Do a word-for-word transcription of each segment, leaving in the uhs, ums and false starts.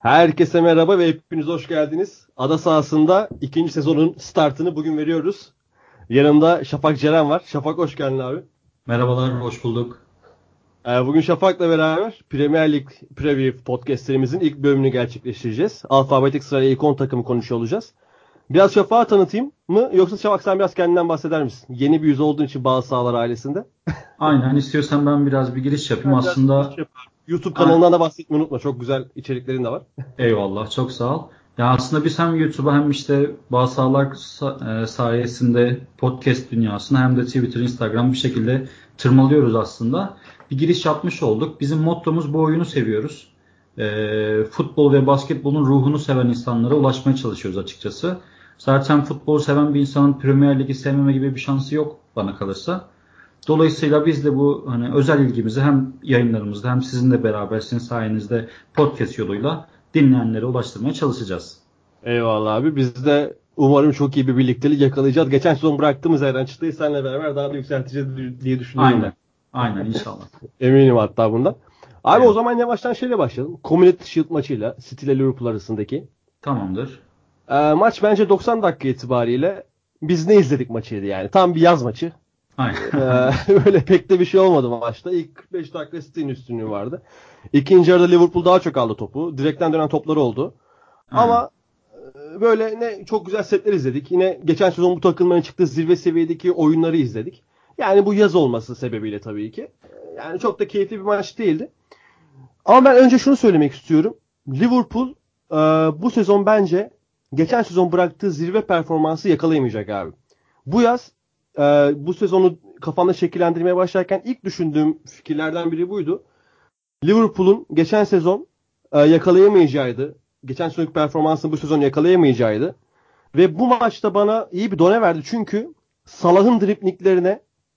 Herkese merhaba ve hepiniz hoş geldiniz. Ada sahasında ikinci sezonun startını bugün veriyoruz. Yanımda Şafak Ceren var. Şafak hoş geldin abi. Merhabalar, hoş bulduk. Ee, bugün Şafak'la beraber Premier Lig Preview podcastlerimizin ilk bölümünü gerçekleştireceğiz. Alfabetik sırayla ilk on takımı konuşuyor olacağız. Biraz Şafak'ı tanıtayım mı? Yoksa Şafak sen biraz kendinden bahseder misin? Yeni bir yüz olduğun için Bağ Sağlar ailesinde. Aynen, istiyorsan ben biraz bir giriş yapayım. Ben biraz giriş Aslında yapayım. YouTube a- kanalından da bahsetmeyi unutma. Çok güzel içeriklerin de var. eyvallah, çok sağ ol. Ya aslında biz hem YouTube'a hem işte Bağsağlar sa- e, sayesinde podcast dünyasına hem de Twitter, Instagram bir şekilde tırmalıyoruz aslında. Bir giriş yapmış olduk. Bizim mottomuz bu oyunu seviyoruz. E, futbol ve basketbolun ruhunu seven insanlara ulaşmaya çalışıyoruz açıkçası. Zaten futbol seven bir insanın Premier Lig'i sevmeme gibi bir şansı yok bana kalırsa. Dolayısıyla biz de bu hani özel ilgimizi hem yayınlarımızda hem sizinle beraber sizin sayenizde podcast yoluyla dinleyenlere ulaştırmaya çalışacağız. Eyvallah abi. Biz de umarım çok iyi bir birliktelik yakalayacağız. Geçen sezon bıraktığımız yerden çıtayı seninle beraber daha da yükselteceğiz diye düşünüyorum ben. Aynen. Aynen inşallah. Eminim hatta bundan. Abi o Eyvallah. zaman yavaştan şeyle başlayalım. Community Shield maçıyla City ile Liverpool arasındaki. Tamamdır. Ee, maç bence doksan dakika itibariyle biz ne izledik maçıydı yani. Tam bir yaz maçı. Aynen. Ee, öyle pek de bir şey olmadı maçta. İlk kırk beş dakika City'nin üstünlüğü vardı. İkinci yarıda Liverpool daha çok aldı topu. Direkten dönen topları oldu. Aynen. Ama böyle ne çok güzel setler izledik. Yine geçen sezon bu takımların çıktığı zirve seviyedeki oyunları izledik. Yani bu yaz olması sebebiyle tabii ki. Yani çok da keyifli bir maç değildi. Ama ben önce şunu söylemek istiyorum. Liverpool e, bu sezon bence geçen sezon bıraktığı zirve performansı yakalayamayacak abi. Bu yaz e, bu sezonu kafamda şekillendirmeye başlarken ilk düşündüğüm fikirlerden biri buydu. Liverpool'un geçen sezon e, yakalayamayacağıydı. Geçen sezonki performansını bu sezon yakalayamayacağıydı. Ve bu maçta bana iyi bir done verdi. Çünkü Salah'ın dripliklerine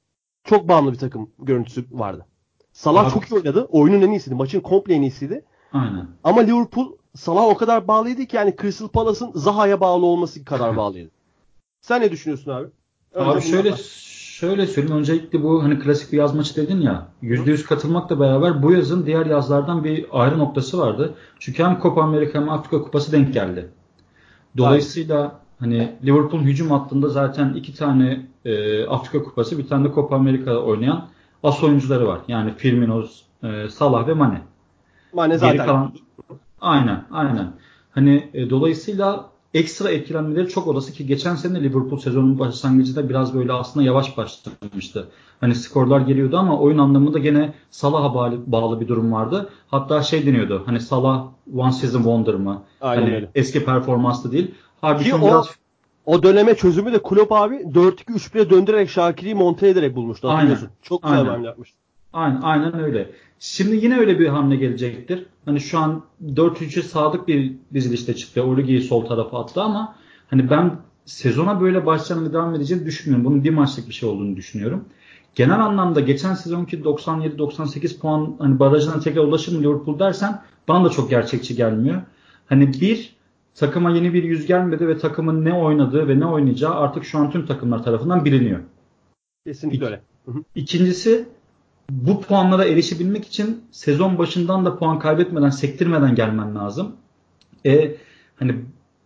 çok bağımlı bir takım görüntüsü vardı. Salah Abi, çok iyi oynadı. Oyunun en iyisiydi. Maçın komple en iyisiydi. aynen. Ama Liverpool Salah o kadar bağlıydı ki yani Crystal Palace'ın Zaha'ya bağlı olması kadar bağlıydı. Sen ne düşünüyorsun abi? Abi Önce bundan şöyle bak. şöyle söyleyeyim. Öncelikle bu hani klasik bir yaz maçı dedin ya. Hı? yüzde yüz katılmakla beraber bu yazın diğer yazlardan bir ayrı noktası vardı. Çünkü hem Copa Amerika hem Afrika Kupası denk geldi. Aynen. Dolayısıyla hani Liverpool hücum hattında zaten iki tane e, Afrika Kupası, bir tane de Copa Amerika'da oynayan as oyuncuları var. Yani Firmino, e, Salah ve Mane. Mane Geri zaten. kalan aynen aynen. Hani e, dolayısıyla ekstra etkilenmeleri çok olası ki geçen sene Liverpool sezonun başlangıcında biraz böyle aslında yavaş başlamıştı. Hani skorlar geliyordu ama oyun anlamında gene Salah'a bağlı, bağlı bir durum vardı. Hatta şey deniyordu. Hani Salah one season wonder mı? Aynen Hani öyle. eski performanslı değil. Halbuki Ki onu o biraz o döneme çözümü de Klopp abi dört iki üç bire döndürerek Şakir'i monte ederek bulmuştu aynen hatırlıyorsun. Çok güzel bir aynen hamle yapmıştı. aynen aynen öyle. Şimdi yine öyle bir hamle gelecektir. Hani şu an dört üçe sadık bir dizilişte çıktı. Origi'yi sol tarafa attı ama hani ben sezona böyle başlamaya devam edeceğini düşünmüyorum. Bunun bir maçlık bir şey olduğunu düşünüyorum. Genel anlamda geçen sezonki doksan yedi doksan sekiz puan hani barajına tekrar ulaşır mı Liverpool dersen bana da çok gerçekçi gelmiyor. Hani bir takıma yeni bir yüz gelmedi ve takımın ne oynadığı ve ne oynayacağı artık şu an tüm takımlar tarafından biliniyor. Kesinlikle İk, öyle. Hı hı. İkincisi bu puanlara erişebilmek için sezon başından da puan kaybetmeden, sektirmeden gelmen lazım. E hani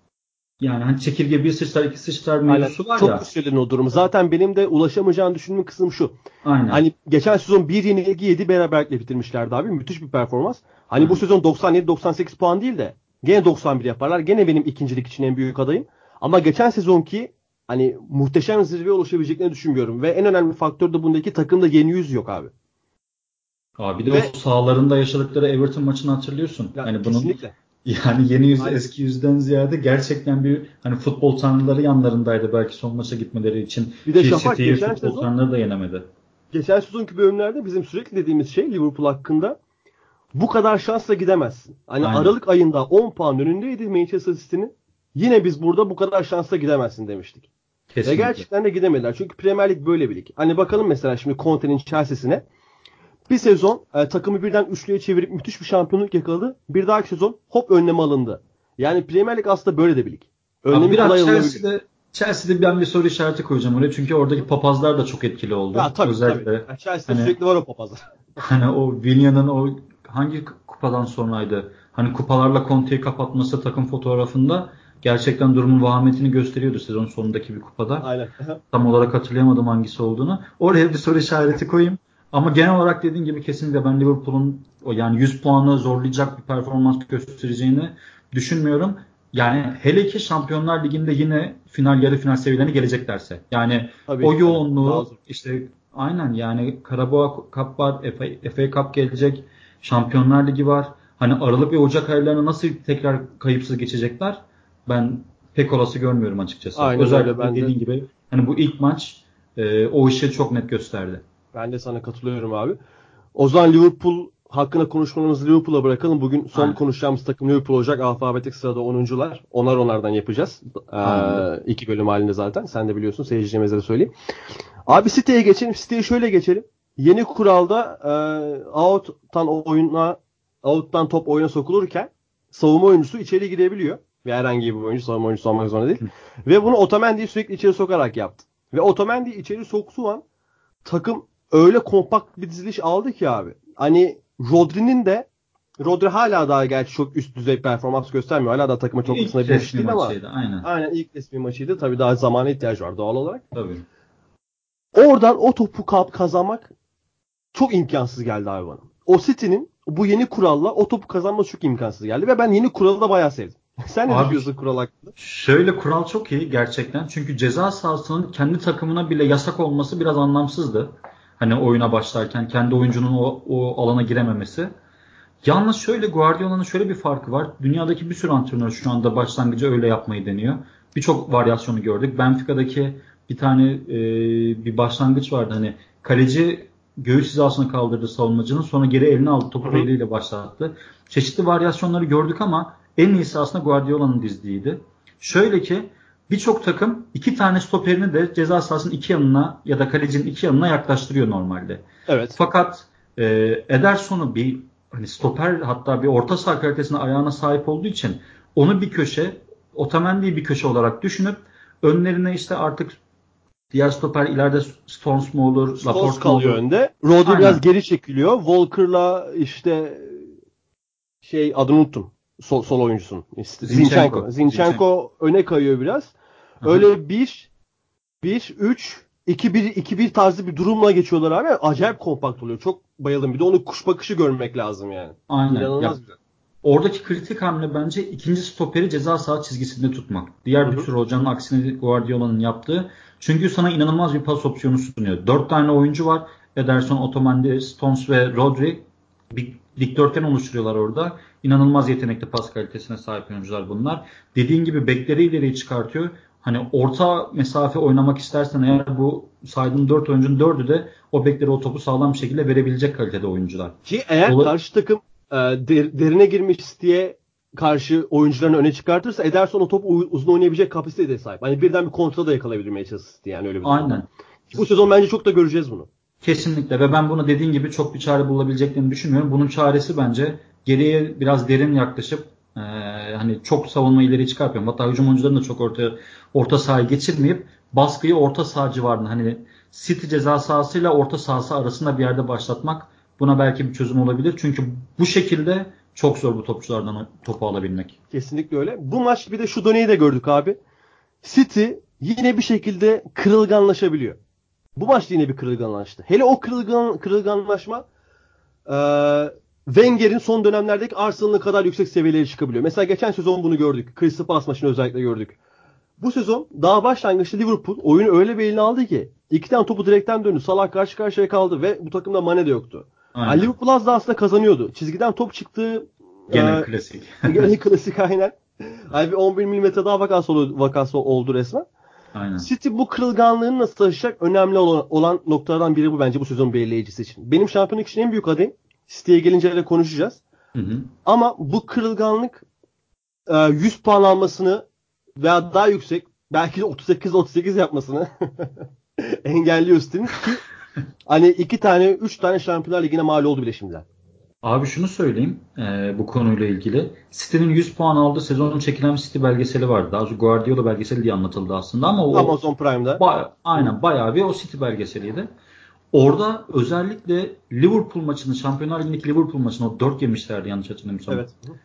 yani hani çekirge bir sıçrar iki sıçrar Aynen. mevzusu var Çok ya. üst söyledin o durumu. Zaten benim de ulaşamayacağını düşündüğüm kısım şu. Aynen. Hani geçen sezon bir yenilgi yedi beraberlikle bitirmişlerdi abi. Müthiş bir performans. Hani bu Aynen. sezon doksan yedi doksan sekiz puan değil de gene doksan bir yaparlar. Gene benim ikincilik için en büyük adayım. Ama geçen sezonki hani muhteşem zirveye ulaşabileceklerini düşünmüyorum. Ve en önemli faktör de bundaki takımda yeni yüz yok abi. Abi bir de o Ve sahalarında yaşadıkları Everton maçını hatırlıyorsun. ya, Hani bunun kesinlikle. yani yeni yüz Aynen. eski yüzden ziyade gerçekten bir hani futbol tanrıları yanlarındaydı belki son maça gitmeleri için Bir de ki Şafak City'yi geçen futbol sezon tanrıları da yenemedi. geçen sezonki bölümlerde bizim sürekli dediğimiz şey Liverpool hakkında bu kadar şansla gidemezsin. Hani Aynen. Aralık ayında on puan önündeydi Manchester City'nin. Yine biz burada bu kadar şansla gidemezsin demiştik. Ve Kesinlikle. gerçekten de gidemediler. Çünkü Premier Lig böyle bir lig. Hani bakalım mesela şimdi Conte'nin Chelsea'sine. Bir sezon e, takımı birden üçlüye çevirip müthiş bir şampiyonluk yakaladı. Bir dahaki sezon hop önleme alındı. Yani Premier Lig aslında böyle de bir lig. Abi Önlemi kolay biraz alınabiliyor. Chelsea'de Chelsea'de ben bir soru işareti koyacağım oraya. Çünkü oradaki papazlar da çok etkili Ya oldu. tabii tabii. Özellikle Ya Chelsea'de hani sürekli var o papazlar. hani o Vilya'nın o hangi kupadan sonraydı? hani kupalarla Conte'yi kapatması takım fotoğrafında gerçekten durumun vahametini gösteriyordu sezon sonundaki bir kupada. Aynen. Tam olarak hatırlayamadım hangisi olduğunu. Oraya bir soru işareti koyayım. Ama genel olarak dediğin gibi kesinlikle ben Liverpool'un o yani yüz puanı zorlayacak bir performans göstereceğini düşünmüyorum. Yani hele ki Şampiyonlar Ligi'nde yine final yarı final seviyelerine geleceklerse. Yani Tabii o ki, evet. Daha yoğunluğu zor. işte aynen yani Karabağ Cup var, F A, F A Cup gelecek, Şampiyonlar Ligi var. Hani Aralık ve Ocak aylarını nasıl tekrar kayıpsız geçecekler? Ben pek olası görmüyorum açıkçası. Aynen öyle, Özellikle ben de. dediğin gibi hani bu ilk maç e, o işi çok net gösterdi. Ben de sana katılıyorum abi. O zaman Liverpool hakkında konuşmamızı Liverpool'a bırakalım. Bugün son Aynen. konuşacağımız takım Liverpool olacak. Alfabetik sırada onuncular. Onar onlardan yapacağız. Tamamdır. Ee, iki bölüm halinde zaten. Sen de biliyorsun. Seyircilerimize de söyleyeyim. Abi City'ye geçelim. City'ye şöyle geçelim. Yeni kuralda e, out'tan oyuna out'tan top oyuna sokulurken savunma oyuncusu içeri girebiliyor. Ve herhangi bir oyuncu savunma oyuncusu olmak zorunda değil. Ve bunu Otamendi'yi sürekli içeri sokarak yaptı. Ve Otamendi'yi içeri soktuğu an takım öyle kompakt bir diziliş aldı ki abi. Hani Rodri'nin de Rodri hala daha gerçi çok üst düzey performans göstermiyor. Hala da takıma çok İlk ısınabilmiş resmi değil ama maçıydı. Aynen. aynen ilk resmi maçıydı. Tabii daha zamana ihtiyacı var doğal olarak. Tabii. Oradan o topu kazanmak çok imkansız geldi abi bana. O City'nin bu yeni kuralla o topu kazanması çok imkansız geldi ve ben yeni kuralı da bayağı sevdim. Sen ne Abi düşünüyorsun kural hakkında? şöyle kural çok iyi gerçekten. Çünkü ceza sahasının kendi takımına bile yasak olması biraz anlamsızdı. Hani oyuna başlarken kendi oyuncunun o, o alana girememesi. Yalnız şöyle Guardiola'nın şöyle bir farkı var. Dünyadaki bir sürü antrenör şu anda başlangıcı öyle yapmayı deniyor. Birçok varyasyonu gördük. Benfica'daki bir tane e, bir başlangıç vardı. Hani kaleci göğüs hizasına kaldırdı savunmacının. Sonra geri eline aldı. Hı Topu hı. eliyle başlattı. Çeşitli varyasyonları gördük ama en iyisi aslında Guardiola'nın dizdiğiydi. Şöyle ki birçok takım iki tane stoperini de ceza sahasının iki yanına ya da kalecinin iki yanına yaklaştırıyor normalde. Evet. Fakat e, Ederson'u bir hani stoper hatta bir orta saha kalitesine ayağına sahip olduğu için onu bir köşe, Otamendi'yi bir köşe olarak düşünüp önlerine işte artık diğer stoper ileride Stones mu olur, Stones Laporte mu kalıyor olur? önde. Rodri biraz Aynen. geri çekiliyor. Walker'la işte şey adını unuttum. Sol, sol oyuncusun. İşte Zinchenko. Zinchenko. Zinchenko. Zinchenko öne kayıyor biraz. Aha. Öyle bir bir üç iki bir iki bir tarzı bir durumla geçiyorlar abi. Acayip kompakt oluyor. Çok bayıldım. Bir de onu kuş bakışı görmek lazım yani. Aynen. İnanılmaz Ya güzel. oradaki kritik hamle bence ikinci stoperi ceza saha çizgisinde tutmak. Hı Diğer bir hı. sürü hocanın aksine Guardiola'nın yaptığı. Çünkü sana inanılmaz bir pas opsiyonu sunuyor. Dört tane oyuncu var. Ederson, Otamendi, Stones ve Rodri. Bir dikdörtgen oluşturuyorlar orada. İnanılmaz yetenekli pas kalitesine sahip oyuncular bunlar. Dediğin gibi bekleri ileriye çıkartıyor. Hani orta mesafe oynamak istersen eğer bu saydığım dört oyuncunun dördü de o bekleri o topu sağlam bir şekilde verebilecek kalitede oyuncular. Ki eğer Dolayısıyla karşı takım e, der- derine girmiş diye karşı oyuncularını öne çıkartırsa Ederson o topu u- uzun oynayabilecek kapasiteye de sahip. Hani birden bir kontra da yakalayabilmeye çalışsın yani öyle bir durumda. aynen. Ki bu sezon bence çok da göreceğiz bunu. Kesinlikle ve ben bunu dediğin gibi çok bir çare bulabileceklerini düşünmüyorum. Bunun çaresi bence geriye biraz derin yaklaşıp e, hani çok savunma ileri çıkartmıyorum. Hatta hücum oyuncularını da çok orta orta sahaya geçirmeyip baskıyı orta saha civarında hani City ceza sahasıyla orta sahası arasında bir yerde başlatmak buna belki bir çözüm olabilir. Çünkü bu şekilde çok zor bu topçulardan topu alabilmek. Kesinlikle öyle. Bu maç bir de şu döneyi de gördük abi. City yine bir şekilde kırılganlaşabiliyor. Bu maçta yine bir kırılganlaştı. Hele o kırılgan, kırılganlaşma e, Wenger'in son dönemlerdeki Arsenal'ın kadar yüksek seviyelere çıkabiliyor. Mesela geçen sezon bunu gördük. Crystal Palace maçını özellikle gördük. Bu sezon daha başlangıçta Liverpool oyunu öyle bir eline aldı ki iki tane topu direkten döndü. Salah karşı karşıya kaldı ve bu takımda Mane de yoktu. Yani Aynen. Liverpool az daha aslında kazanıyordu. Çizgiden top çıktığı Gene klasik. e, gene klasik aynen. Yani bir on bir milimetre daha vakası oldu, vakası oldu resmen. Aynen. City bu kırılganlığını nasıl taşıyacak önemli olan, olan noktalardan biri bu bence bu sezon belirleyicisi için. Benim şampiyonluk için en büyük adayım. City'ye gelince de konuşacağız. Hı hı. Ama bu kırılganlık e, yüz puan almasını veya daha yüksek belki de otuz sekiz otuz sekiz yapmasını engelliyor City'nin ki hani iki tane üç tane Şampiyonlar Ligi'ne mal oldu bile şimdiden. Abi şunu söyleyeyim e, bu konuyla ilgili. City'nin yüz puan aldığı sezonun çekilen bir City belgeseli vardı. Daha önce Guardiola belgeseli diye anlatıldı aslında ama o Amazon Prime'da. ba- Hı? aynen bayağı bir o City belgeseliydi. Orada özellikle Liverpool maçını, Şampiyonlar Ligi'ndeki Liverpool maçını o dört yemişlerdi yanlış hatırlamıyorsam. Evet. Hı.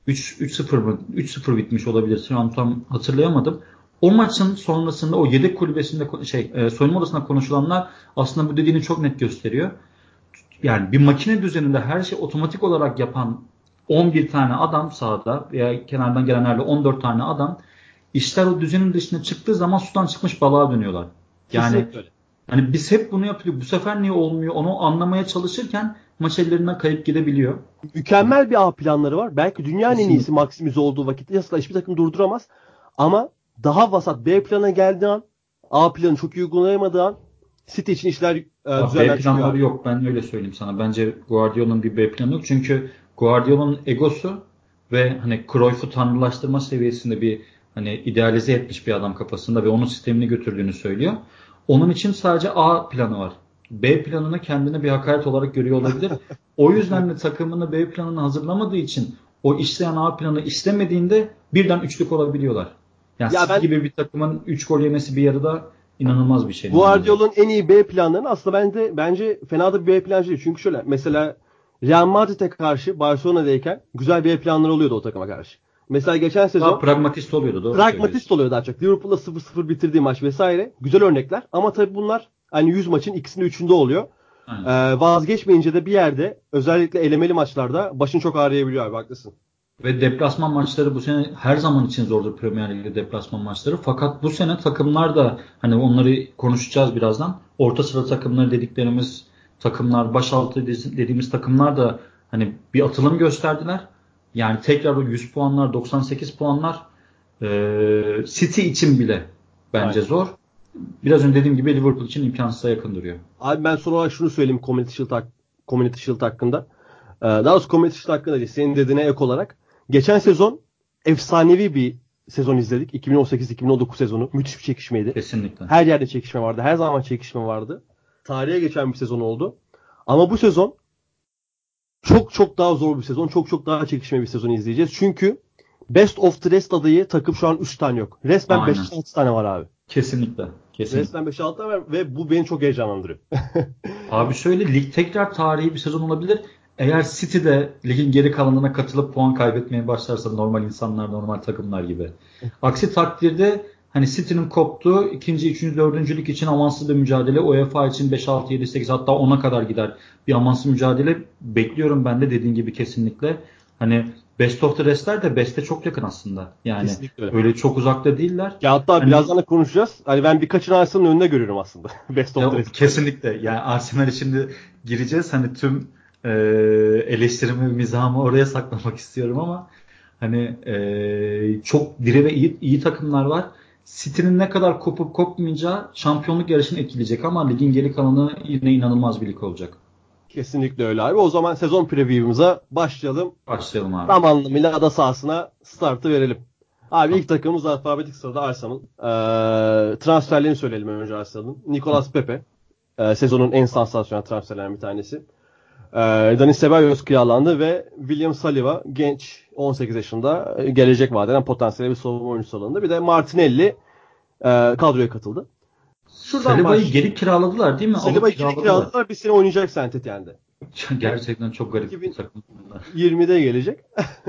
üç sıfır mı? üç sıfır bitmiş olabilir. Şu an tam hatırlayamadım. O maçın sonrasında o yedek kulübesinde şey e, soyunma odasında konuşulanlar aslında bu dediğini çok net gösteriyor. Yani bir makine düzeninde her şey otomatik olarak yapan on bir tane adam sahada veya kenardan gelenlerle on dört tane adam işler o düzenin dışına çıktığı zaman sudan çıkmış balığa dönüyorlar. Yani Kesinlikle öyle. hani biz hep bunu yapıyorduk. Bu sefer niye olmuyor? Onu anlamaya çalışırken maç ellerinden kayıp gidebiliyor. Mükemmel bir A planları var. Belki dünyanın en iyisi Kesinlikle. maksimize olduğu vakitte asla hiçbir takım durduramaz. Ama daha vasat B plana geldiği an, A planı çok iyi uygulayamadığı an City için işler e, Abi B düzenden çıkıyor planları abi. yok. Ben öyle söyleyeyim sana. Bence Guardiola'nın bir B planı yok. Çünkü Guardiola'nın egosu ve hani Cruyff'u tanrılaştırma seviyesinde bir hani idealize etmiş bir adam kafasında ve onun sistemini götürdüğünü söylüyor. Onun için sadece A planı var. B planını kendine bir hakaret olarak görüyor olabilir. O yüzden de takımını B planını hazırlamadığı için o işleyen A planı istemediğinde birden üçlük olabiliyorlar. Yani Ya City ben gibi bir takımın üç gol yemesi bir yarıda inanılmaz bir şey normalde. Guardiola'nın en iyi B planlarını aslında bence bence fena da bir B plancı değil. Çünkü şöyle mesela Real Madrid'e karşı Barcelona'dayken güzel B planları oluyordu o takıma karşı. Mesela geçen Daha sezon pragmatist oluyordu, doğru pragmatist söylüyorsun. oluyor daha çok. Liverpool'la sıfır sıfır bitirdiği maç vesaire. Güzel örnekler. Ama tabii bunlar hani yüz maçın ikisinde üçünde oluyor. Ee, Aynen. vazgeçmeyince de bir yerde özellikle elemeli maçlarda başın çok ağrıyabiliyor abi, haklısın. Ve deplasman maçları bu sene her zaman için zordur, Premier Lig'de deplasman maçları. Fakat bu sene takımlar da hani onları konuşacağız birazdan. Orta sıra takımları dediklerimiz takımlar, başaltı dediğimiz takımlar da hani bir atılım gösterdiler. Yani tekrar o yüz puanlar, doksan sekiz puanlar e, City için bile bence Aynen. zor. Biraz önce dediğim gibi Liverpool için imkansıza yakın duruyor. Abi ben son olarak şunu söyleyeyim Community Shield, hak- Community Shield hakkında. Ee, daha doğrusu Community Shield hakkında değil. Senin dediğine ek olarak. Geçen sezon efsanevi bir sezon izledik. iki bin on sekiz iki bin on dokuz sezonu. Müthiş bir çekişmeydi. Kesinlikle. Her yerde çekişme vardı. Her zaman çekişme vardı. Tarihe geçen bir sezon oldu. Ama bu sezon çok çok daha zor bir sezon. Çok çok daha çekişmeli bir sezon izleyeceğiz. Çünkü Best of the Rest adayı takım şu an üç tane yok. Resmen Aynen. beş altı tane var abi. Kesinlikle. Kesinlikle. Resmen beş altı tane var ve bu beni çok heyecanlandırıyor. Abi şöyle, lig tekrar tarihi bir sezon olabilir. Eğer City de ligin geri kalanına katılıp puan kaybetmeye başlarsa, normal insanlar, normal takımlar gibi. Aksi takdirde hani City'nin koptuğu ikinci, üçüncü, dördüncü lig için amansız bir mücadele. UEFA için beş, altı, yedi, sekiz hatta ona kadar gider bir amansız mücadele bekliyorum ben de, dediğin gibi kesinlikle. Hani Best of the Rest'ler de Best'e çok yakın aslında. Yani Kesinlikle öyle. öyle çok uzakta değiller. Ya hatta Hani birazdan da konuşacağız. Hani ben birkaçını Arsenal'ın önünde görüyorum aslında. Best of the ya, Rest olarak. kesinlikle. Yani Arsenal'e şimdi gireceğiz. Hani tüm e, eleştirimi, mizahımı oraya saklamak istiyorum ama hani e, çok diri ve iyi, iyi takımlar var. City'nin ne kadar kopup kopmayacağı şampiyonluk yarışını etkileyecek ama ligin geri kalanı yine inanılmaz bir lig olacak. Kesinlikle öyle abi. O zaman sezon preview'umuza başlayalım. Başlayalım abi. Tam anlamıyla ada sahasına startı verelim. Abi ilk takımımız alfabetik sırada Arsenal. Ee, transferlerini söyleyelim önce Arsenal'ın. Nicolas Pepe. Ee, sezonun en sansasyonel transferlerinden bir tanesi. Ee, Dani Ceballos kiralandı ve William Saliba genç on sekiz yaşında e, gelecek vadeden potansiyel bir savunma oyuncusu alındı. Bir de Martinelli e, kadroya katıldı. Şuradan Saliba'yı baş. geri kiraladılar değil mi? Alıp Saliba geri kiraladılar. kiraladılar. Bir sene oynayacak Saint Etienne'de. Gerçekten çok garip bir takım. iki bin yirmide gelecek.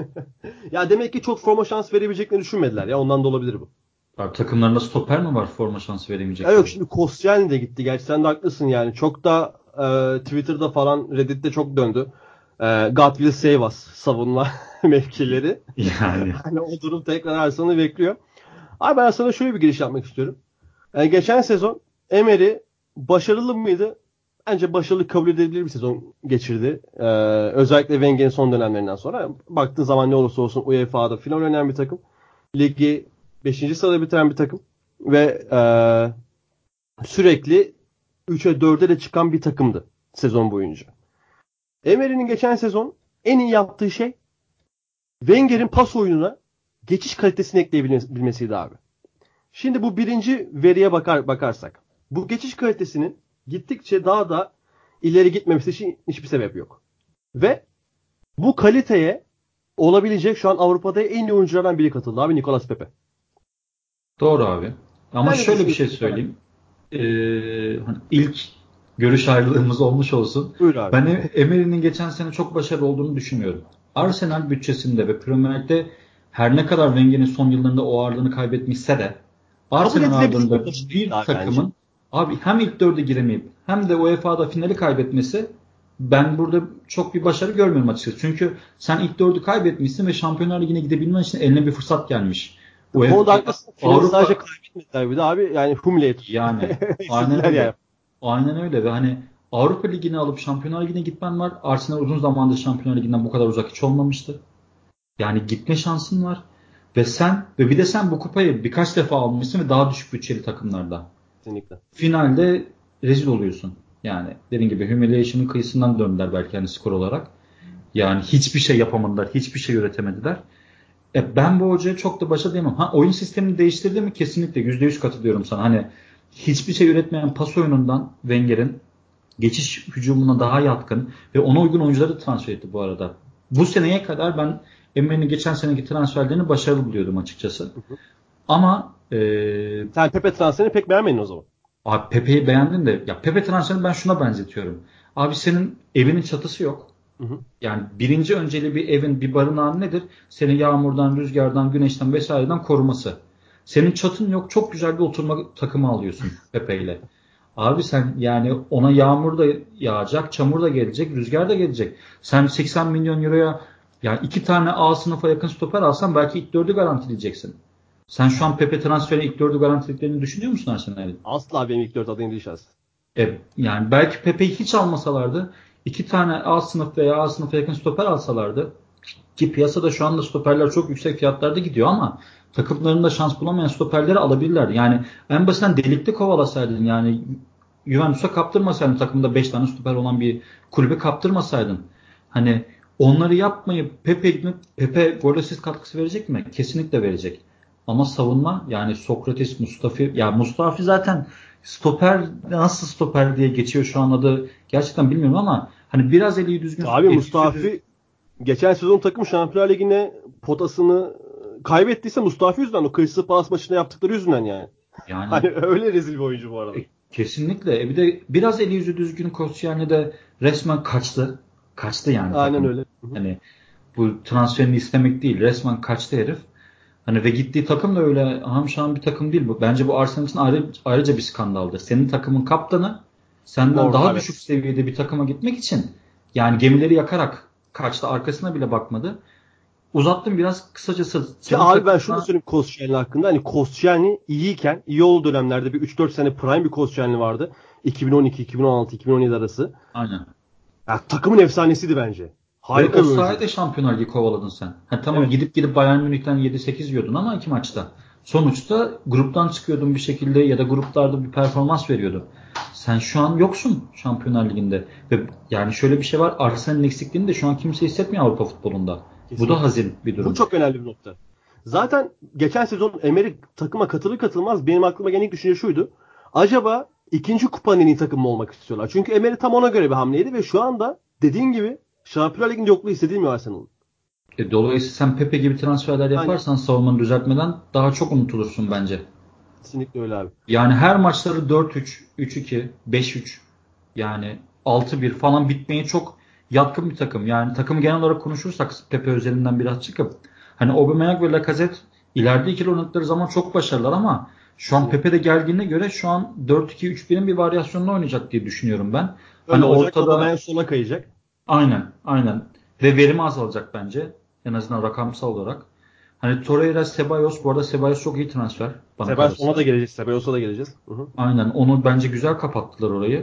Ya demek ki çok forma şans verebileceklerini düşünmediler ya. Ondan da olabilir bu. Abi, takımlarında stoper mi var forma şansı Ya yok veremeyecekleri? şimdi Koscielny de gitti. Gerçi sen de haklısın yani. Çok da e, Twitter'da falan Reddit'te çok döndü. E, God will save us savunma mevkileri. Yani Hani o durum tekrar Arsenal'ı bekliyor. Abi ben sana şöyle bir giriş yapmak istiyorum. Yani geçen sezon Emery başarılı mıydı? Bence başarılı kabul edilebilir bir sezon geçirdi. Ee, özellikle Wenger'in son dönemlerinden sonra. Baktığın zaman ne olursa olsun U E F A'da final oynayan bir takım. Ligi beşinci sırada bitiren bir takım. Ve e, sürekli üçe dörde de çıkan bir takımdı sezon boyunca. Emery'nin geçen sezon en iyi yaptığı şey Wenger'in pas oyununa geçiş kalitesini ekleyebilmesiydi abi. Şimdi bu birinci veriye bakar bakarsak. Bu geçiş kalitesinin gittikçe daha da ileri gitmemesi için hiçbir sebep yok. Ve bu kaliteye olabilecek şu an Avrupa'da en iyi oyunculardan biri katıldı abi, Nicolas Pepe. doğru abi. Ama Sen ne şöyle bir düşünüyorsun şey bu konu söyleyeyim. hakkında? Ee, hani ilk görüş ayrılığımız olmuş olsun. Buyur abi. Ben E- Emery'nin geçen sene çok başarılı olduğunu düşünmüyorum. Arsenal bütçesinde ve Premier Lig'de her ne kadar Wenger'in son yıllarında o ağırlığını kaybetmişse de Arsenal ağırlığında bir takımın bence. Abi hem ilk dörde giremeyip hem de U E F A'da finali kaybetmesi, ben burada çok bir başarı görmüyorum açıkçası. Çünkü sen ilk dördü kaybetmişsin ve Şampiyonlar Ligi'ne gidebilmen için eline bir fırsat gelmiş. O konuda haklısın. Finali sadece kaybetmediler bir de abi. Yani humiliator. Yani aynen öyle. Yani. Aynen öyle ve hani Avrupa Ligi'ne alıp Şampiyonlar Ligi'ne gitmen var. Arsenal uzun zamandır Şampiyonlar Ligi'nden bu kadar uzak hiç olmamıştı. Yani gitme şansın var. Ve sen ve bir de sen bu kupayı birkaç defa almışsın ve daha düşük bütçeli takımlarda. Kesinlikle. Finalde rezil oluyorsun. Yani dediğim gibi humiliation'ın kıyısından döndüler belki hani skor olarak. Yani hiçbir şey yapamadılar. Hiçbir şey üretemediler. E ben bu hocaya çok da başa diyemem. Ha, oyun sistemini değiştirdi mi? Kesinlikle yüzde yüz katılıyorum sana. Hani hiçbir şey üretmeyen pas oyunundan Wenger'in geçiş hücumuna daha yatkın ve ona uygun oyuncuları transfer etti bu arada. Bu seneye kadar ben Emery'nin geçen seneki transferlerini başarılı buluyordum açıkçası. Hı hı. Ama e, sen Pepe transferini pek beğenmedin o zaman. Abi Pepe'yi beğendin de ya Pepe transferini ben şuna benzetiyorum. Abi senin evinin çatısı yok. Hı hı. Yani birinci önceli bir evin, bir barınağın nedir? Seni yağmurdan, rüzgardan, güneşten vesaireden koruması. Senin çatın yok, çok güzel bir oturma takımı alıyorsun Pepe ile. Abi sen yani ona yağmur da yağacak, çamur da gelecek, rüzgar da gelecek. Sen seksen milyon euroya yani iki tane A sınıfa yakın stoper alsan belki ilk dördü garantileyeceksin. Sen şu an Pepe transferine ilk dördü garantilediklerini düşünüyor musun Arsenal'in? Asla benim ilk dört adayım değil şahsen. E, yani belki Pepe'yi hiç almasalardı, iki tane A sınıf veya A sınıfa yakın stoper alsalardı, ki piyasada şu anda stoperler çok yüksek fiyatlarda gidiyor ama takımlarında şans bulamayan stoperleri alabilirler. Yani en basitinden delikte kovalasaydın, yani Juventus'a kaptırmasaydın, takımda beş tane stoper olan bir kulübe kaptırmasaydın. Hani onları yapmayıp Pepe, Pepe gol asist katkısı verecek mi? Kesinlikle verecek. Ama savunma, yani Sokrates, Mustafi, ya Mustafi zaten stoper, nasıl stoper diye geçiyor şu an adı, gerçekten bilmiyorum ama hani biraz eli düzgün. Abi Mustafi geçen sezon takım Şampiyonlar Ligi'ne potasını kaybettiyse Mustafi yüzünden, o Crystal Palace maçında yaptıkları yüzünden yani. Yani hani öyle rezil bir oyuncu bu arada. Kesinlikle. E bir de biraz eli yüzü düzgün Koscielny de resmen kaçtı. Kaçtı yani Aynen takım. öyle. Hı hı. Hani bu transferini istemek değil. Resmen kaçtı herif. Hani ve gittiği takım da öyle hamşan bir takım değil bu. Bence bu Arsenal için ayrı, ayrıca bir skandaldır. Senin takımın kaptanı senden Doğru, daha evet. düşük seviyede bir takıma gitmek için yani gemileri yakarak kaçtı. Arkasına bile bakmadı. Uzattım biraz, kısacası. Ki abi takımına... ben şunu söyleyeyim Koscielny hakkında. Hani Koscielny iyiyken, iyi olduğu dönemlerde bir üç dört sene prime bir Koscielny vardı. iki bin on iki, iki bin on altı, iki bin on yedi arası. Aynen. Ya, takımın efsanesiydi bence. Harika Ve bir oyuncu. O sayede Şampiyonlar Ligi kovaladın sen. Ha, tamam evet. gidip gidip Bayern Münih'ten yedi sekiz yiyordun ama iki maçta. Sonuçta gruptan çıkıyordun bir şekilde ya da gruplarda bir performans veriyordun. Sen şu an yoksun Şampiyonlar Ligi'nde. Ve yani şöyle bir şey var. Arsenal'in eksikliğini de şu an kimse hissetmiyor Avrupa futbolunda. Kesinlikle. Bu da hazin bir durum. Bu çok önemli bir nokta. Zaten geçen sezon Emery takıma katılır katılmaz benim aklıma gelen ilk düşünce şuydu. Acaba ikinci kupanın en iyi takım mı olmak istiyorlar? Çünkü Emery tam ona göre bir hamleydi ve şu anda dediğin gibi Şampiyonlar Ligi'nde yokluğu hissedilmiyor Arsenal'ın. E, dolayısıyla sen Pepe gibi transferler yaparsan Aynen. savunmanı düzeltmeden daha çok unutulursun bence. Kesinlikle öyle abi. Yani her maçları dört üç, üç iki, beş üç yani altı bir falan bitmeye çok yatkın bir takım. Yani takımı genel olarak konuşursak Pepe özelinden biraz çıkıp hani Aubameyang ve Lacazette ileride ikili oynadıkları zaman çok başarılılar ama şu an Pepe de geldiğine göre şu an dört iki üç birin bir varyasyonunu oynayacak diye düşünüyorum ben. Öyle hani olacak, ortada Aubameyang sola kayacak. Aynen, aynen. Ve verimi azalacak bence. En azından rakamsal olarak. Hani Torreira, Ceballos, bu arada Ceballos çok iyi transfer. Ceballos ona da geleceğiz. Ceballos'a da geleceğiz. Hı hı. Aynen, onu bence güzel kapattılar orayı.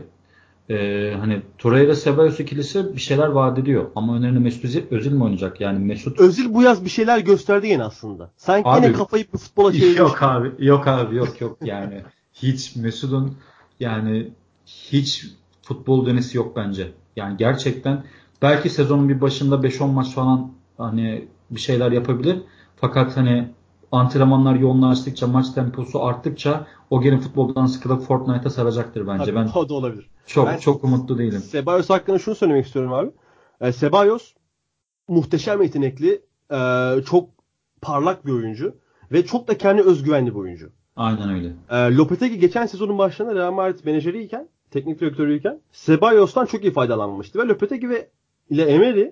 Ee, hani Torreira Ceballos ikilisi bir şeyler vaat ediyor. Ama önlerine Mesut Özil mi oynayacak? Yani Mesut Özil bu yaz bir şeyler gösterdi yine aslında. Sanki abi, yine kafayı bu futbola çevirmiş. Yok abi. Yok abi. Yok yok yani. Hiç Mesut'un yani hiç futbol dönesi yok bence. Yani gerçekten belki sezonun bir başında beş on maç falan hani bir şeyler yapabilir. Fakat hani antrenmanlar yoğunlaştıkça, maç temposu arttıkça o gene futboldan sıkılıp Fortnite'a saracaktır bence. Tabii, ben o da olabilir. Çok ben çok umutlu değilim. Ceballos hakkında şunu söylemek istiyorum abi. E, Ceballos muhteşem yetenekli, e, çok parlak bir oyuncu ve çok da kendi özgüvenli bir oyuncu. Aynen öyle. E, Lopetegui geçen sezonun başlarında Real Madrid menajeriyken, teknik direktörüyken Cebalos'tan çok iyi faydalanmıştı ve Lopetegui ve ile Emery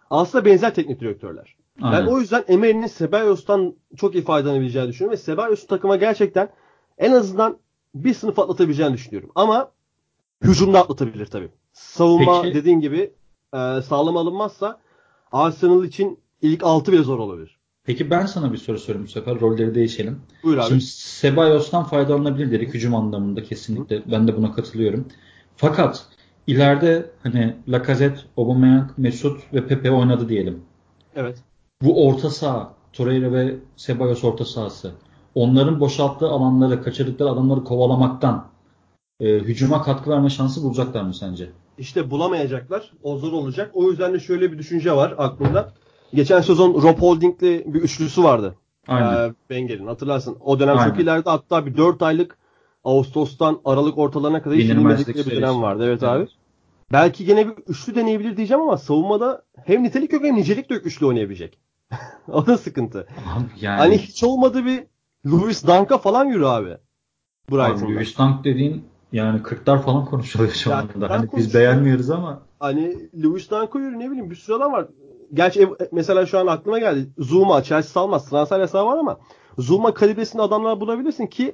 Aslında benzer teknik direktörler. Aynen. Ben o yüzden Emery'nin Cebalos'tan çok iyi faydalanabileceğini düşünüyorum ve Cebalos'u takıma gerçekten en azından bir sınıf atlatabileceğini düşünüyorum. Ama hücumda atlatabilir tabii. Savunma Peki dediğin gibi e, sağlam alınmazsa Arsenal için ilk altı bile zor olabilir. Peki ben sana bir soru sorayım bu sefer. Rolleri değişelim. Buyur abi. Şimdi Cebalos'tan faydalanabilir dedik hücum anlamında Hı. kesinlikle. Ben de buna katılıyorum. Fakat ileride hani Lacazette, Aubameyang, Mesut ve Pepe oynadı diyelim. Evet. Bu orta saha, Torreira ve Ceballos orta sahası. Onların boşalttığı alanları, kaçırdıkları adamları kovalamaktan e, hücuma katkı verme şansı bulacaklar mı sence? İşte bulamayacaklar. O zor olacak. O yüzden de şöyle bir düşünce var aklımda. Geçen sezon Rob Holding'li bir üçlüsü vardı. Aynen. Ee, Wenger'in. Hatırlarsın. O dönem çok Aynen. ileride. Hatta bir dört aylık Ağustos'tan Aralık ortalarına kadar hiç Yenilmezlik yenilmedikleri bir dönem serisi. vardı. Evet abi. Evet. Belki gene bir üçlü deneyebilir diyeceğim ama savunmada hem nitelik yok hem nicelik de yok üçlü oynayabilecek. O da sıkıntı. Abi Hani yani hiç olmadı bir Louis Dunk'a falan yürü abi. abi Brighton'da. Louis Dunk dediğin yani kırklar falan konuşuluyor şu Ya anda. ben Hani biz konuşuluyor. beğenmiyoruz ama Hani Louis Dunk'a yürü ne bileyim bir sürü adam var. Gerçi ev- mesela şu an aklıma geldi. Zuma, Chelsea salmaz. Transfer yasağı var ama Zuma kalibresinde adamlar bulabilirsin ki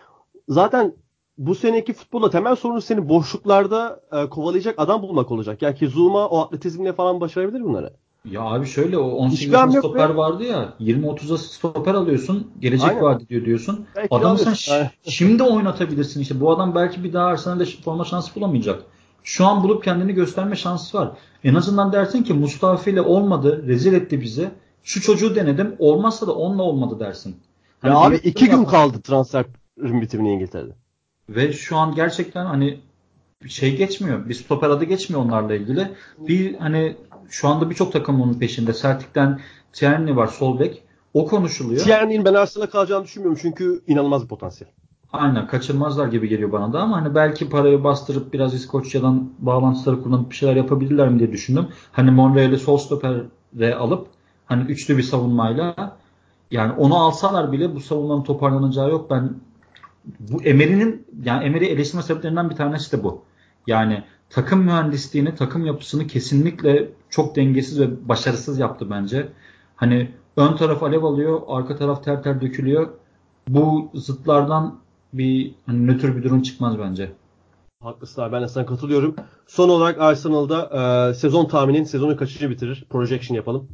zaten bu seneki futbolda temel sorunu senin boşluklarda e, kovalayacak adam bulmak olacak. Yani ki Zuma o atletizmle falan başarabilir bunları. ya abi şöyle o on sekiz Hiçbir yaşında ham yok stoper ve vardı ya yirmi otuza stoper alıyorsun. Gelecek aynen. vaat ediyor diyorsun. Ve Adamı sen kiralıyorsun. ş- şimdi oynatabilirsin işte. Bu adam belki bir daha Arsenal'de forma şansı bulamayacak. Şu an bulup kendini gösterme şansı var. En azından dersin ki Mustafa ile olmadı. Rezil etti bizi. Şu çocuğu denedim. Olmazsa da onunla olmadı dersin. Ve Hani bir abi yatırım iki gün yapmak kaldı transfer bitimine İngiltere'de. ve şu an gerçekten hani şey geçmiyor. Bir stoper adı geçmiyor onlarla ilgili. Bir hani şu anda birçok takım onun peşinde. Celtic'ten Tierney var sol bek. O konuşuluyor. Tierney'in ben Arsenal'a kalacağını düşünmüyorum çünkü inanılmaz bir potansiyel. Aynen kaçırmazlar gibi geliyor bana da ama hani belki parayı bastırıp biraz İskoçya'dan bağlantıları kullanıp bir şeyler yapabilirler mi diye düşündüm. Hani Monreal'i sol stopere alıp hani üçlü bir savunmayla yani onu alsalar bile bu savunmanın toparlanacağı yok. Ben bu Emery'nin yani Emery eleştirme sebeplerinden bir tanesi de bu. Yani takım mühendisliğini, takım yapısını kesinlikle çok dengesiz ve başarısız yaptı bence. Hani ön taraf alev alıyor, arka taraf ter ter dökülüyor. Bu zıtlardan bir hani nötr bir durum çıkmaz bence. Haklısın abi ben de sana katılıyorum. Son olarak Arsenal'da e, sezon tahminin sezonu kaçıncı bitirir? Projection yapalım.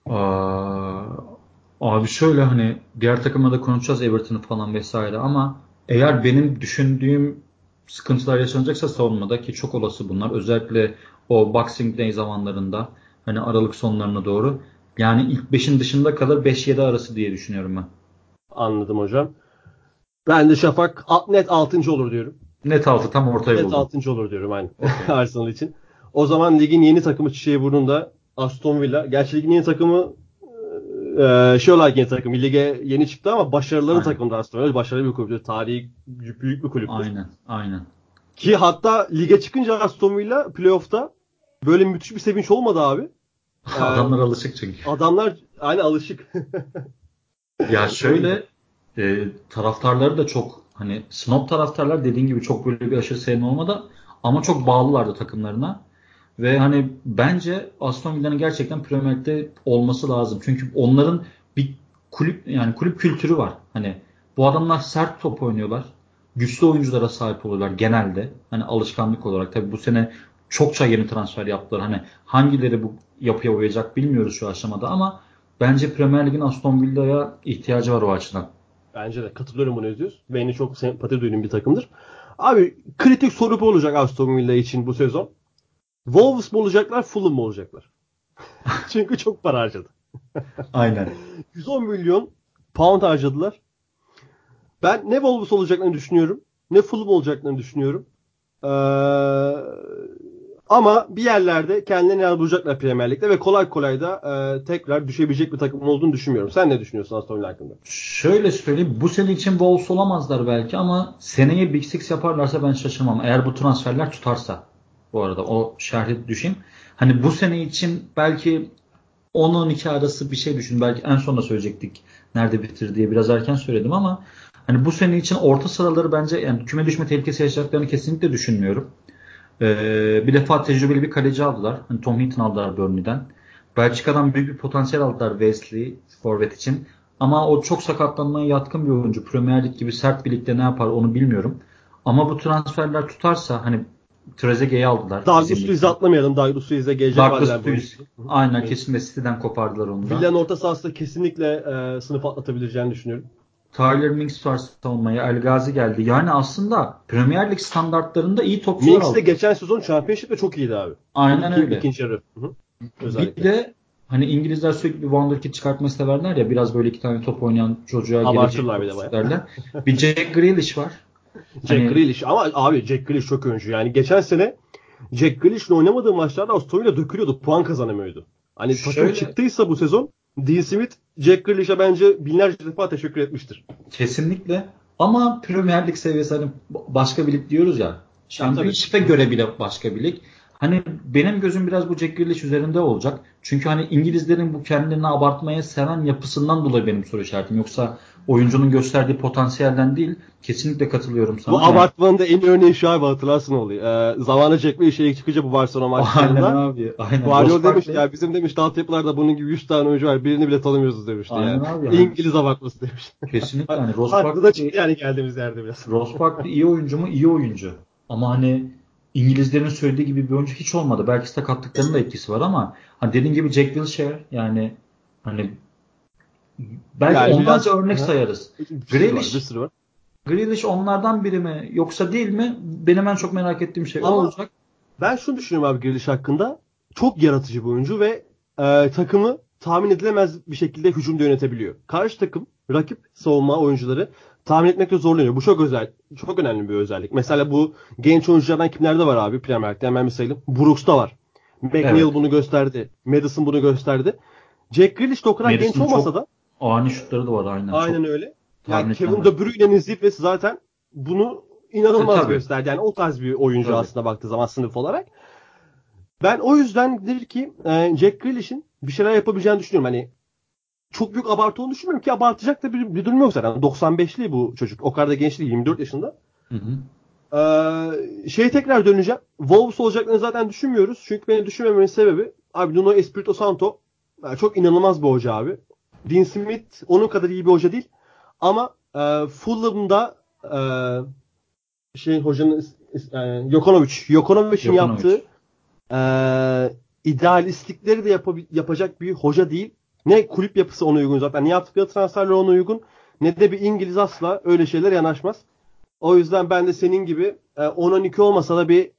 Aa, abi şöyle hani diğer takımlarda konuşacağız Everton'ı falan vesaire ama eğer benim düşündüğüm sıkıntılar yaşanacaksa savunmada ki çok olası bunlar özellikle o Boxing Day zamanlarında hani Aralık sonlarına doğru yani ilk beşin dışında kalır beş yedi arası diye düşünüyorum ben. Anladım hocam. Ben de Şafak alt- net altıncı olur diyorum. Net altı tam ortayı Net buldum. altıncı olur diyorum aynı Okey. Arsenal için. O zaman ligin yeni takımı Çiçeğiburnu'nda Aston Villa. Gerçi ligin yeni takımı e, şey olarak yeni takım. Lige yeni çıktı ama başarıların Aynen. takımı da Aston Villa. Başarılı bir kulüptür. Tarihi büyük bir kulüptür. Aynen. Aynen. Ki hatta lige çıkınca Aston Villa playoff'ta böyle müthiş bir sevinç olmadı abi. Ee, Adamlar alışık çünkü. adamlar aynı alışık. Ya O yüzden. şöyle e, taraftarları da çok hani snob taraftarlar dediğin gibi çok böyle bir aşırı sevme olmadı ama çok bağlılardı takımlarına. Ve hani bence Aston Villa'nın gerçekten Premier Lig'de olması lazım. Çünkü onların bir kulüp yani kulüp kültürü var. Hani bu adamlar sert top oynuyorlar. Güçlü oyunculara sahip oluyorlar genelde. Hani alışkanlık olarak. Tabii bu sene çokça yeni transfer yaptılar. Hani hangileri bu yapıya uyacak bilmiyoruz şu aşamada ama bence Premier Lig'in Aston Villa'ya ihtiyacı var o açıdan. Bence de katılıyorum buna yüzde yüz. Beni çok sempati duyduğum bir takımdır. Abi kritik soru bu olacak Aston Villa için bu sezon. Wolves mu olacaklar, Fulham mu olacaklar? Çünkü çok para harcadı. Aynen. yüz on milyon pound harcadılar. Ben ne Wolves olacaklarını düşünüyorum, ne Fulham olacaklarını düşünüyorum. Ee, ama bir yerlerde kendilerini yer bulacaklar Premier Lig'de ve kolay kolay da e, tekrar düşebilecek bir takım olduğunu düşünmüyorum. Sen ne düşünüyorsun Aston Villa hakkında? Şöyle söyleyeyim. Bu sene için Wolves olamazlar belki ama seneye Big Six yaparlarsa ben şaşırmam. Eğer bu transferler tutarsa. Bu arada o şerhi düşeyim. Hani bu sene için belki on on iki arası bir şey düşün. Belki en sonunda söyleyecektik. Nerede bitir diye biraz erken söyledim ama hani bu sene için orta sıraları bence yani küme düşme tehlikesi yaşayacaklarını kesinlikle düşünmüyorum. Ee, bir defa tecrübeli bir kaleci aldılar. Hani Tom Heaton aldılar Burnley'den. Belçika'dan büyük bir potansiyel aldılar Wesley forvet için. Ama o çok sakatlanmaya yatkın bir oyuncu. Premier Lig gibi sert bir ligde ne yapar onu bilmiyorum. Ama bu transferler tutarsa hani Trezeguet'i aldılar bizim Douglas Luiz'i ligden. atlamayalım. Douglas Luiz'e gelecek vadeden Douglas bir oyuncu. Luiz aynen kesinlikle City'den kopardılar onu da. Villa'nın orta sahasında kesinlikle e, sınıf atlatabileceğini düşünüyorum. Tyler Mings var savunmaya. El Ghazi geldi. Yani aslında Premier Lig standartlarında iyi topçular Mings de aldı. geçen sezon Championship'te çok iyiydi abi. Aynen İlk, öyle. ikinci yarı. Hı hı. Bir Özellikle. de hani İngilizler sürekli bir Wonderkid çıkartmayı severler ya biraz böyle iki tane top oynayan çocuğa gelecek Abartırlar bir de topçu bayağı. derler. Bir Jack Grealish var. Jack Hani Grealish ama abi Jack Grealish çok oyuncu. Yani geçen sene Jack Grealish'in oynamadığı maçlarda Aston Villa dökülüyordu. Puan kazanamıyordu. Hani takım şöyle çıktıysa bu sezon Dean Smith Jack Grealish'e bence binlerce defa teşekkür etmiştir. kesinlikle ama Premier Lig seviyesi hani başka bir lig diyoruz ya. Ya tabii. Championship'e göre bile başka bir lig. Hani benim gözüm biraz bu Jack Grealish üzerinde olacak. Çünkü hani İngilizlerin bu kendilerini abartmaya seven yapısından dolayı benim soru işaretim. Yoksa oyuncunun gösterdiği potansiyelden değil. Kesinlikle katılıyorum Bu sana. Yani abartmanın da en iyi örneği şu abi hatırlarsın oluyor. Ee, zamanı Jack Grealish'e ilk çıkınca bu Barcelona aynen maçlarında abi. Aynen. Ross Guardiola demiş Barkley. ya bizim demiş altyapılarda bunun gibi yüz tane oyuncu var. Birini bile tanımıyoruz demişti Aynen yani. abi. Hani İngiliz abartması demiş. kesinlikle hani Ross Haklı da çıktı Barkley yani geldiğimiz yerde biraz. Ross Barkley iyi oyuncu mu? İyi oyuncu. Ama hani İngilizlerin söylediği gibi bir oyuncu hiç olmadı. Belki sakatlıklarının da etkisi var ama hani dediğin gibi Jack Wilshere yani hani belki Yani onlarca biraz örnek hı, sayarız. bir sürü var bir Grealish sürü var. Grealish onlardan biri mi yoksa değil mi? Benim en çok merak ettiğim şey o Ama olacak. ben şunu düşünüyorum abi Grealish hakkında. Çok yaratıcı bir oyuncu ve e, takımı tahmin edilemez bir şekilde hücumda yönetebiliyor. Karşı takım, rakip savunma oyuncuları tahmin etmekte zorlanıyor. Bu çok özel, çok önemli bir özellik. Mesela bu genç oyunculardan kimlerde var abi Premier Lig'de hemen bir sayalım. Brooks'ta var. McNeil Evet. bunu gösterdi. Madison bunu gösterdi. Jack Grealish de o kadar genç Madison'ın olmasa çok da ani şutları da var aynen. aynen Çok öyle. Yani tahmin Kevin edilemez. De Bruyne'nin zirvesi zaten bunu E inanılmaz tabii. gösterdi. Yani o tarz bir oyuncu Tabii. aslında baktığı zaman sınıf olarak. Ben o yüzdendir ki e, Jack Grealish'in bir şeyler yapabileceğini düşünüyorum. Hani çok büyük abartı olduğunu düşünmüyorum ki abartacak da bir, bir durum yok zaten. doksan beşli bu çocuk. O kadar da genç değil. yirmi dört yaşında. Hı hı. Ee, şeye tekrar döneceğim. Wolves olacaklarını zaten düşünmüyoruz. Çünkü beni düşünmememin sebebi abi Nuno Espirito Santo yani çok inanılmaz bir hoca abi. Dean Smith onun kadar iyi bir hoca değil. Ama e, Fulham'da e, şey hocanın e, Jokanovic. Jokanovic'in Jokanovic. yaptığı e, idealistlikleri de yapabi- yapacak bir hoca değil. Ne kulüp yapısı ona uygun zaten. Ne yaptıkları transferler ona uygun. Ne de bir İngiliz asla öyle şeyler yanaşmaz. O yüzden ben de senin gibi e, on on iki olmasa da bir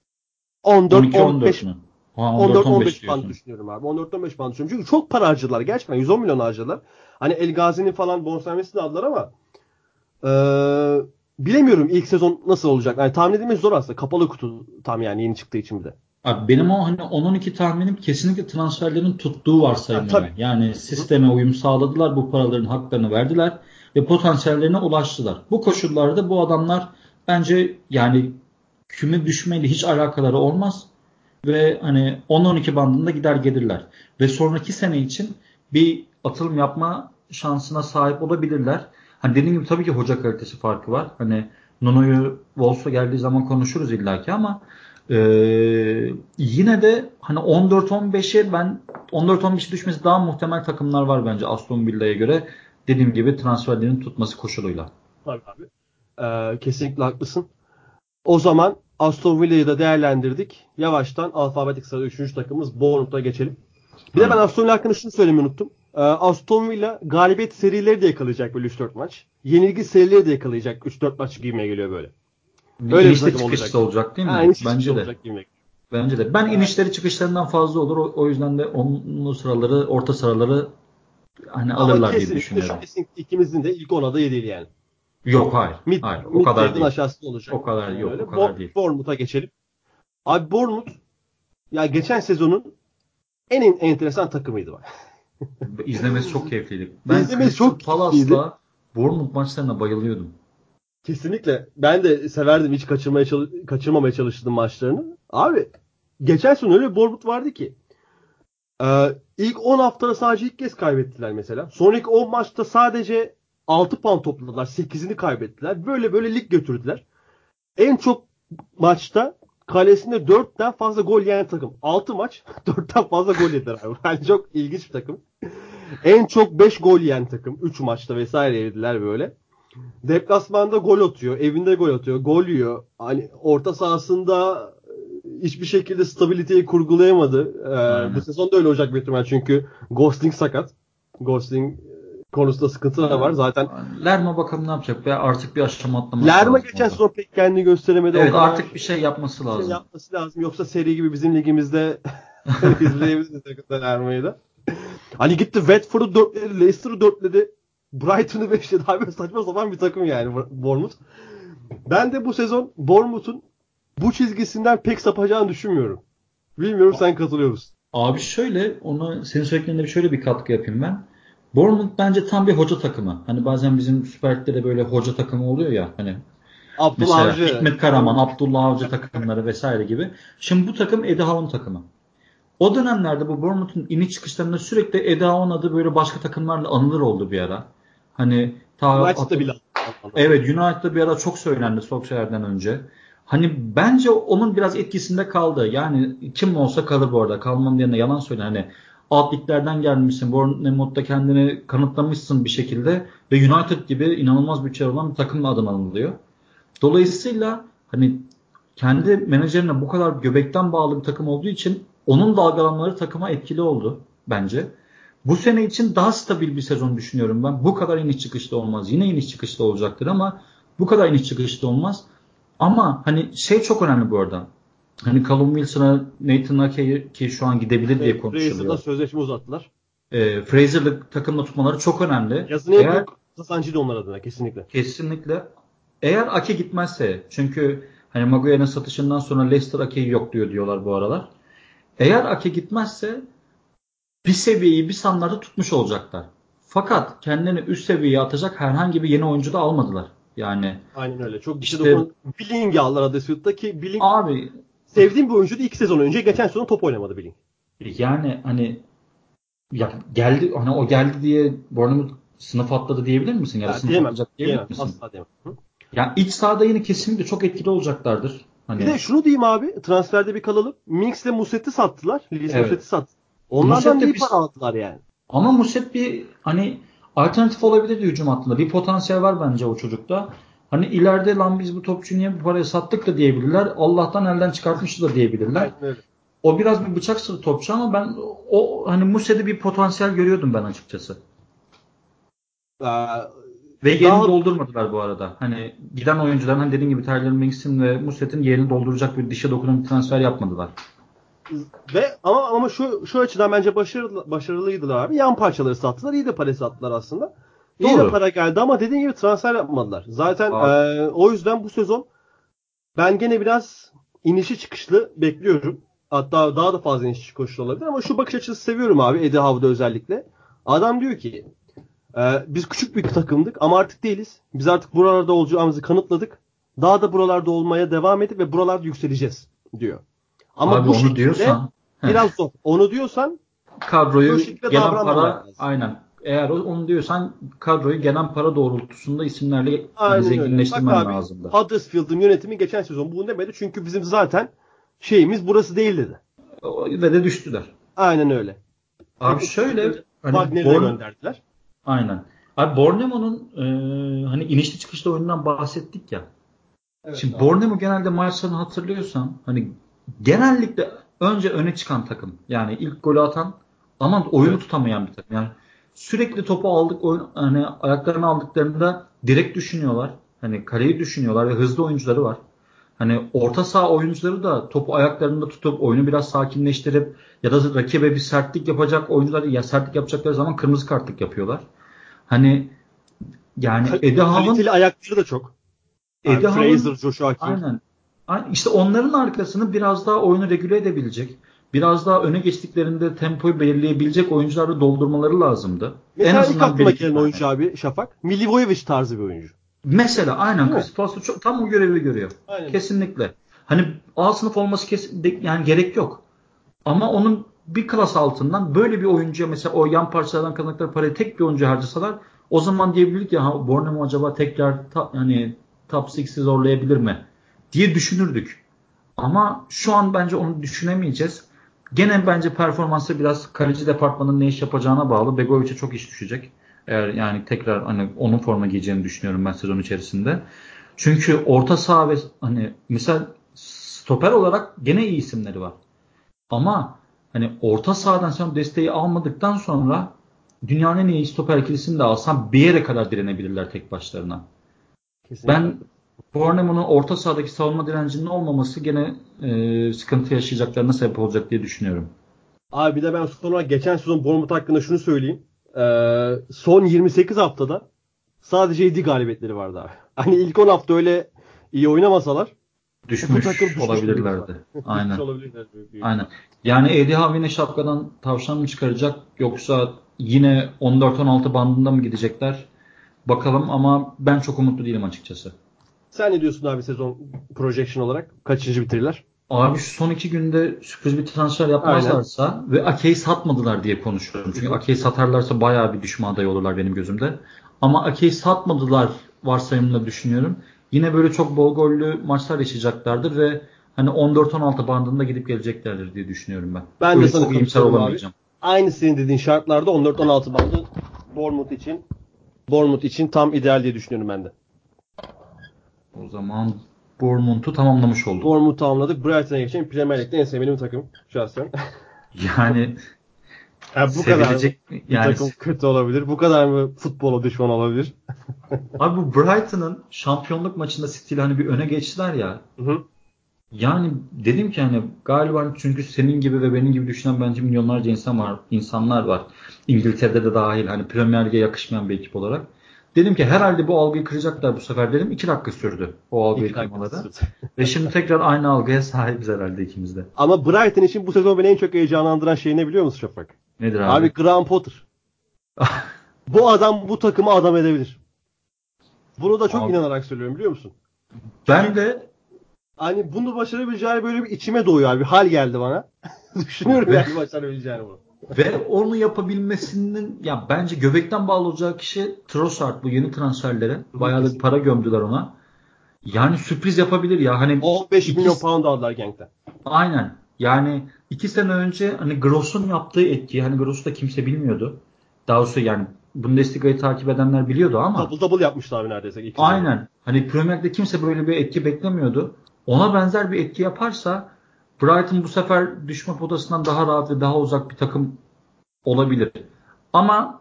on iki on dört on dört on beş mü? Ha on dört on beş on dört on beş puan diyorsun. düşünüyorum abi. on dört on beş puan düşünüyorum. Çünkü çok para harcadılar. Gerçekten yüz on milyon harcadılar. Hani El Ghazi'nin falan bonservisini aldılar ama e, bilemiyorum ilk sezon nasıl olacak. Yani tahmin edilmesi zor aslında. Kapalı kutu tam yani yeni çıktığı için bir de. Abi benim o hani on on iki tahminim kesinlikle transferlerin tuttuğu Ha, varsayımlara. tabii. Yani Hı hı. sisteme uyum sağladılar, bu paraların haklarını verdiler ve potansiyellerine ulaştılar. Bu koşullarda bu adamlar bence yani küme düşmeyle hiç alakaları olmaz ve hani on on iki bandında gider gelirler. Ve sonraki sene için bir atılım yapma şansına sahip olabilirler. Hani dediğim gibi tabii ki hoca kalitesi farkı var. Hani Nuno'yu Wolves'a geldiği zaman konuşuruz illaki ama ee, yine de hani on dört on beşe ben on dört on beşe düşmesi daha muhtemel takımlar var bence Aston Villa'ya göre. Dediğim gibi transferlerin tutması koşuluyla. Tabii abi. Ee, kesinlikle haklısın. O zaman Aston Villa'yı da değerlendirdik. Yavaştan alfabetik sırada üçüncü takımımız Bournemouth'a geçelim. Bir de ben Aynen. Aston Villa hakkında şunu söylemeyi unuttum. Ee, Aston Villa galibiyet serileri de yakalayacak böyle üç dört maç. Yenilgi serileri de yakalayacak üç dört maç gibime geliyor böyle. Bir Öyle bir inişli takım olacak çıkışlı gibi. olacak değil Ha, mi? inişli çıkış Bence de. olacak gibi. Bence de. Ben Ee, inişleri çıkışlarından fazla olur. O, o yüzden de onlu sıraları, orta sıraları hani ama alırlar diye kesinlikle şu düşünüyorum. kesinlikle ikimizin de ilk ona da iyi değil yani. Yok hayır. Mid, Hayır. O mid kadar grade değil. aşağısı olacak. O kadar Aynen yok. öyle. O kadar Bo- değil. Bournemouth'a geçelim. Abi Bournemouth ya geçen sezonun en en- enteresan takımıydı bak. İzlemesi çok keyifliydi. Ben İzlemesi Crystal çok keyifliydi. Palace'la Bournemouth maçlarına bayılıyordum. Kesinlikle. Ben de severdim. Hiç kaçırmaya çalış- kaçırmamaya çalıştım maçlarını. Abi geçen sene öyle bir Bournemouth vardı ki. Ee, ilk on haftada sadece ilk kez kaybettiler mesela. Sonraki on maçta sadece altı puan topladılar. sekizini kaybettiler. Böyle böyle lig götürdüler. En çok maçta kalesinde dörtten fazla gol yiyen takım. altı maç dörtten fazla gol yediler abi. Yani çok ilginç bir takım. En çok beş gol yiyen takım. üç maçta vesaire yediler böyle. Deplasmanda gol atıyor. Evinde gol atıyor. Gol yiyor. Hani orta sahasında hiçbir şekilde stabiliteyi kurgulayamadı. Ee, bu sezon da öyle olacak büyük ihtimal çünkü Gosling sakat. Gosling konusunda sıkıntı da var. Zaten Lerma bakalım ne yapacak? Ve artık bir aşama atlaması Lerma lazım. geçen orada. sezon pek kendini gösteremedi. Evet O kadar artık bir şey yapması bir şey lazım. yapması lazım. Yoksa seri gibi bizim ligimizde izleyebiliriz yakında Lerma'yı da. Hani gitti Watford'u dörtledi, Leicester'ı dörtledi, Brighton'u beşledi. Abi saçma sapan bir takım yani Bournemouth. Ben de bu sezon Bournemouth'un bu çizgisinden pek sapacağını düşünmüyorum. Bilmiyorum sen katılıyor musun? Abi şöyle ona senin söylediğinde şöyle bir katkı yapayım ben. Bournemouth bence tam bir hoca takımı. Hani bazen bizim Süper Lig'de de böyle hoca takımı oluyor ya hani Abdullah mesela Avcı. Hikmet Karaman, Abdullah Avcı takımları vesaire gibi. Şimdi bu takım Eddie Howe'un takımı. O dönemlerde bu Bournemouth'un iniş çıkışlarında sürekli Eddie Howe'un adı böyle başka takımlarla anılır oldu bir ara. Hani ta United'da bile. evet United'da bir ara çok söylendi Solskjaer'den önce. Hani bence onun biraz etkisinde kaldı. Yani kim olsa kalır bu arada. Kalmanın yerine yalan söyle. Hani alt liglerden gelmişsin. Bournemouth'ta kendini kanıtlamışsın bir şekilde. Ve United gibi inanılmaz bütçe olan bir takımla adın alınıyor. Dolayısıyla hani kendi menajerine bu kadar göbekten bağlı bir takım olduğu için onun dalgalanmaları takıma etkili oldu bence. Bu sene için daha stabil bir sezon düşünüyorum ben. Bu kadar iniş çıkışlı olmaz. Yine iniş çıkışlı olacaktır ama bu kadar iniş çıkışlı olmaz. Ama hani şey çok önemli bu arada. Hani Callum Wilson'a Nathan Ake'yi ki şu an gidebilir diye Fraser'da konuşuluyor. sözleşme uzattılar. E, Fraser'lı takımda tutmaları çok önemli. Yazın en Eğer büyük kazancıydı onlar adına kesinlikle. kesinlikle eğer Ake gitmezse çünkü hani Maguire'nin satışından sonra Leicester Ake'yi yok diyor diyorlar bu aralar. Eğer Ake gitmezse bir seviyeyi bir standarda tutmuş olacaklar. Fakat kendilerini üst seviyeye atacak herhangi bir yeni oyuncu da almadılar. Yani Aynen öyle. Çok dişe işte dokun. Billing'i aldılar Huddersfield'da ki Billing abi sevdiğim bir oyuncuydu. iki sezon önce. Geçen sezon top oynamadı Billing. yani hani ya geldi hani o geldi diye Bournemouth sınıf atladı diyebilir misin? Ya da Ya sınıf diyemem. atlayacak diyebilir Diyemem. misin? Asla diyemem. Hı? Ya iç sahada yine kesinlikle çok etkili olacaklardır. Bir de Hani şunu diyeyim abi. Transferde bir kalalım. Minks'le Muset'i sattılar. Lewis evet. Muset'i sattı. Onlardan Muset da de iyi para biz aldılar yani. ama Muset bir hani alternatif olabilir hücum hattında. Bir potansiyel var bence o çocukta. Hani ileride lan biz bu topçuyu niye bu paraya sattık da diyebilirler. Allah'tan elden çıkartmışız da diyebilirler. Aynen öyle. O biraz bir bıçak sırtı topçu ama ben o hani Muset'de bir potansiyel görüyordum ben açıkçası. Ee, Ve yerini daha doldurmadılar bu arada. Hani giden oyuncuların hani dediğim gibi Tyler Minks'in ve Muset'in yerini dolduracak bir dişe dokunan bir transfer yapmadılar. ve ama ama şu şu açıdan bence başarılı başarılıydılar abi. Yan parçaları sattılar. İyi de para sattılar aslında. İyi de Doğru. para geldi ama dediğin gibi transfer yapmadılar. Zaten Abi, e, o yüzden bu sezon ben gene biraz inişi çıkışlı bekliyorum. Hatta daha da fazla inişi çıkışlı olabilir ama şu bakış açısı seviyorum abi Eddie Howe'da özellikle. Adam diyor ki e, biz küçük bir takımdık ama artık değiliz. Biz artık buralarda olacağımızı kanıtladık. Daha da buralarda olmaya devam edip ve buralarda yükseleceğiz diyor. Ama abi bu onu şekilde diyorsan heh, biraz zor. Onu diyorsan bu kadroyu şekilde gelen davranmaman para lazım. aynen. Eğer onu diyorsan kadroyu gelen para doğrultusunda isimlerle hani Aynen öyle. Bak zenginleştirmen abi lazımdı. Huddersfield'ın yönetimi geçen sezon bunu demedi. Çünkü bizim zaten şeyimiz burası değil dedi. Ve de düştüler. Aynen öyle. Abi Teknik şöyle direktörü hani Wagner'i de Born gönderdiler. aynen. Abi Bornemo'nun e, hani inişli çıkışlı oyunundan bahsettik ya. Evet Şimdi abi. Bornemo genelde maçlarını hatırlıyorsan hani genellikle önce öne çıkan takım. Yani ilk golü atan ama oyunu Evet. tutamayan bir takım. Yani sürekli topu aldık oyun, hani ayaklarını aldıklarında direkt düşünüyorlar. Hani kaleyi düşünüyorlar ve hızlı oyuncuları var. Hani orta saha oyuncuları da topu ayaklarında tutup oyunu biraz sakinleştirip ya da rakibe bir sertlik yapacak oyuncuları ya sertlik yapacakları zaman kırmızı kartlık yapıyorlar. Hani yani Ka- Eddie Howe'ın kaliteli ayakları da çok. Yani Eddie Fraser, Howe'ın Joshua King. aynen. Aynen. İşte onların arkasını biraz daha oyunu regüle edebilecek, biraz daha öne geçtiklerinde tempoyu belirleyebilecek oyuncularla doldurmaları lazımdı. En Mesela ilk azından bir aklıma iki gelen tane. oyuncu abi Şafak. Milivojevic tarzı bir oyuncu. Mesela aynen Değil mi? Chris Paul çok tam o görevi görüyor. Aynen öyle. Kesinlikle. Hani A sınıf olması kes, de- yani gerek yok. Ama onun bir klas altından böyle bir oyuncuya mesela o yan parçalardan kazandıkları parayı tek bir oyuncuya harcasalar o zaman diyebilirdik ya ha, Borneo acaba tekrar ta, hani top altıı zorlayabilir mi diye düşünürdük. Ama şu an bence onu düşünemeyeceğiz. Gene bence performansı biraz kaleci departmanının ne iş yapacağına bağlı. Begoviç'e çok iş düşecek. Eğer yani tekrar hani onun forma giyeceğini düşünüyorum ben sezon içerisinde. Çünkü orta saha ve hani misal stoper olarak gene iyi isimleri var. Ama hani orta sahadan sen desteği almadıktan sonra dünyanın en iyi stoper ikilisini de alsan bir yere kadar direnebilirler tek başlarına. Kesinlikle. Ben Bournemouth'un orta sahadaki savunma direncinin olmaması gene e, sıkıntı yaşayacaklarına sebep olacak diye düşünüyorum. Abi bir de ben son olarak geçen sezon Bournemouth hakkında şunu söyleyeyim. Ee, son yirmi sekiz haftada sadece yedi galibiyetleri vardı abi. Hani ilk on hafta öyle iyi oynamasalar bu takım Düşmüş düşmüş durumda şu an. olabilirlerdi. Düşmüş Aynen. olabilirler büyük büyük Aynen. ihtimal. Yani Eddie Howe yine şapkadan tavşan mı çıkaracak yoksa yine on dört on altı bandında mı gidecekler? Bakalım ama ben çok umutlu değilim açıkçası. Sen ne diyorsun abi sezon projection olarak? Kaçıncı bitirirler? Abi şu son iki günde sürpriz bir transfer Aynen. yapmazlarsa ve Ake'yi satmadılar diye konuşuyorum. Hı Çünkü hı. Ake'yi satarlarsa bayağı bir düşme adayı olurlar benim gözümde. Ama Ake'yi satmadılar varsayımla düşünüyorum. Yine böyle çok bol gollü maçlar yaşayacaklardır ve hani on dört on altı bandında gidip geleceklerdir diye düşünüyorum ben. Ben de Öyle sana çok iyimser katılıyorum abi. olamayacağım. Aynı senin dediğin şartlarda on dört on altı bandı Bournemouth için Bournemouth için tam ideal diye düşünüyorum ben de. O zaman Bournemouth'u tamamlamış olduk. Bournemouth'u tamamladık. Brighton'a geçelim. Premier Lig'de en sevdiğim takım şahsen. Yani Yani bu kadar mı sevilecek bir yani takım kötü olabilir? Bu kadar mı futbola düşman olabilir? abi bu Brighton'ın şampiyonluk maçında City'yle hani bir öne geçtiler ya. Hı hı. Yani dedim ki hani galiba çünkü senin gibi ve benim gibi düşünen bence milyonlarca insan var, insanlar var. İngiltere'de de dahil hani Premier Lig'e yakışmayan bir ekip olarak. Dedim ki herhalde bu algıyı kıracaklar bu sefer dedim. iki dakika sürdü o algıyı İki dakika kırmaları. sürdü. Ve şimdi tekrar aynı algıya sahibiz herhalde ikimiz de. Ama Brighton için bu sezon beni en çok heyecanlandıran şey ne biliyor musun Şafak? Nedir Abi abi? Graham Potter. Bu adam bu takımı adam edebilir. Bunu da çok Abi, inanarak söylüyorum biliyor musun? ben Çünkü de hani bunu başarabileceği böyle bir içime doğuyor abi. Bir hal geldi bana. Düşünüyorum ve yani başarabileceğini bunu. Ve onu yapabilmesinin ya bence göbekten bağlı olacağı kişi Trossard bu yeni transferlere. Hı hı, Bayağı da bir kesinlikle. para gömdüler ona. Yani sürpriz yapabilir ya. Hani on beş iki milyon pound aldılar Genk'ten. aynen. Yani iki sene önce hani Gross'un yaptığı etki hani Gross'u da kimse bilmiyordu. Daha doğrusu yani Bundesliga'yı takip edenler biliyordu ama Double double yapmıştı abi neredeyse iki sezonda. aynen. Hani Premier Lig'de kimse böyle bir etki beklemiyordu. Ona benzer bir etki yaparsa Brighton bu sefer düşme potasından daha rahat ve daha uzak bir takım olabilir. Ama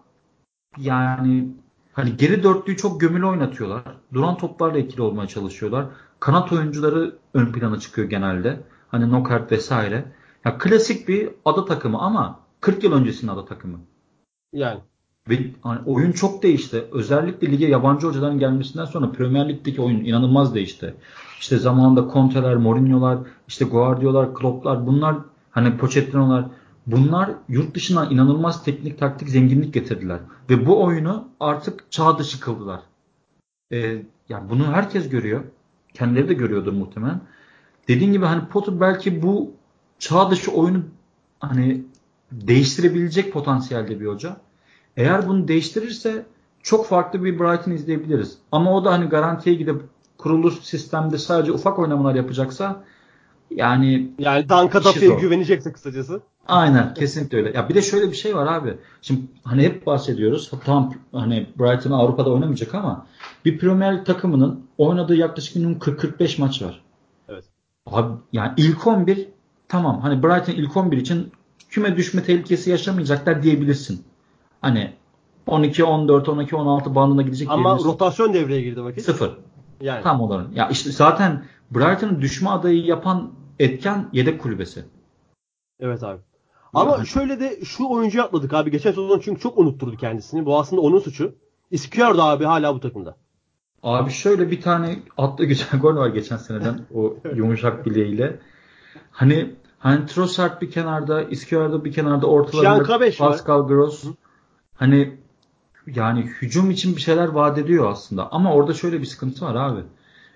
yani hani geri dörtlüyü çok gömülü oynatıyorlar. Duran toplarla etkili olmaya çalışıyorlar. Kanat oyuncuları ön plana çıkıyor genelde. Hani Knockout vesaire. Ya klasik bir ada takımı ama kırk yıl öncesinin ada takımı. Yani. Ve hani oyun çok değişti. Özellikle lige yabancı hocaların gelmesinden sonra Premier Lig'deki oyun inanılmaz değişti. İşte zamanında Conte'ler, Mourinho'lar, işte Guardiola'lar, Klopp'lar bunlar hani Pochettino'lar bunlar yurt dışına inanılmaz teknik taktik zenginlik getirdiler. Ve bu oyunu artık çağ dışı kıldılar. Ee, yani bunu herkes görüyor. Kendileri de görüyordur muhtemelen. Dediğim gibi hani Potter belki bu çağ dışı oyunu hani değiştirebilecek potansiyelde bir hoca. Eğer bunu değiştirirse çok farklı bir Brighton izleyebiliriz. Ama o da hani garantiye gidip kurulu sistemde sadece ufak oynamalar yapacaksa yani Yani Dan işi Kadafe'ye zor. güvenecekse kısacası. Aynen kesinlikle öyle. Ya bir de şöyle bir şey var abi. Şimdi hani hep bahsediyoruz. Tamam hani Brighton Avrupa'da oynamayacak ama bir Premier Lig takımının oynadığı yaklaşık minimum kırk kırk beş maç var. Evet. Abi yani ilk on bir tamam hani Brighton ilk on bir için küme düşme tehlikesi yaşamayacaklar diyebilirsin. Hani on iki, on dört, on iki, on altı bandına gidecek Ama diyebilirsin. rotasyon devreye girdi vakit. Sıfır. Yani. Tam olarak. Ya işte zaten Brighton'ın düşme adayı yapan etken yedek kulübesi. Evet abi. Ama Yani, şöyle de şu oyuncuyu atladık abi. Geçen sezon çünkü çok unutturdu kendisini. Bu aslında onun suçu. İskiyordu abi hala bu takımda. abi şöyle bir tane attığı güzel gol var geçen seneden o yumuşak bileğiyle. Hani hani Trossard bir kenarda, Iskierdo bir kenarda, ortalarında Şanka beş var. Pascal Gross. Hı. Hani yani hücum için bir şeyler vaat ediyor aslında. Ama orada şöyle bir sıkıntı var abi.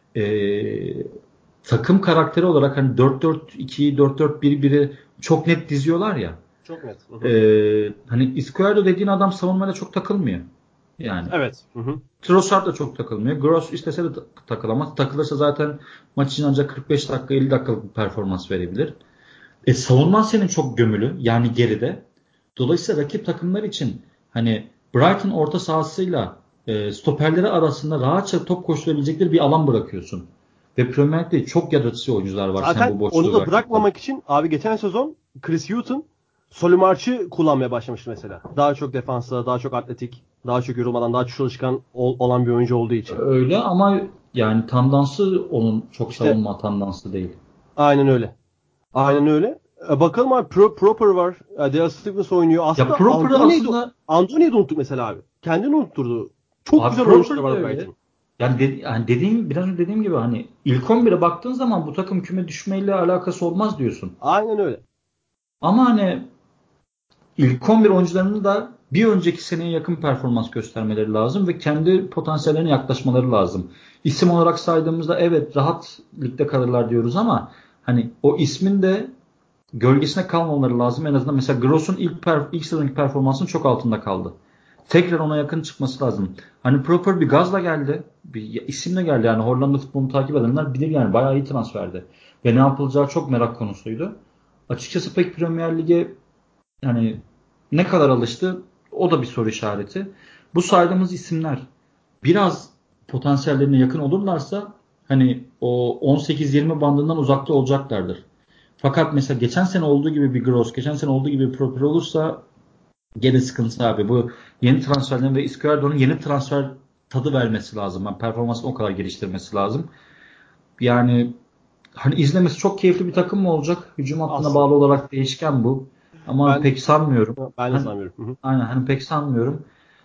Ee, takım karakteri olarak hani dört dört ikiyi dört dört bir biri çok net diziyorlar ya. Çok net. Hı hı. Ee, hani Izquierdo dediğin adam savunmayla çok takılmıyor. Yani. Evet. Hı hı. Trossard da çok takılmıyor. Gross istese de takılamaz. Takılırsa zaten maç için ancak kırk beş dakika elli dakikalık bir performans verebilir. E savunman senin çok gömülü. Yani geride. Dolayısıyla rakip takımlar için hani Brighton orta sahasıyla e, stoperleri arasında rahatça top koşturabilecekleri bir alan bırakıyorsun. Ve Premier Lig'de çok yaratıcı oyuncular var sen Zaten bu onu boşluğu da verdikten. bırakmamak için abi geçen sezon Chris Hughton Solimarch'ı kullanmaya başlamıştı mesela. Daha çok defansa, daha çok atletik, daha çok yorulmadan, daha çok çalışkan ol- olan bir oyuncu olduğu için. Öyle ama yani tandansı onun çok İşte savunma tandansı değil. aynen öyle. Aynen öyle. E, bakalım abi Pro, Proper var. E, Dale Stevens oynuyor. Ya Aslında Proper'ı Andoni'yi de, aslında Andoni'yi de unuttuk mesela abi. Kendini unutturdu. Çok abi güzel oyuncular Proper de var öyle. Brighton. Yani, de, yani dediğim biraz önce dediğim gibi hani ilk on bire baktığın zaman bu takım küme düşmeyle alakası olmaz diyorsun. Aynen öyle. Ama hani ilk on bir oyuncularının da bir önceki seneye yakın performans göstermeleri lazım ve kendi potansiyellerine yaklaşmaları lazım. İsim olarak saydığımızda evet rahat ligde kalırlar diyoruz ama hani o ismin de gölgesine kalmamaları lazım. En azından mesela Gross'un ilk, per, ilk sezonki performansının çok altında kaldı. Tekrar ona yakın çıkması lazım. Hani Proper bir gazla geldi. Bir isimle geldi. Yani Hollanda futbolunu takip edenler bilir yani. Bayağı iyi transferdi. Ve ne yapılacağı çok merak konusuydu. Açıkçası pek Premier Lig'e yani ne kadar alıştı o da bir soru işareti. Bu saydığımız isimler biraz potansiyellerine yakın olurlarsa hani o on sekiz yirmi bandından uzakta olacaklardır. Fakat mesela geçen sene olduğu gibi bir Gross, geçen sene olduğu gibi bir Proper olursa gene sıkıntı abi. Bu yeni transferlerin ve Izquierdo'nun yeni transfer tadı vermesi lazım. Yani performansını o kadar geliştirmesi lazım. Yani hani izlemesi çok keyifli bir takım mı olacak? Hücum hattına Aslında. bağlı olarak değişken bu. Ama Ben pek sanmıyorum. ben de Hani, sanmıyorum. Hı hı. aynen hani pek sanmıyorum.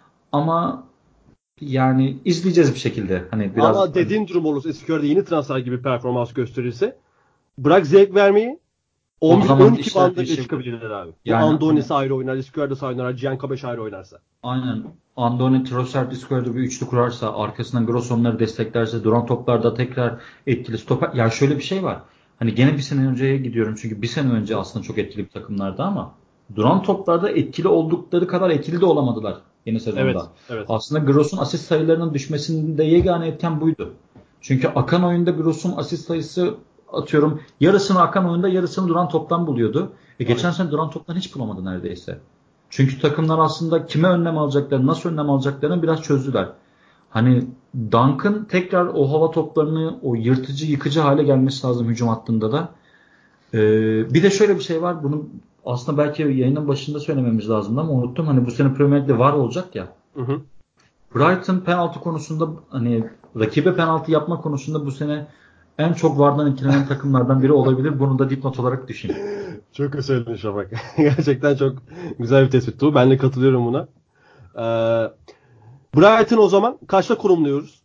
Ama yani izleyeceğiz bir şekilde. Hani biraz Ama hani dediğin durum olursa Eskişehir'de yeni transfer gibi performans gösterirse bırak zevk vermeyi o zaman on bir on iki işler bandına bile değişebilir. çıkabilirler abi. Bu Yani hani Andonis ayrı oynar, Eskişehir'de ayrı oynar, Giancabeş ayrı oynarsa. aynen. Andone Trossard Discord'da bir üçlü kurarsa, arkasından Gross onları desteklerse, duran toplarda tekrar etkili stoper. Ya şöyle bir şey var. Hani gene bir sene önceye gidiyorum çünkü bir sene önce aslında çok etkili bir takımlardı ama duran toplarda etkili oldukları kadar etkili de olamadılar yeni Evet, sezonda. evet. Aslında Gross'un asist sayılarının düşmesinde yegane etken buydu. Çünkü akan oyunda Gross'un asist sayısı atıyorum yarısını akan oyunda yarısını duran toptan buluyordu. E geçen Aynen. sene duran toptan hiç bulamadı neredeyse. Çünkü takımlar aslında kime önlem alacaklarını, nasıl önlem alacaklarını biraz çözdüler. Hani Dunk'ın tekrar o hava toplarını, o yırtıcı, yıkıcı hale gelmesi lazım hücum hattında da. Ee, bir de şöyle bir şey var. Bunu aslında belki yayının başında söylememiz lazım ama unuttum. Hani bu sene Premier Lig'de var olacak ya. Hı hı. Brighton penaltı konusunda hani rakibe penaltı yapma konusunda bu sene en çok vardan etkilenen takımlardan biri olabilir. Bunu da dipnot olarak düşün. Çok iyi söyledin Şafak. Gerçekten çok güzel bir tespit bu. Ben de katılıyorum buna. Ee, Brighton o zaman kaçta konumluyoruz?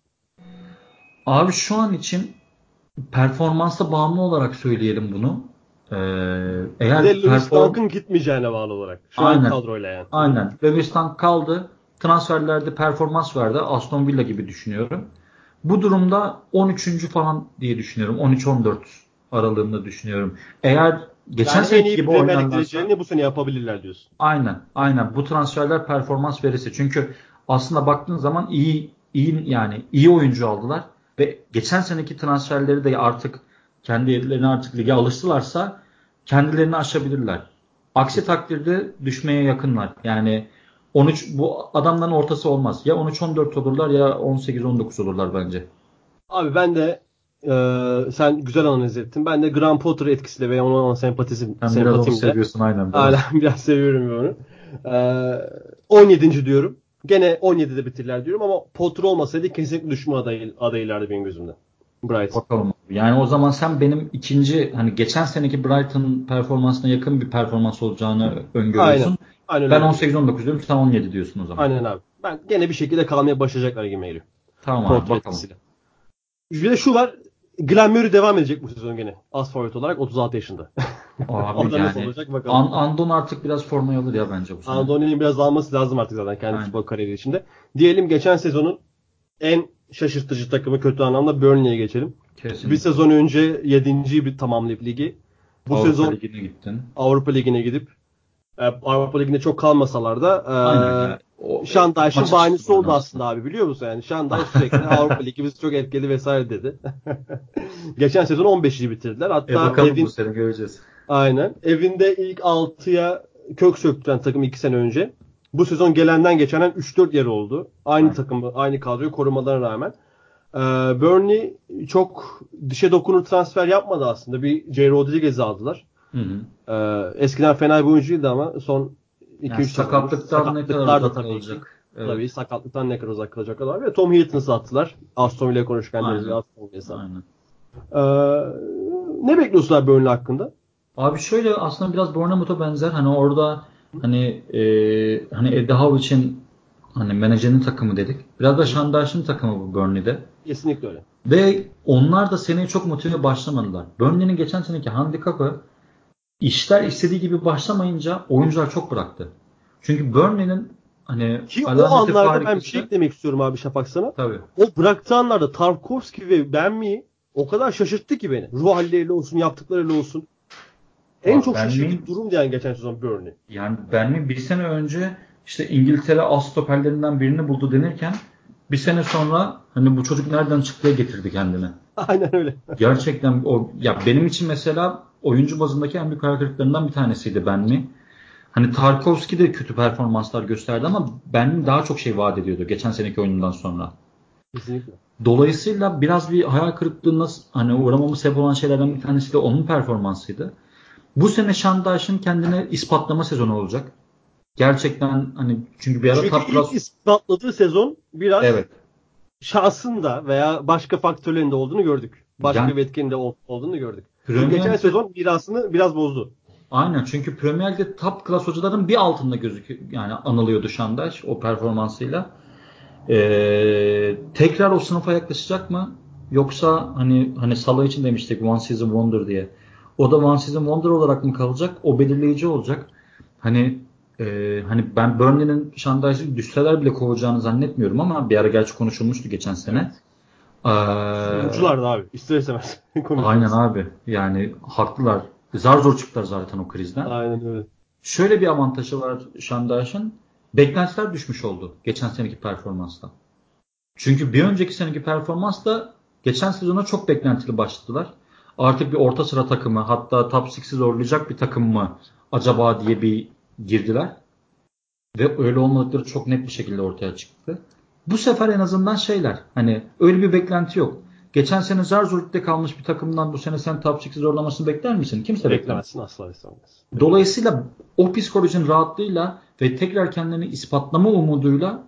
Abi şu an için performansa bağımlı olarak söyleyelim bunu. Ee, Bir eğer de Lewis perform Dunk'ın gitmeyeceğine bağlı olarak. Şu anki aynen kadroyla yani. Hı hı. aynen Lewis'tan kaldı. Transferlerde performans verdi. Aston Villa gibi düşünüyorum. Bu durumda on üçüncü falan diye düşünüyorum. on üç on dört aralığında düşünüyorum. Eğer geçen Yani en seneki iyi gibi Premier Lig oynarlarsa derecelerini bu sene yapabilirler diyorsun. aynen aynen bu transferler performans verirse. Çünkü aslında baktığın zaman iyi iyi yani iyi oyuncu aldılar ve geçen seneki transferleri de artık kendi ellerine artık lige alıştılarsa kendilerini aşabilirler. Aksi takdirde düşmeye yakınlar. Yani on üç bu adamların ortası olmaz. Ya on üç on dört olurlar ya on sekiz on dokuz olurlar bence. Abi ben de e, sen güzel analiz ettin. Ben de Graham Potter etkisiyle veya ona olan sempatim, Sen biraz onu sempatimle seviyorsun aynen değil mi? hala biraz seviyorum onu. E, on yedinci diyorum. Gene on yedide bitirler diyorum ama Potter olmasaydı kesinlikle düşme adayı, adaylardı benim gözümde. Brighton. Bakalım. Yani o zaman sen benim ikinci hani geçen seneki Brighton performansına yakın bir performans olacağını Aynen. öngörüyorsun. Aynen Ben öyle. on sekiz on dokuz diyorum. Sen on yedi diyorsun o zaman. Aynen abi. Ben gene bir şekilde kalmaya başlayacaklar gibi geliyor. Tamam abi Potter bakalım. etkisiyle. Bir de şu var. Glenn Murray devam edecek bu sezon gene. As forvet olarak otuz altı yaşında. Abi Orada nasıl yani olacak bakalım. An Andon artık biraz formayı alır ya bence bu sene. Anadolu'nun biraz alması lazım artık zaten kendi Aynen. futbol kariyeri içinde. Diyelim geçen sezonun en şaşırtıcı takımı kötü anlamda Burnley'e geçelim. Bir Kesinlikle. sezon önce yedinci bir tamamlayıp ligi. Bu Avrupa sezon Ligi'ne gittin. Avrupa Ligi'ne gidip e, Avrupa Ligi'nde çok kalmasalar da Aynen ya. Sean Dyche'ın maça bahanesi çıktı oldu bana. aslında abi, biliyor musun? Yani Sean Dyche sürekli Avrupa Ligi bizi çok etkiledi vesaire dedi. Geçen sezon on beşinci bitirdiler. E Hatta bakalım evin bu sene göreceğiz. aynen evinde ilk altıya kök söktüren takım iki sene önce. Bu sezon gelenden geçenen üç dört yer oldu. Aynı Aynen. takımı, aynı kadroyu korumalarına rağmen. Ee, Burnley çok dişe dokunur transfer yapmadı aslında. Bir J. Rodriguez'i aldılar. Hı hı. Ee, eskiden fena bir oyuncuydu ama son iki Yani üç sezon sakatlıktan ne kadar sakatlıklar da uzak tabii ki. kalacak. Evet. Tabii sakatlıktan ne kadar uzak kalacaklar var. Ve Tom Hilton'u attılar. Aston Villa konuşurken deriz. Aynen. Aston Villa'sı. Aynen. Ee, ne bekliyorsun abi Burnley hakkında? Abi şöyle aslında biraz Bournemouth'a benzer. Hani orada hani e, hani Eddie Howe için hani menajerin takımı dedik. Biraz da Sean Dyche'ın takımı bu Burnley'de. Kesinlikle öyle. Ve onlar da seneye çok motive başlamadılar. Burnley'nin geçen seneki handikapı işler istediği gibi başlamayınca oyuncular çok bıraktı. Çünkü Burnley'nin hani Ki o alameti anlarda ben bir şey farikası eklemek istiyorum abi Şafak sana. tabii. O bıraktığı anlarda Tarkovski ve Benmi'yi o kadar şaşırttı ki beni. Ruh halleriyle olsun, yaptıklarıyla olsun. En Abi çok şaşırdığım Burnley'in durum yani geçen sezon Burnley. yani Burnley bir sene önce işte İngiltere az stoperlerinden birini buldu denirken bir sene sonra hani bu çocuk nereden çıktıya getirdi kendini. Aynen öyle. Gerçekten o ya benim için mesela oyuncu bazındaki en büyük hayal kırıklarından bir tanesiydi Burnley. Hani Tarkovski de kötü performanslar gösterdi ama Burnley daha çok şey vaat ediyordu geçen seneki oyunundan sonra. Kesinlikle. Dolayısıyla biraz bir hayal kırıklığına hani uğramamı sebep olan şeylerden bir tanesi de onun performansıydı. Bu sene Sean Dyche'ın kendine ispatlama sezonu olacak. Gerçekten hani çünkü bir ara Çünkü top ilk class ispatladığı sezon biraz evet. şansın da veya başka faktörlerin de olduğunu gördük. Başka Yani bir etkenin de ol- olduğunu gördük. Bu Premier geçen Lig'de sezon mirasını biraz bozdu. aynen çünkü Premier Lig'de top class hocaların bir altında gözüküyor yani anılıyordu Sean Dyche o performansıyla. Ee, tekrar o sınıfa yaklaşacak mı? Yoksa hani hani Salah için demiştik One Season Wonder diye. O da One Season Wonder olarak mı kalacak? O belirleyici olacak. Hani e, hani ben Burnley'nin Sean Dyche'i düşseler bile kovacağını zannetmiyorum ama bir ara gerçi konuşulmuştu geçen sene. Evet. Ee, Sunucular da abi. İster istemez aynen konuşuyoruz. abi. Yani haklılar. Zar zor çıktılar zaten o krizden. Aynen öyle. Şöyle bir avantajı var Sean Dyche'ın. Beklentiler düşmüş oldu geçen seneki performanstan. Çünkü bir önceki seneki performansla geçen sezona çok beklentili başladılar. Artık bir orta sıra takımı hatta top altı'ı zorlayacak bir takım mı acaba diye bir girdiler. Ve öyle olmadıkları çok net bir şekilde ortaya çıktı. Bu sefer en azından şeyler hani öyle bir beklenti yok. Geçen sene zar zor ligde kalmış bir takımdan bu sene sen top altı'ı zorlamasını bekler misin? Kimse beklemez. Beklemezsin, asla beklemez. Dolayısıyla o psikolojinin rahatlığıyla ve tekrar kendilerini ispatlama umuduyla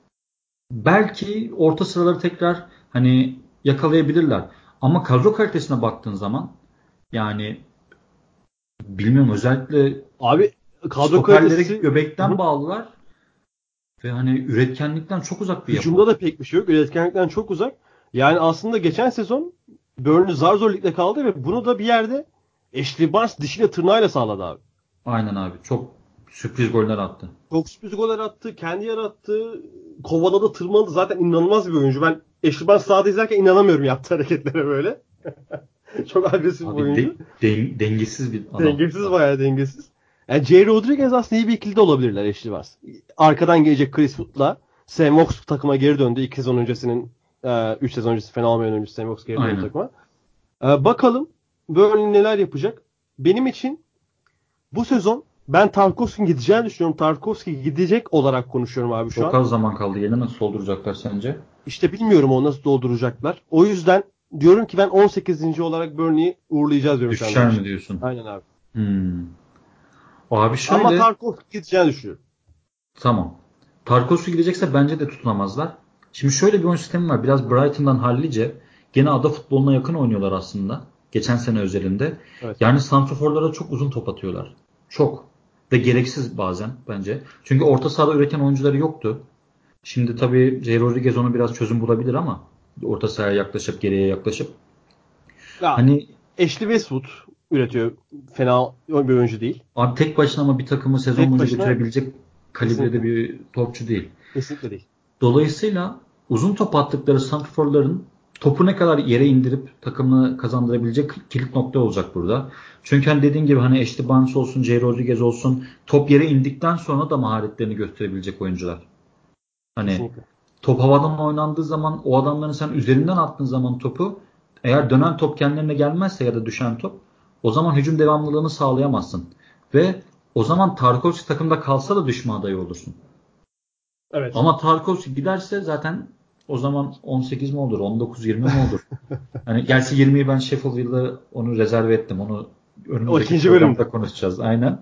belki orta sıraları tekrar hani yakalayabilirler. Ama kadro kalitesine baktığın zaman yani bilmiyorum özellikle Abi kadro stoperleri kalitesi göbekten hı, bağlılar ve hani üretkenlikten çok uzak bir yapı. hücumda da pek bir şey yok. Üretkenlikten çok uzak. Yani aslında geçen sezon Burnley zar zor ligde kaldı ve bunu da bir yerde Ashley Barnes dişiyle tırnağıyla sağladı abi. Aynen abi çok sürpriz goller attı. Çok sürpriz goller attı. Kendi yarattı. Kovaladı, tırmaladı. Zaten inanılmaz bir oyuncu. Ben Ashley Barnes sahada izlerken inanamıyorum yaptığı hareketlere böyle. Çok agresif bir Abi de, oyuncu. de- dengesiz bir adam. Dengesiz, bayağı dengesiz. Yani J. Rodriguez aslında iyi bir ikili de olabilirler Ashley Barnes. Arkadan gelecek Chris Wood'la Sam Vokes takıma geri döndü. iki sezon öncesinin üç sezon öncesi fena olmayan öncesi Sam Vokes geri döndü Aynen. takıma. E, bakalım Burnley neler yapacak. Benim için bu sezon ben Tarkovski'nin gideceğini düşünüyorum. Tarkovski gidecek olarak konuşuyorum abi şu Çok an. az zaman kaldı. Yine nasıl dolduracaklar sence? İşte bilmiyorum onu nasıl dolduracaklar. O yüzden diyorum ki ben on sekizinci olarak Burnley'i uğurlayacağız diyorum şu anda Düşer mi maçı. diyorsun? Aynen abi. Hmm. Abi Ama şöyle Tarkovski gideceğini düşünüyorum. tamam. Tarkovski gidecekse bence de tutunamazlar. Şimdi şöyle bir oyun sistemi var. Biraz Brighton'dan hallice. Gene ada futboluna yakın oynuyorlar aslında. Geçen sene özelinde. Evet. Yani santraforlara çok uzun top atıyorlar. Çok. Ve gereksiz bazen bence. Çünkü orta sahada üreten oyuncuları yoktu. Şimdi tabii J. Rodriguez onu biraz çözüm bulabilir ama orta sahaya yaklaşıp geriye yaklaşıp. Ya Hani Ashley Westwood üretiyor. Fena bir oyuncu değil. abi tek başına ama bir takımı sezon Tek boyunca başına götürebilecek kalibrede kesinlikle. bir topçu değil. Kesinlikle değil. Dolayısıyla uzun top attıkları santrforların topu ne kadar yere indirip takımını kazandırabilecek kilit nokta olacak burada. Çünkü hani dediğin gibi hani Ashley Barnes olsun, J. Rodriguez olsun top yere indikten sonra da maharetlerini gösterebilecek oyuncular. Hani Kesinlikle. top havadan oynandığı zaman o adamların sen üzerinden attığın zaman topu eğer dönen top kendilerine gelmezse ya da düşen top o zaman hücum devamlılığını sağlayamazsın. Ve o zaman Tarkovski takımda kalsa da düşme adayı olursun. Evet. Ama Tarkovski giderse zaten o zaman on sekiz mi olur, on dokuz yirmi mi olur? Hani gerçi yirmiyi ben Sheffield Wield'a onu rezerve ettim. Onu O önümüzdeki ikinci programda bölümde. konuşacağız. Aynen.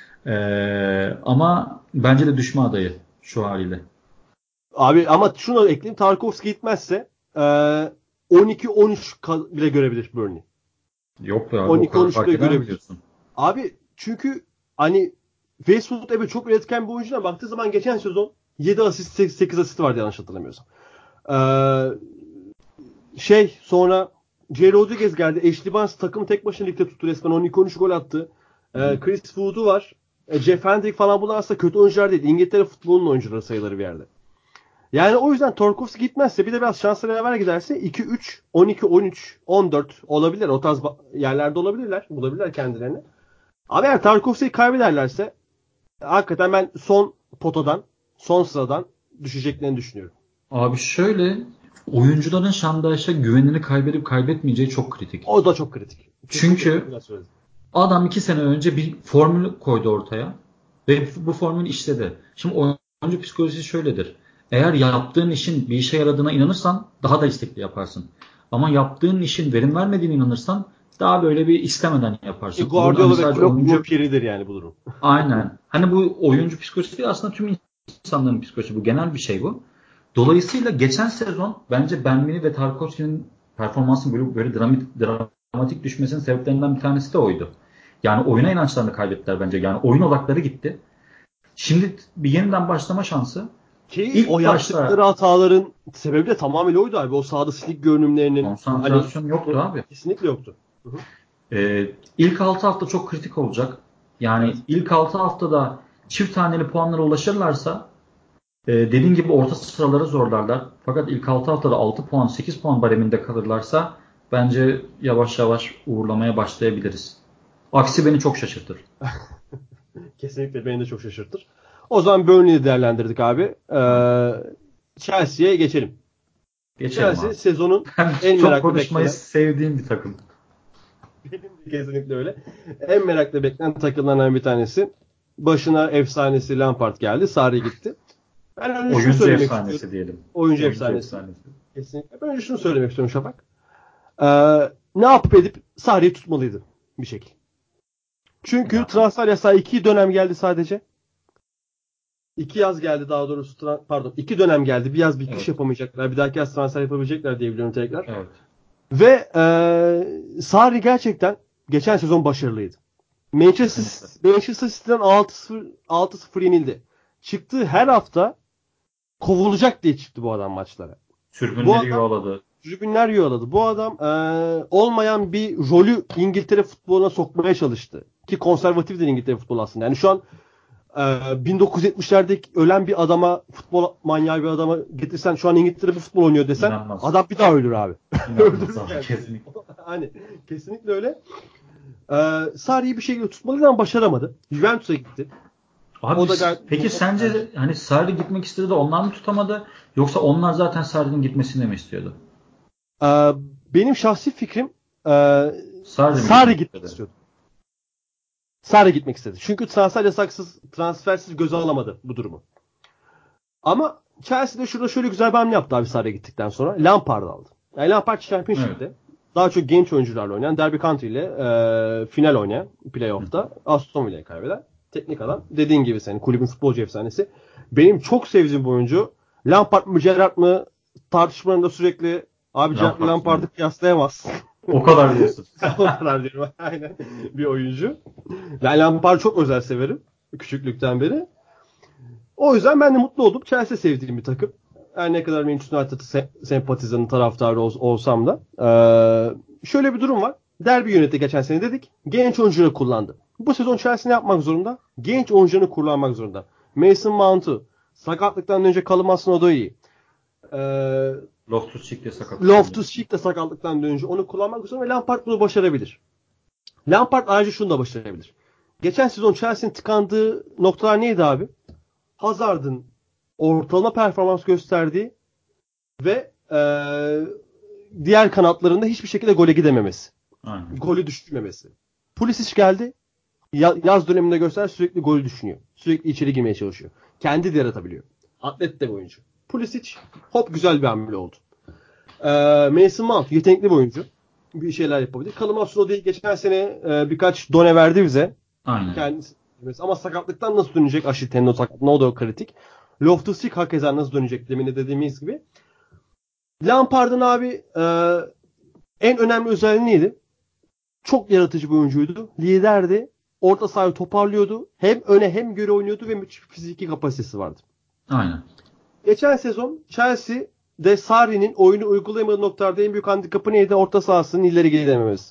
Ee, ama bence de düşme adayı şu haliyle. Abi ama şunu ekleyeyim. Tarkovski gitmezse on iki on üç bile görebilir Burnley. Yok be abi o kadar on iki on üç fark bile eder mi görebilir. diyorsun? Abi çünkü hani Westwood evet çok üretken bir oyuncuna baktığı zaman geçen sezon yedi asist sekiz asist vardı yanlış hatırlamıyorsam. Ee, şey sonra J. Rodriguez geldi. Ashley Barnes takım tek başına ligde tuttu resmen. on iki on üç gol attı. Hı Ee, hı. Chris Wood'u var. Ee, Jeff Hendrick falan bunlar aslında kötü oyuncular değil. İngiltere futbolunun oyuncuları sayıları bir yerde. Yani o yüzden Tarkovski gitmezse bir de biraz şanslı beraber giderse iki üç, on iki on üç, on dört olabilir. O tarz yerlerde olabilirler. Bulabilirler kendilerini. Ama eğer Tarkovski'yi kaybederlerse hakikaten ben son potadan, son sıradan düşeceklerini düşünüyorum. Abi şöyle oyuncuların Şandaş'a güvenini kaybedip kaybetmeyeceği çok kritik. O da çok kritik. Kesinlikle çok Çünkü güzel söyledin. adam iki sene önce bir formül koydu ortaya ve bu formül işledi. Şimdi oyuncu psikolojisi şöyledir. Eğer yaptığın işin bir işe yaradığına inanırsan daha da istekli yaparsın. Ama yaptığın işin verim vermediğine inanırsan daha böyle bir istemeden E, yaparsın. Bunun hani Guardiola ve sadece Klopp oyuncu piridir yani bu durum. aynen. Hani bu oyuncu psikolojisi değil aslında tüm insanların psikolojisi bu. Genel bir şey bu. Dolayısıyla geçen sezon bence Benmini ve Tarkovski'nin performansının böyle, böyle dramatik, dramatik düşmesinin sebeplerinden bir tanesi de oydu. Yani oyuna inançlarını kaybettiler bence. Yani oyun odakları gitti. Şimdi bir yeniden başlama şansı. Ki o İlk yaptıkları başta hataların sebebi de tamamıyla oydu abi. O sahada silik görünümlerinin hani konsantrasyon yoktu abi. kesinlikle yoktu. Hı hı. Ee, ilk altı hafta çok kritik olacak. Yani Evet. ilk altı haftada çift taneli puanlara ulaşırlarsa Ee, dediğin gibi orta sıraları zorlarlar. Fakat ilk altı haftada altı puan, sekiz puan bareminde kalırlarsa bence yavaş yavaş uğurlamaya başlayabiliriz. Aksi beni çok şaşırtır. Kesinlikle beni de çok şaşırtır. O zaman Burnley'i değerlendirdik abi. Aynen. Ee, Chelsea'ye geçelim. Geçelim Chelsea abi. sezonun Ben en çok meraklı konuşmayı beklenen sevdiğim bir takım. benim de kesinlikle öyle. En meraklı beklenen takımlardan bir tanesi. Başına efsanesi Lampard geldi. Sarri gitti. Ben önce şunu Oyuncu söylemek istiyorum. efsanesi diyelim. Oyuncu Oyuncu efsanesi. efsanesi. Kesinlikle. Ben önce şunu söylemek istiyorum Şafak. Ee, ne yapıp edip Sarri'yi tutmalıydı bir şekilde. Çünkü Yani transfer yasağı iki dönem geldi sadece. İki yaz geldi daha doğrusu. Pardon. iki dönem geldi. Bir yaz bir kış evet. yapamayacaklar. Bir dahaki yaz transfer yapabilecekler diye biliyorum tekrar. Evet. Ve e, Sarri gerçekten geçen sezon başarılıydı. Kesinlikle. Manchester, Manchester City'den altı sıfır yenildi. Çıktığı her hafta kovulacak diye çıktı bu adam maçlara. Bu Türbünleri adam yuvaladı. tribünler yuvaladı. Bu adam e, olmayan bir rolü İngiltere futboluna sokmaya çalıştı. Ki konservatifdir İngiltere futbolu aslında. Yani şu an e, bin dokuz yüz yetmişlerde ölen bir adama, futbol manyağı bir adama getirsen şu an İngiltere bir futbol oynuyor desen İnanmaz. adam bir daha ölür abi. İnanmaz Öldürür abi kendini. kesinlikle. Hani kesinlikle öyle. Ee, Sarri'yi bir şekilde tutmalıydı ama başaramadı. Juventus'a gitti. Abi O da gayet peki olumlu bir tercih. sence hani Sarri gitmek istedi de onlar mı tutamadı yoksa onlar zaten Sarri'nin gitmesini mi istiyordu? Ee, benim şahsi fikrim e, Sarri mi Sarri gitmek gitmek istedi? istiyordu. Sarri gitmek istedi. Çünkü transfer yasaksız, transfersiz göze alamadı bu durumu. Ama Chelsea'de şurada şöyle güzel bir hamle yaptı abi Sarri gittikten sonra. Lampard'ı aldı. Yani Lampard Evet. Championship'te daha çok genç oyuncularla oynayan, Derby County ile e, final oynayan Hı. playoff'ta Aston Villa'yı kaybeden teknik adam. Dediğin gibi senin kulübün futbolcu efsanesi. Benim çok sevdiğim bir oyuncu. Lampard mı Gerrard mı tartışmalarında sürekli abi Gerrard Lampard Lampard'ı yani. kıyaslayamaz. O kadar diyorsun. O kadar diyorum. Aynen. Bir oyuncu. Ben Lampard'ı çok özel severim. Küçüklükten beri. O yüzden ben de mutlu oldum. Chelsea sevdiğim bir takım. Her ne kadar Manchester United'ı se- sempatizanın taraftarı ol- olsam da. Ee, şöyle bir durum var. Derbi yönetti geçen sene dedik. Genç oyuncuları kullandı. Bu sezon Chelsea ne yapmak zorunda? Genç oyuncularını kullanmak zorunda. Mason Mount'u, sakatlıktan önce Kalımasın Odoi'yi, ee, Loftus-Cheek de sakatlıktan döndü. Loftus-Cheek de sakatlıktan dönünce onu kullanmak zorunda ve Lampard bunu başarabilir. Lampard ayrıca şunu da başarabilir. Geçen sezon Chelsea'nin tıkandığı noktalar neydi abi? Hazard'ın ortalama performans gösterdiği ve e, diğer kanatlarında hiçbir şekilde gole gidememesi. Aynen. Golü düşürmemesi. Pulisic geldi. Yaz döneminde göster sürekli golü düşünüyor. Sürekli içeri girmeye çalışıyor. Kendi de yaratabiliyor. Atlet de bir oyuncu. Pulisic hop güzel bir hamle oldu. Ee, Mason Mount yetenekli bir oyuncu. Bir şeyler yapabilir. Callum Hudson-Odoi geçen sene e, birkaç done verdi bize. Aynen. Kendisi. Ama sakatlıktan nasıl dönecek? Aşil tendon sakatlığı o da kritik. Loftus-Cheek hakeza nasıl dönecek demin de dediğimiz gibi. Lampard'ın abi e, en önemli özelliği neydi? Çok yaratıcı bir oyuncuydu. Liderdi. Orta sahayı toparlıyordu. Hem öne hem geri oynuyordu ve müthiş fiziki kapasitesi vardı. Aynen. Geçen sezon Chelsea'de Sarri'nin oyunu uygulayamadığı noktalarda en büyük handikapı neydi? Orta sahasının ileri gidememesi.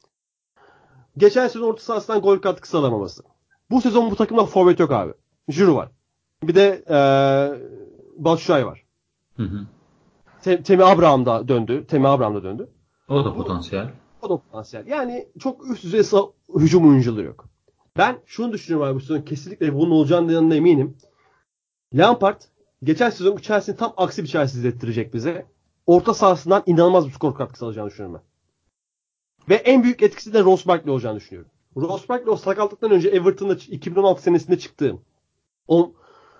Geçen sezon orta sahasından gol katkısı alamaması. Bu sezon bu takımda forvet yok abi. Giroud var. Bir de ee, Batshuayi var. Hı hı. Tem- Temi Abraham da döndü. Temi Abraham da döndü. O da potansiyel. O da potansiyel. Yani çok üst düzey sa- hücum oyuncuları yok. Ben şunu düşünüyorum abi bu sezon kesinlikle bunun olacağından eminim. Lampard geçen sezon Chelsea'nin tam aksi bir Chelsea izlettirecek bize. Orta sahasından inanılmaz bir skor katkısı alacağını düşünüyorum ben. Ve en büyük etkisi de Ross Barkley olacağını düşünüyorum. Ross Barkley o sakatlıktan önce Everton'da iki bin on altı senesinde çıktığı o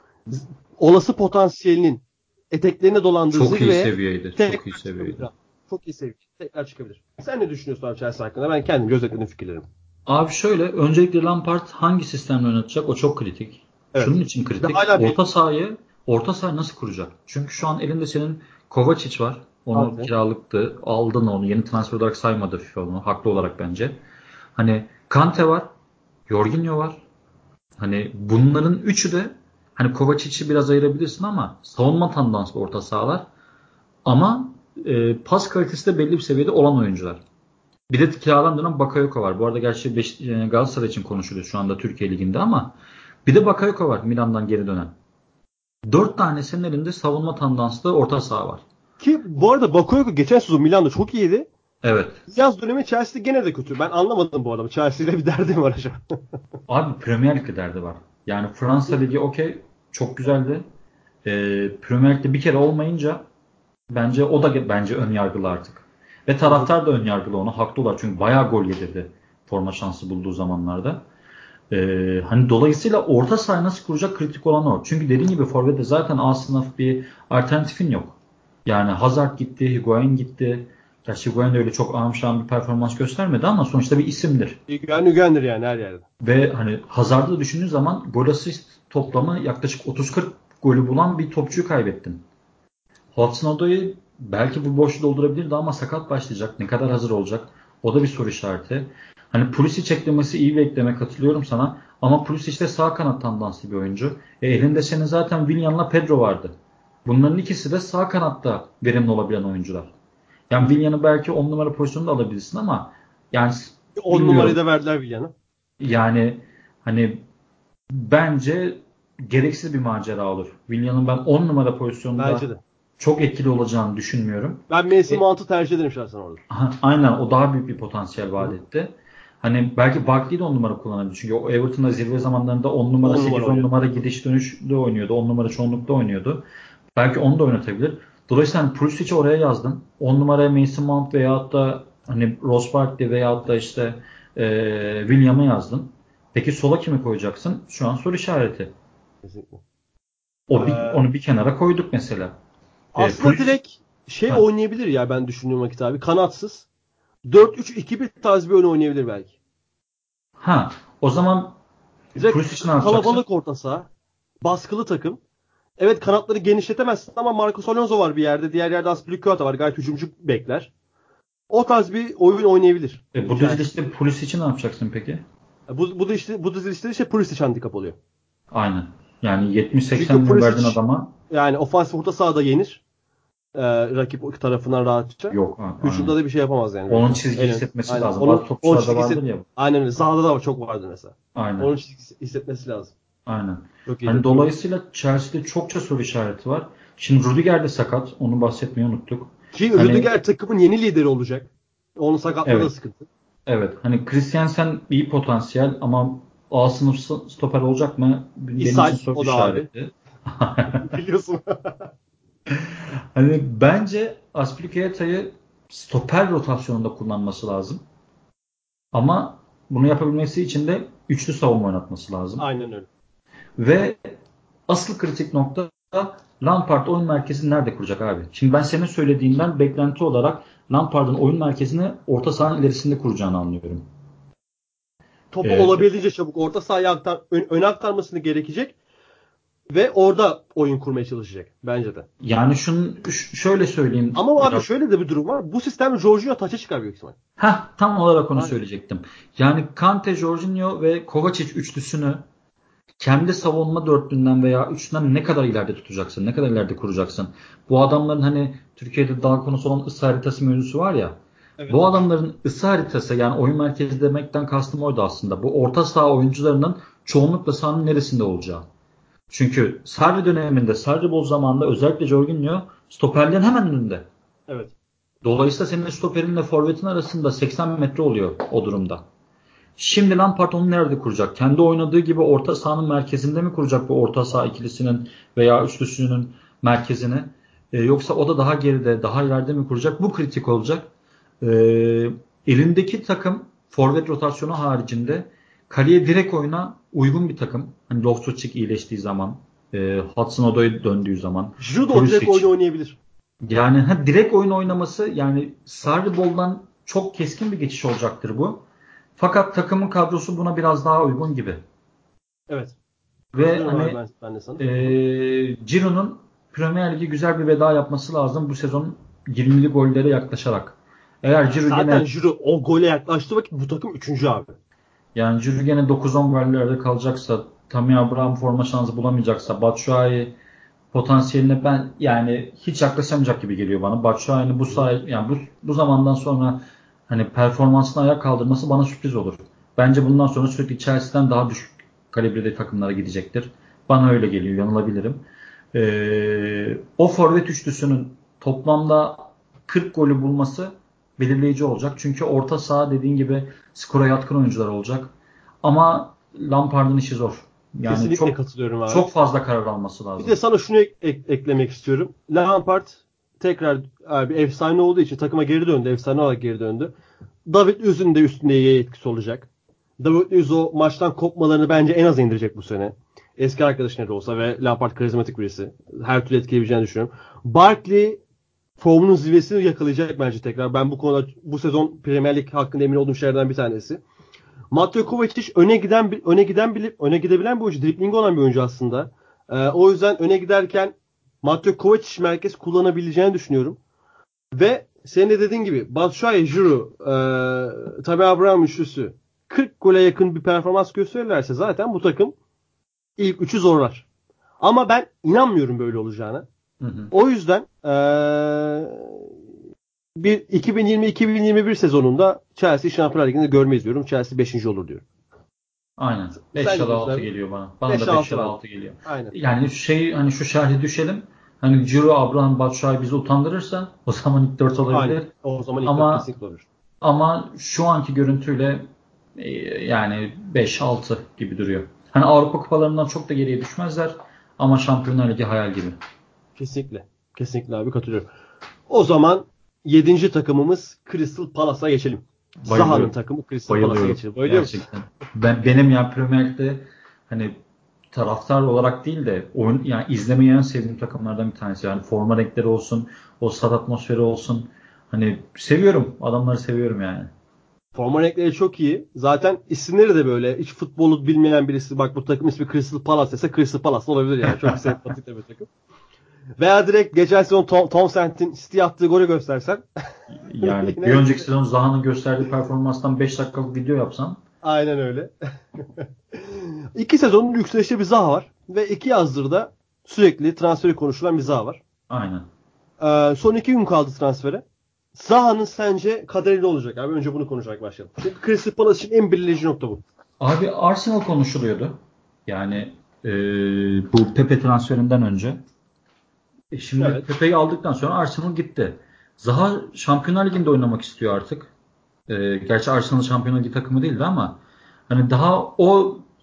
olası potansiyelinin eteklerine dolandığı çok zirveye iyi seviyeydi. Çok iyi seviyeydi. Çok iyi seviye. Tekrar çıkabilir. Sen ne düşünüyorsun abi Chelsea hakkında? Ben kendim gözetledim fikirlerim. Abi şöyle, öncelikle Lampard hangi sistemle oynatacak o çok kritik. Evet. Şunun için kritik. Orta sahayı orta sahayı nasıl kuracak? Çünkü şu an elinde senin Kovacic var. Onu evet. kiralıktı. Aldın onu. Yeni transfer olarak saymadı FIFA onu. Haklı olarak bence. Hani Kante var. Jorginho var. Hani bunların üçü de hani Kovacic'i biraz ayırabilirsin ama savunma tandanslı orta sahalar. Ama e, pas kalitesi de belli bir seviyede olan oyuncular. Bir de kiradan dönen Bakayoko var. Bu arada gerçi Beş, Galatasaray için konuşuluyor şu anda Türkiye Ligi'nde ama bir de Bakayoko var Milan'dan geri dönen. Dört tanesinin elinde savunma tandanslı orta saha var. Ki bu arada Bakayoko geçen sezon Milan'da çok iyiydi. Evet. Yaz dönemi Chelsea'de gene de kötü. Ben anlamadım bu adamı. Chelsea'de bir derdi mi var acaba? Abi Premier Lig'de derdi var. Yani Fransa Ligi okey çok güzeldi. Ee, Premier Lig'de bir kere olmayınca bence o da bence ön yargılı artık. Ve taraftar da ön yargılı ona. Haklılar çünkü bayağı gol yedirdi forma şansı bulduğu zamanlarda. Ee, hani dolayısıyla orta sahayı nasıl kuracak kritik olan o. Çünkü dediğin gibi forvette zaten A sınıf bir alternatifin yok. Yani Hazard gitti, Higuain gitti. Gerçi Higuain de öyle çok amşan bir performans göstermedi ama sonuçta bir isimdir. Higuain Higuain'dir yani her yerde. Ve hani Hazard'ı düşündüğün zaman gol asist toplamı yaklaşık otuz kırk golü bulan bir topçuyu kaybettin. Hudson-Odoi belki bu boşluğu doldurabilirdi ama sakat başlayacak. Ne kadar hazır olacak? O da bir soru işareti. Hani Pulisic eklemesi iyi bir ekleme, katılıyorum sana. Ama Pulisic de sağ kanat tandanslı bir oyuncu. E, elinde senin zaten Willian'la Pedro vardı. Bunların ikisi de sağ kanatta verimli olabilen oyuncular. Yani Willian'ı belki on numara pozisyonunda alabilirsin ama yani on numarayı bilmiyorum. da verdiler Willian'a. Yani hani bence gereksiz bir macera olur. Willian'ın ben on numara pozisyonunda çok etkili olacağını düşünmüyorum. Ben Mason Mount'u tercih ederim şahsen orada. Aha, aynen, o daha büyük bir potansiyel vaat etti. Hani belki Barkley de on numara kullanabilir. Çünkü o Everton'da zirve zamanlarında on numara, sekiz on numara gidiş dönüşlü oynuyordu. on numara çoğunlukta oynuyordu. Belki onu da oynatabilir. Dolayısıyla hani Pulisic'i oraya yazdın. on numaraya Mason Mount veyahut da hani Ross Barkley veyahut da işte e, William'ı yazdın. Peki sola kimi koyacaksın? Şu an soru işareti. Kesinlikle. O bir, Ee, onu bir kenara koyduk mesela. aslında E, direkt şey ha. oynayabilir ya ben düşündüğüm vakit abi. Kanatsız. dört üç iki bir tarz bir oyun oynayabilir belki. Ha, o zaman Pulisic'i ne yapacaksın? Kalabalık orta saha. Baskılı takım. Evet kanatları genişletemezsin ama Marcos Alonso var bir yerde. Diğer yerde Aspilicueta var. Gayet hücumcu bekler. O tarz bir oyun oynayabilir. E, bu dizilişte Pulisic'i ne yapacaksın peki? Bu, bu da işte bu dizilişte işte Pulisic handikap oluyor. Aynen. Yani yetmiş seksen Çünkü milyon verdin Pulisic adama. yani ofansif orta sahada yenir. Ee, rakip tarafından rahatça. Yok. Aynen. Hücumda da bir şey yapamaz yani. Onun çizgi En, hissetmesi aynen. lazım. Onun, Bazı onun topçularda çizgisi vardır ya. aynen öyle. Sahada da çok vardı mesela. Aynen. Onun çizgisi hissetmesi lazım. Aynen. Çok Hani iyidir. dolayısıyla Chelsea'de çokça soru işareti var. Şimdi Rudiger de sakat. Onu bahsetmeyi unuttuk. Ki Hani, Rüdiger takımın yeni lideri olacak. Onun sakatlığı da evet. sıkıntı. Evet. Hani Christiansen iyi potansiyel ama A sınıf stoper olacak mı? Benim için İshak soru o da abi. işareti. Biliyorsun. Hani bence Azpilicueta'yı stoper rotasyonunda kullanması lazım. Ama bunu yapabilmesi için de üçlü savunma oynatması lazım. Aynen öyle. Ve asıl kritik nokta Lampard oyun merkezini nerede kuracak abi? Şimdi ben senin söylediğinden beklenti olarak Lampard'ın oyun merkezini orta sahanın ilerisinde kuracağını anlıyorum. Topu Ee, olabildiğince çabuk orta sahaya aktar, ön, öne aktarmasını gerekecek ve orada oyun kurmaya çalışacak bence de. Yani şunu ş- şöyle söyleyeyim. Ama abi Biraz. şöyle de bir durum var. Bu sistemde Jorginho taça çıkar büyük ihtimal. Heh, tam olarak onu Aynen. söyleyecektim. Yani Kante, Jorginho ve Kovacic üçlüsünü kendi savunma dörtlüğünden veya üçlünden ne kadar ileride tutacaksın? Ne kadar ileride kuracaksın? Bu adamların hani Türkiye'de daha konusu olan ısı haritası mevzusu var ya. Evet. Bu adamların ısı haritası yani oyun merkezi demekten kastım oydu aslında. Bu orta saha oyuncularının çoğunlukla sahanın neresinde olacağı. Çünkü Sarri döneminde, Sarri bol zamanında özellikle Jorginho stoperlerin hemen önünde. Evet. Dolayısıyla senin stoperinle forvetin arasında seksen metre oluyor o durumda. Şimdi Lampard onu nerede kuracak? Kendi oynadığı gibi orta sahanın merkezinde mi kuracak bu orta saha ikilisinin veya üçlüsünün merkezini? Ee, yoksa o da daha geride, daha ileride mi kuracak? Bu kritik olacak. Ee, elindeki takım forvet rotasyonu haricinde kaleye direkt oyuna uygun bir takım. Hani Loftus-Cheek iyileştiği zaman, e, Hudson-Odoi döndüğü zaman, Giroud da o direkt Pulisic. oyunu oynayabilir. Yani ha, direkt oyun oynaması yani Sarri-Bol'dan çok keskin bir geçiş olacaktır bu. Fakat takımın kadrosu buna biraz daha uygun gibi. Evet. Ve Katılıyorum hani abi ben, ben de sana. e, Ciro'nun Premier Lig'e güzel bir veda yapması lazım bu sezon yirmili gollere yaklaşarak. Eğer Ciro Zaten gene Giroud o gole yaklaştığı vakit bu takım üçüncü abi. yani Ciro gene dokuz on gollerde kalacaksa, Tammy Abraham forma şansı bulamayacaksa, Batshuayi potansiyeline ben yani hiç yaklaşamayacak gibi geliyor bana. Batshuayi'nin bu say yani bu bu zamandan sonra hani performansını ayağa kaldırması bana sürpriz olur. Bence bundan sonra sürekli Chelsea'den daha düşük kalibrede takımlara gidecektir. Bana öyle geliyor. Yanılabilirim. Ee, o forvet üçlüsünün toplamda kırk golü bulması belirleyici olacak. Çünkü orta saha dediğin gibi skora yatkın oyuncular olacak. Ama Lampard'ın işi zor. Yani Kesinlikle çok katılıyorum abi. çok fazla karar alması Bir lazım. de sana şunu ek- ek- eklemek istiyorum. Lampard tekrar abi efsane olduğu için takıma geri döndü. Efsane olarak geri döndü. David Luiz'in de üstünde iyi etkisi olacak. David Luiz o maçtan kopmalarını bence en az indirecek bu sene. Eski arkadaşı ne olsa ve Lampard karizmatik birisi. Her türlü etkileyebileceğini düşünüyorum. Barkley formunun zirvesini yakalayacak bence tekrar. Ben bu konuda bu sezon Premier Lig hakkında emin olduğum şeylerden bir tanesi. Mateo Kovacic öne giden bir öne giden bir öne gidebilen bir oyuncu, dribling olan bir oyuncu aslında. Ee, o yüzden öne giderken Mateo Kovacic merkez kullanabileceğini düşünüyorum. Ve senin de dediğin gibi Batshuayi, Giroud, e, Tammy Abraham üçlüsü kırk gole yakın bir performans gösterirlerse zaten bu takım ilk üçü zorlar. Ama ben inanmıyorum böyle olacağına. Hı hı. O yüzden ee, bir iki bin yirmi iki bin yirmi bir sezonunda Chelsea Şampiyonlar Ligi'nde görmeyiz diyorum. Chelsea beşinci olur diyorum. Aynen. beş Sen ya ne da diyorsun altı abi? geliyor bana. Bana beş da beş altı ya da var. altı geliyor. Aynen. Yani şey hani şu şerhi düşelim. Hani Ciro, Abraham, Batshuayi bizi utandırırsa o zaman ilk dört Aynen. olabilir. O zaman ilk dört Ama kesinlikle olur. ama şu anki görüntüyle e, yani beş altı gibi duruyor. Hani Avrupa kupalarından çok da geriye düşmezler ama Şampiyonlar Ligi hayal gibi. Kesinlikle. Kesinlikle abi katılıyorum. O zaman yedinci takımımız Crystal Palace'a geçelim. Zaha'nın Bayılıyorum. takımı Crystal Palace'a Bayılıyorum geçelim. Bayılıyor musun? gerçekten. Ben benim ya Premier Lig'de hani taraftar olarak değil de oyun yani izlemeyi en sevdiğim takımlardan bir tanesi. Yani forma renkleri olsun, o stat atmosferi olsun. Hani seviyorum. Adamları seviyorum yani. Forma renkleri çok iyi. Zaten isimleri de böyle. Hiç futbolu bilmeyen birisi bak bu takım ismi Crystal Palace dese Crystal Palace olabilir yani. Çok sempatik de bir takım. Veya direkt geçen sezon Tom, Tom Sand'in City attığı golü göstersen. Yani bir Yine önceki sezon Zaha'nın gösterdiği performanstan beş dakikalık video yapsam aynen öyle. İki sezonun yükselişte bir Zaha var. Ve iki yazdır da sürekli transferi konuşulan bir Zaha var. aynen. Ee, son iki gün kaldı transfere. Zaha'nın sence kaderi ne olacak abi? Önce bunu konuşarak başlayalım. Çünkü Crystal Palace için en belirleyici nokta bu. Abi Arsenal konuşuluyordu. Yani e, bu Pepe transferinden önce. E şimdi Evet. Pepe'yi aldıktan sonra Arsenal gitti. Zaha Şampiyonlar Ligi'nde oynamak istiyor artık. E, gerçi Arsenal Şampiyonlar Ligi takımı değildi ama hani daha o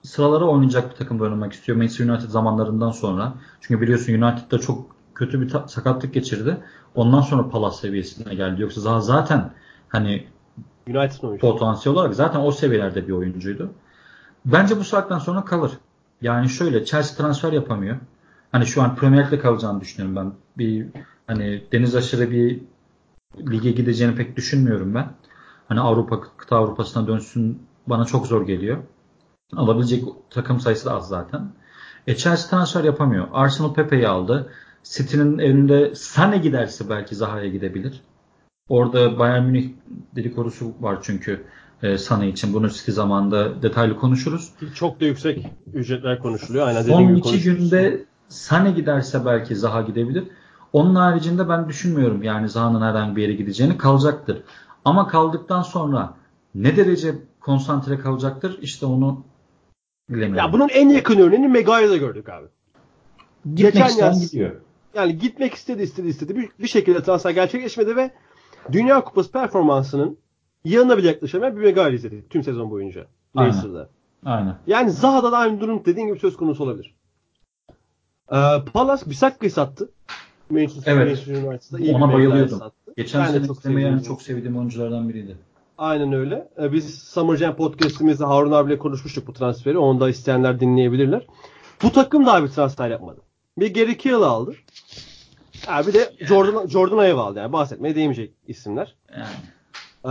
sıralara oynayacak bir takım oynamak istiyor Manchester United zamanlarından sonra. Çünkü biliyorsun United'da çok kötü bir ta- sakatlık geçirdi. Ondan sonra Palace seviyesine geldi. Yoksa Zaha zaten hani United potansiyel olarak zaten o seviyelerde bir oyuncuydu. Bence bu saatten sonra kalır. Yani şöyle Chelsea transfer yapamıyor. Hani şu an Premier Lig'de kalacağını düşünüyorum ben. Bir hani deniz aşırı bir lige gideceğini pek düşünmüyorum ben. Hani Avrupa kıta Avrupa'sına dönsün bana çok zor geliyor. Alabilecek takım sayısı da az zaten. E Chelsea transfer yapamıyor. Arsenal Pepe'yi aldı. City'nin elinde Sané giderse belki Zaha'ya gidebilir. Orada Bayern Münih dedikodusu var çünkü e, Sané için. Bunu City zamanında detaylı konuşuruz. Ki çok da yüksek ücretler konuşuluyor. Aynen dediğim Son gibi iki konuşuruz. günde Sané giderse belki Zaha gidebilir. Onun haricinde ben düşünmüyorum yani Zaha'nın herhangi bir yere gideceğini, kalacaktır. Ama kaldıktan sonra ne derece konsantre kalacaktır işte onu Ya bilemiyorum. bunun en yakın örneğini Maguire'da gördük abi. Gitmek Geçen isteyen yaz gidiyor. yani gitmek istedi istedi istedi. Bir, bir şekilde transfer gerçekleşmedi ve Dünya Kupası performansının yanına bile yaklaşamayan bir Maguire izledik tüm sezon boyunca Aynen. Leicester'da. Aynen. Yani Zaha'da da aynı durum dediğin gibi söz konusu olabilir. Ee, Palace Bisakka'yı sattı. Manchester, Evet. Manchester United'da iyi bir Ona mevkiye bayılıyordum. sattı. Geçen Ben de sene çok izlemeye sevdiğim en bir çok oyuncu. sevdiğim oyunculardan biriydi. Aynen öyle. Ee, biz Summer Jam podcast'imizde Harun abiyle konuşmuştuk bu transferi. Onu da isteyenler dinleyebilirler. Bu takım da bir transfer yapmadı. Bir Gary Cahill aldı. Ha, bir de Jordan Jordan Ayew aldı. Yani bahsetmeye değmeyecek isimler. Yani. Ee,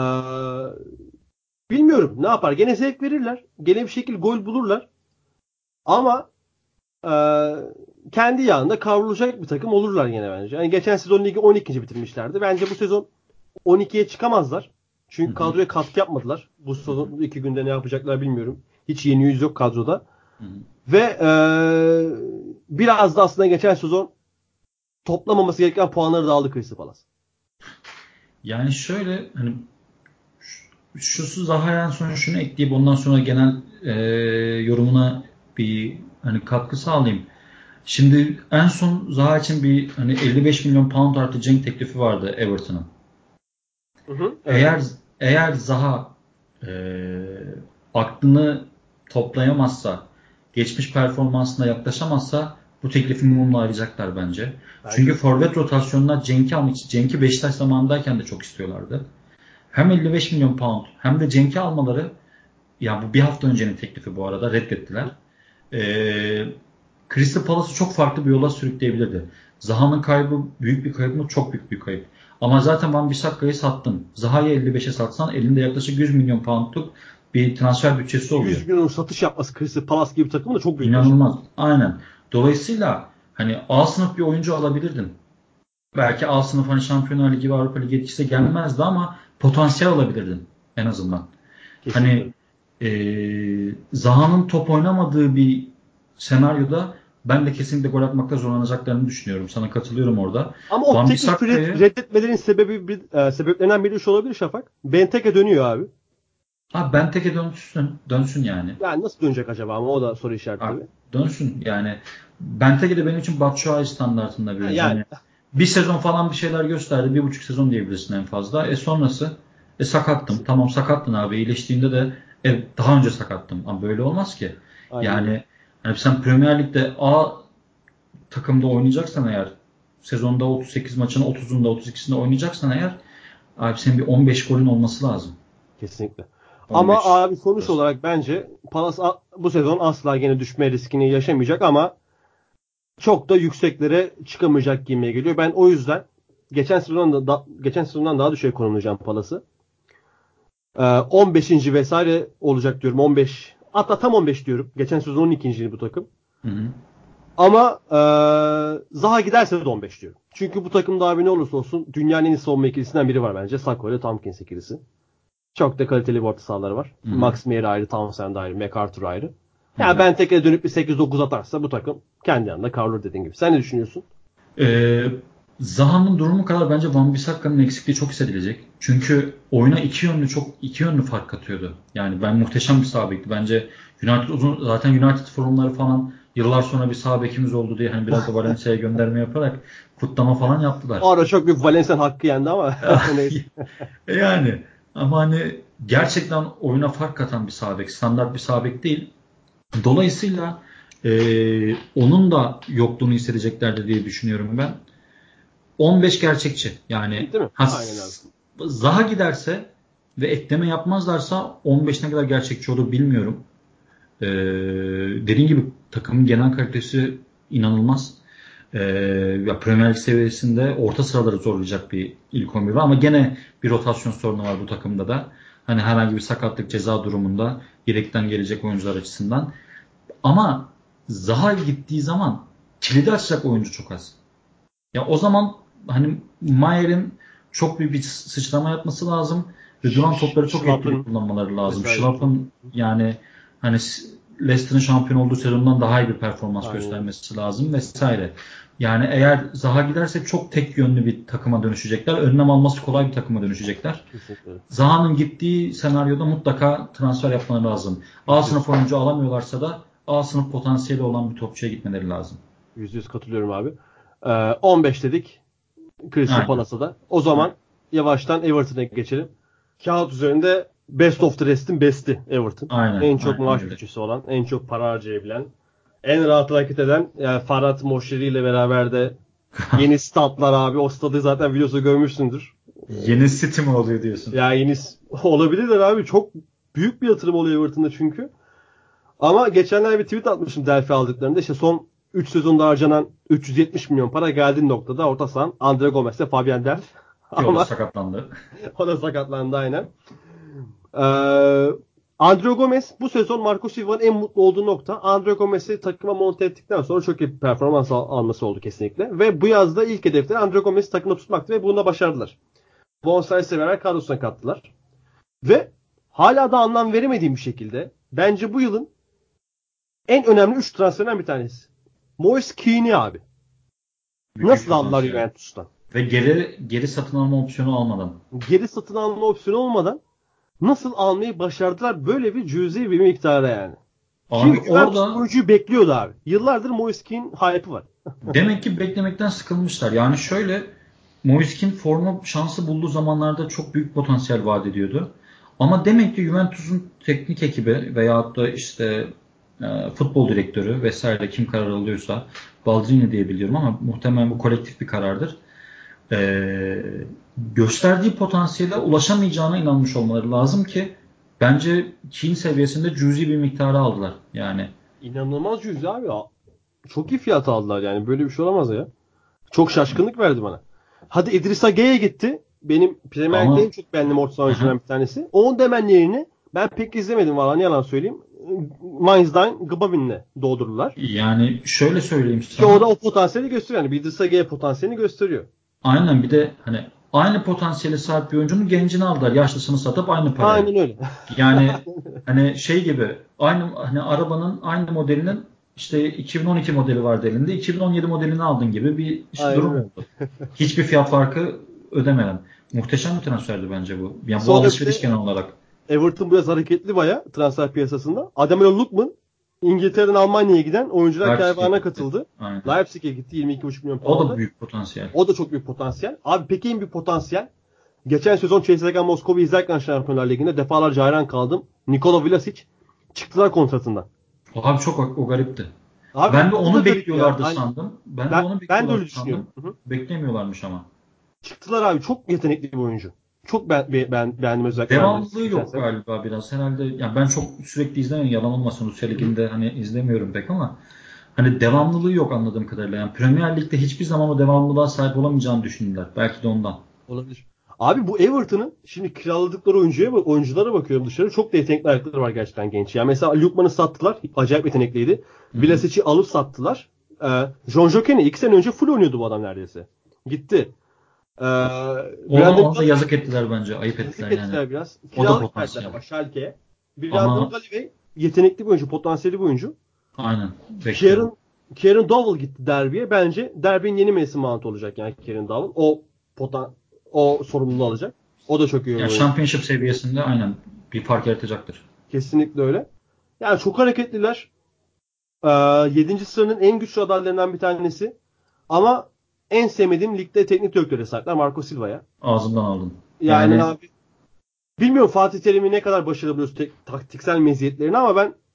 bilmiyorum ne yapar. Gene zevk verirler. Gene bir şekilde gol bulurlar. Ama e, kendi yağında kavrulacak bir takım olurlar yine bence. Yani geçen sezon ligi on ikinci bitirmişlerdi. Bence bu sezon on ikiye çıkamazlar. Çünkü Hı hı. kadroya katkı yapmadılar. Bu sezon bu iki günde ne yapacaklar bilmiyorum. Hiç yeni yüz yok kadroda. Hı hı. Ve e, biraz da aslında geçen sezon toplamaması gereken puanları da aldı Crystal Palace. Yani şöyle hani şusu Zaha'ya en son şunu ekleyip ondan sonra genel e, yorumuna bir hani katkı sağlayayım. Şimdi en son Zaha için bir hani elli beş milyon pound artı Cenk teklifi vardı Everton'ın. Hı hı, evet. Eğer eğer Zaha e, aklını toplayamazsa, geçmiş performansına yaklaşamazsa bu teklifi mumlayacaklar bence. Bence Çünkü de. forvet rotasyonuna Cenk'i almak için Cenk'i Beşiktaş zamanındayken de çok istiyorlardı. Hem elli beş milyon pound hem de Cenk'i almaları ya bu bir hafta öncenin teklifi bu arada reddettiler. Ee, Crystal Palace'ı çok farklı bir yola sürükleyebilirdi. Zaha'nın kaybı büyük bir kayıp mı? Çok büyük bir kayıp. Ama zaten Van Bissakka'yı sattın. Zaha'yı elli beşe satsan elinde yaklaşık yüz milyon poundluk bir transfer bütçesi oluyor. yüz milyon satış yapması Crystal Palace gibi bir takımın da çok büyük başarı. İnanılmaz. Aynen. Dolayısıyla hani A sınıf bir oyuncu alabilirdin. Belki A sınıf hani Şampiyonlar Ligi ve Avrupa Ligi etkisi gelmezdi ama potansiyel alabilirdin en azından. Kesinlikle. Hani e, Zaha'nın top oynamadığı bir senaryoda ben de kesinlikle gol atmakta zorlanacaklarını düşünüyorum. Sana katılıyorum orada. Ama o Van teklifi red- Bissakka'yı reddetmelerin sebebi bir, e, sebeplerinden biri şu olabilir Şafak. Benteke dönüyor abi. abi Benteke dönsün, dönsün yani. Yani nasıl dönecek acaba ama o da soru işareti Abi, tabii. dönsün yani. Benteke de benim için Batshuayi standartında bir Ha, oyuncu. yani Hani bir sezon falan bir şeyler gösterdi. Bir buçuk sezon diyebilirsin en fazla. E sonrası e sakattım. Tamam sakattın abi. İyileştiğinde de e, daha önce sakattım. Ama böyle olmaz ki. aynen öyle. Yani hani sen Premier Lig'de A takımda oynayacaksan eğer sezonda otuz sekiz maçın otuzunda otuz ikisinde oynayacaksan eğer abi senin bir on beş golün olması lazım. Kesinlikle. Ama on beş. abi sonuç olarak bence Palace a- bu sezon asla gene düşme riskini yaşamayacak ama çok da yükseklere çıkamayacak gibime geliyor. Ben o yüzden geçen sezondan da, geçen sezondan daha düşük konumlayacağım Palas'ı. Ee, on beşinci vesaire olacak diyorum. on beş. Hatta tam on beş diyorum. Geçen sezon on ikinci bu takım. Hı hı. Ama ee, Zaha giderse de on beş diyorum. Çünkü bu takımda abi ne olursa olsun dünyanın en iyi savunma ikilisinden biri var bence. Sacco ile Tompkins ikilisi. Çok da kaliteli bir orta sahaları var. Hı hı. Max Meyer ayrı, Townsend ayrı, MacArthur ayrı. Hı Ya hı. ben tekrar dönüp bir sekiz dokuz atarsa bu takım kendi yanında kavrulur dediğin gibi. Sen ne düşünüyorsun? Ee, Zaha'nın durumu kadar bence Van Bissakka'nın eksikliği çok hissedilecek. Çünkü oyuna iki yönlü çok iki yönlü fark katıyordu. Yani ben muhteşem bir sağ bekti. Bence United uzun zaten United forumları falan yıllar sonra bir sağ bekimiz oldu diye hani biraz da Valencia'ya gönderme yaparak kutlama falan yaptılar. O ara çok büyük Valencia'nın hakkı yendi ama neyse. Yani ama hani gerçekten oyuna fark katan bir sağ bek, standart bir sağ bek değil. Dolayısıyla e, onun da yokluğunu hissedeceklerdir diye düşünüyorum ben. on beş gerçekçi. Yani Değil mi? Aynen abi. has, Zaha giderse ve ekleme yapmazlarsa on beş ne kadar gerçekçi olur bilmiyorum. Ee, dediğim gibi takımın genel kalitesi inanılmaz. Ee, ya Premier Lig seviyesinde orta sıraları zorlayacak bir ilk on bir var ama gene bir rotasyon sorunu var bu takımda da. Hani herhangi bir sakatlık ceza durumunda yedekten gelecek oyuncular açısından. Ama Zaha gittiği zaman kilidi açacak oyuncu çok az. Ya o zaman hani Mayer'in çok büyük bir sıçrama yapması lazım ve duran topları çok etkili Schlapp'ın kullanmaları lazım. mesela çok. Schlapp'ın yani hani Leicester'ın şampiyon olduğu sezondan daha iyi bir performans Aynen öyle. göstermesi lazım vesaire. Yani eğer Zaha giderse çok tek yönlü bir takıma dönüşecekler. Önlem alması kolay bir takıma dönüşecekler. Kesinlikle öyle. Zaha'nın gittiği senaryoda mutlaka transfer yapmaları lazım. A Yüzde sınıf yüz. oyuncu alamıyorlarsa da A sınıf potansiyeli olan bir topçuya gitmeleri lazım. Yüzde yüz katılıyorum abi. Ee, on beş dedik Crystal Aynen. Palace'a da. O zaman yavaştan Everton'a geçelim. Kağıt üzerinde best of the rest'in best'i Everton. Aynen. En çok Aynen maaş öyle. bütçesi olan, en çok para harcayabilen, en rahat hareket eden, yani Farhad Moşeri ile beraber de yeni statlar abi. O stadı zaten videosu görmüşsündür. Yeni City mi oluyor diyorsun? Ya yeni olabilirler abi. Çok büyük bir yatırım oluyor Everton'da çünkü. Ama geçenler bir tweet atmışım Delphi aldıklarında. İşte son üç sezonda harcanan üç yüz yetmiş milyon para geldiği noktada orta sahan Andre Gomez ile Fabian Delph. Ki o da Ama sakatlandı. o da sakatlandı aynen. Ee, Andre Gomez bu sezon Marco Silva'nın en mutlu olduğu nokta. Andre Gomez'i takıma monte ettikten sonra çok iyi bir performans al- alması oldu kesinlikle. Ve bu yazda ilk hedefleri Andre Gomez'i takımda tutmaktı ve bunu da başardılar. Bonservis'le beraber kadrosuna kattılar. Ve hala da anlam veremediğim bir şekilde bence bu yılın en önemli üç transferden bir tanesi. Moise Keane abi. Büyük Nasıl aldılar potansiyel. Juventus'tan? Ve geri geri satın alma opsiyonu almadan. Geri satın alma opsiyonu olmadan nasıl almayı başardılar böyle bir cüzi bir miktara yani. Abi Kim Juventus bu orada oyuncuyu bekliyordu abi. Yıllardır Moise Keane hype'ı var. demek ki beklemekten sıkılmışlar. Yani şöyle Moise Kean forma şansı bulduğu zamanlarda çok büyük potansiyel vaat ediyordu. Ama demek ki Juventus'un teknik ekibi veyahut da işte e, futbol direktörü vesaire kim karar alıyorsa Baldini diye biliyorum ama muhtemelen bu kolektif bir karardır. e, gösterdiği potansiyele ulaşamayacağına inanmış olmaları lazım ki bence Çin seviyesinde cüzi bir miktarı aldılar. Yani İnanılmaz cüzi abi. Çok iyi fiyat aldılar yani. Böyle bir şey olamaz ya. Çok şaşkınlık verdi bana. Hadi İdrissa Gueye gitti. Benim Premier Lig'de en ama çok beğendiğim orta saha aha, oyuncularından bir tanesi. Onun demen yerini ben pek izlemedim valla ne yalan söyleyeyim. Mainz'dan Gbamin'le doldurdular. yani şöyle söyleyeyim Ki o da o sana. potansiyeli gösteriyor. Yani bir İdrissa Gueye potansiyelini gösteriyor. Aynen bir de hani aynı potansiyele sahip bir oyuncunun gencini aldılar. Yaşlısını satıp aynı paraya. Aynen öyle. Yani hani şey gibi aynı hani arabanın aynı modelinin işte iki bin on iki modeli vardı elinde. iki bin on yedi modelini aldın gibi bir işte Aynen durum öyle. oldu. Hiçbir fiyat farkı ödemeden. Muhteşem bir transferdi bence bu. Yani bu Sonra bir alışveriş de genel olarak. Everton biraz hareketli baya transfer piyasasında. Ademola Lookman İngiltere'den Almanya'ya giden oyuncular Leipzig'e kervanına gitti. katıldı. Aynen. Leipzig'e gitti yirmi iki buçuk milyon O da pound'a. büyük potansiyel. O da çok büyük potansiyel. Abi peki en büyük potansiyel. Geçen sezon C S K A Moskova'yı izlerken Şampiyonlar Ligi'nde defalarca hayran kaldım. Nikola Vlasic çıktılar kontratından. Abi çok o, o garipti. Abi Ben de o da onu garip ya. bekliyorlardı Aynen. sandım. Ben de Ben, onu ben de bekliyorlardı öyle düşünüyorum. sandım. Hı hı. Beklemiyorlarmış ama. Çıktılar abi. Çok yetenekli bir oyuncu. Çok ben, ben, beğendim özellikle ben de Devamlılığı geçen yok sene. galiba biraz. Herhalde ya ben çok sürekli izlemiyorum. Yalan olmasın Rusya Hı hı. Ligi'nde hani izlemiyorum pek ama hani devamlılığı yok anladığım kadarıyla. Yani Premier Lig'de hiçbir zaman o devamlılığa sahip olamayacağını düşündüler. Belki de ondan. Olabilir. Abi bu Everton'ın şimdi kiraladıkları oyuncuya oyunculara bakıyorum dışarı. Çok da yetenekli ayakları var gerçekten genç. Yani mesela Lukman'ı sattılar. Acayip yetenekliydi. Hı hı. Vlasic'i alıp sattılar. Ee, John Joken'i iki sene önce full oynuyordu bu adam neredeyse. Gitti. Ee, Onu, Brandon onu da yazık ettiler bence. Ayıp yazık ettiler yani. ettiler biraz. O da Kiralık verdiler potansiyel. ama Schalke'ye. Brandon Ama Galloway yetenekli bir oyuncu, potansiyelli bir oyuncu. aynen bekliyorum. Kieran, Kieran Dowell gitti Derby'ye. Bence Derby'nin yeni Mason Mount olacak yani Kieran Dowell. O potan o sorumluluğu alacak. O da çok iyi bir Yani oyuncu. Championship seviyesinde aynen bir fark yaratacaktır. Kesinlikle öyle. Yani çok hareketliler. Ee, yedinci sıranın en güçlü adaylarından bir tanesi. Ama en sevmediğim ligde teknik direktöre sahipler Marco Silva'ya. Ağzımdan aldım. Yani Yani abi bilmiyorum Fatih Terim'i ne kadar başarılı buluyoruz tek, taktiksel meziyetlerini ama ben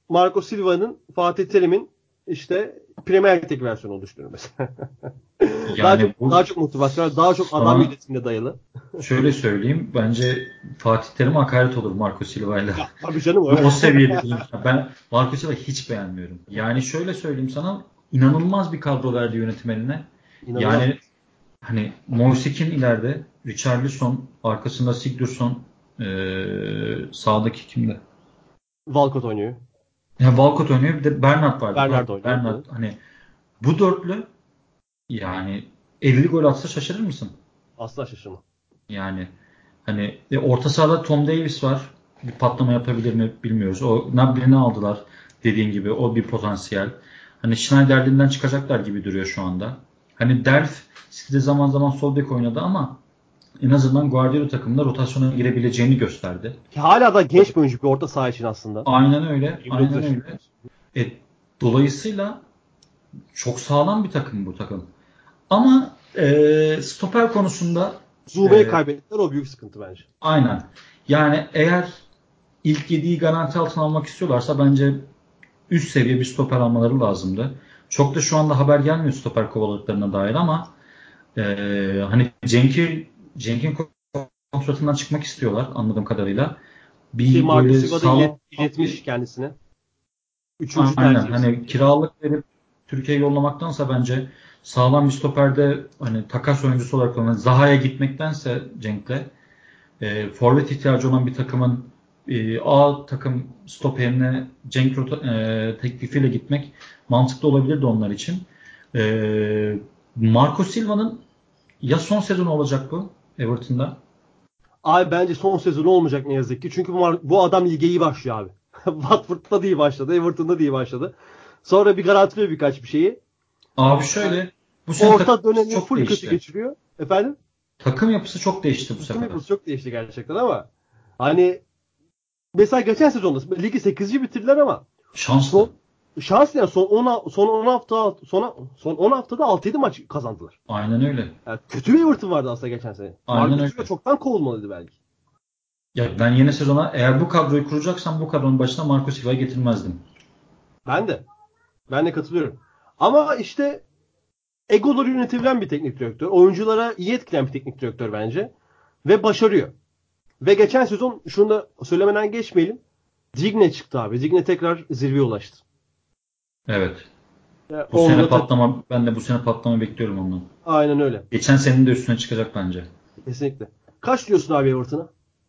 Marco Silva'nın Fatih Terim'in işte Premier Lig versiyonu oluşturuyor mesela. Yani daha çok bu, daha çok motivasyon, daha çok adam yönetimine dayalı. Şöyle söyleyeyim, bence Fatih Terim'e hakaret olur Marco Silva'yla. Tabii canım. O seviyede değil. Ben Marco Silva'yı hiç beğenmiyorum. Yani şöyle söyleyeyim sana, inanılmaz bir kadro verdi yönetim eline. İnanılmaz. Yani hani Moisekin ileride, Richarlison, arkasında Sigurdsson, ee, sağdaki kimde? Walcott oynuyor. Ya Walcott oynuyor, bir de Bernat vardı. Bernat oynuyor. Bernat, evet. Hani bu dörtlü yani elli gol atsa şaşırır mısın? Asla şaşırmam. Yani hani e, orta sahada Tom Davies var. Bir patlama yapabilir mi bilmiyoruz. O Gnabry'ni aldılar dediğin gibi. O bir potansiyel. Hani Schneiderlin'den çıkacaklar gibi duruyor şu anda. Hani Delf City'de zaman zaman sol bek oynadı ama en azından Guardiola takımında rotasyona girebileceğini gösterdi. Ki hala da genç bir oyuncu bir orta saha için aslında. Aynen öyle. Aynen öyle. E, dolayısıyla çok sağlam bir takım bu takım. Ama e, stoper konusunda Zube'yi e, kaybettiler, o büyük sıkıntı bence. Aynen. Yani eğer ilk yediği garanti altına almak istiyorlarsa bence üst seviye bir stoper almaları lazımdı. Çok da şu anda haber gelmiyor stoper kovaladıklarına dair ama e, hani Cenk'i Cenk'in kontratından çıkmak istiyorlar anladığım kadarıyla. Bir Ki Marco böyle Silva da sağlam iletmiş kendisine. Üçüncü aynen tercih. hani kiralık verip Türkiye'ye yollamaktansa bence sağlam bir stoperde hani takas oyuncusu olarak hani Zaha'ya gitmektense Cenk'le e, forvet ihtiyacı olan bir takımın e, A takım stoperine Cenk e, teklifiyle gitmek mantıklı olabilirdi onlar için. E, Marco Silva'nın ya son sezonu olacak bu Everton'da. Abi bence son sezonu olmayacak ne yazık ki. Çünkü bu, bu adam lige iyi başlıyor abi. Watford'da da iyi başladı. Everton'da da iyi başladı. Sonra bir garantiliyor birkaç bir şeyi. Abi şöyle bu sene orta dönemi çok full değişti. kötü geçiriyor. Efendim? Takım yapısı çok değişti bu Takım sefer. yapısı çok değişti gerçekten ama hani mesela geçen sezonda ligi sekizinci bitirdiler ama Şanslı. son, şans yani son on son on hafta sona son on haftada altı yedi maç kazandılar. Aynen öyle. Yani kötü bir Everton vardı aslında geçen sene. Aynen Marco Silva öyle. çoktan kovulmalıydı belki. Ya ben yeni sezona eğer bu kadroyu kuracaksam bu kadronun başına Marco Silva'yı getirmezdim. Ben de. Ben de katılıyorum. Ama işte egoları yönetebilen bir teknik direktör. Oyunculara iyi etkileyen bir teknik direktör bence. Ve başarıyor. Ve geçen sezon şunu da söylemeden geçmeyelim. Digne çıktı abi. Digne tekrar zirveye ulaştı. Evet. Yani Bu sene onunla tak- patlama ben de bu sene patlama bekliyorum ondan. Aynen öyle. Geçen senenin de üstüne çıkacak bence. Kesinlikle. Kaç diyorsun abi Everton'a?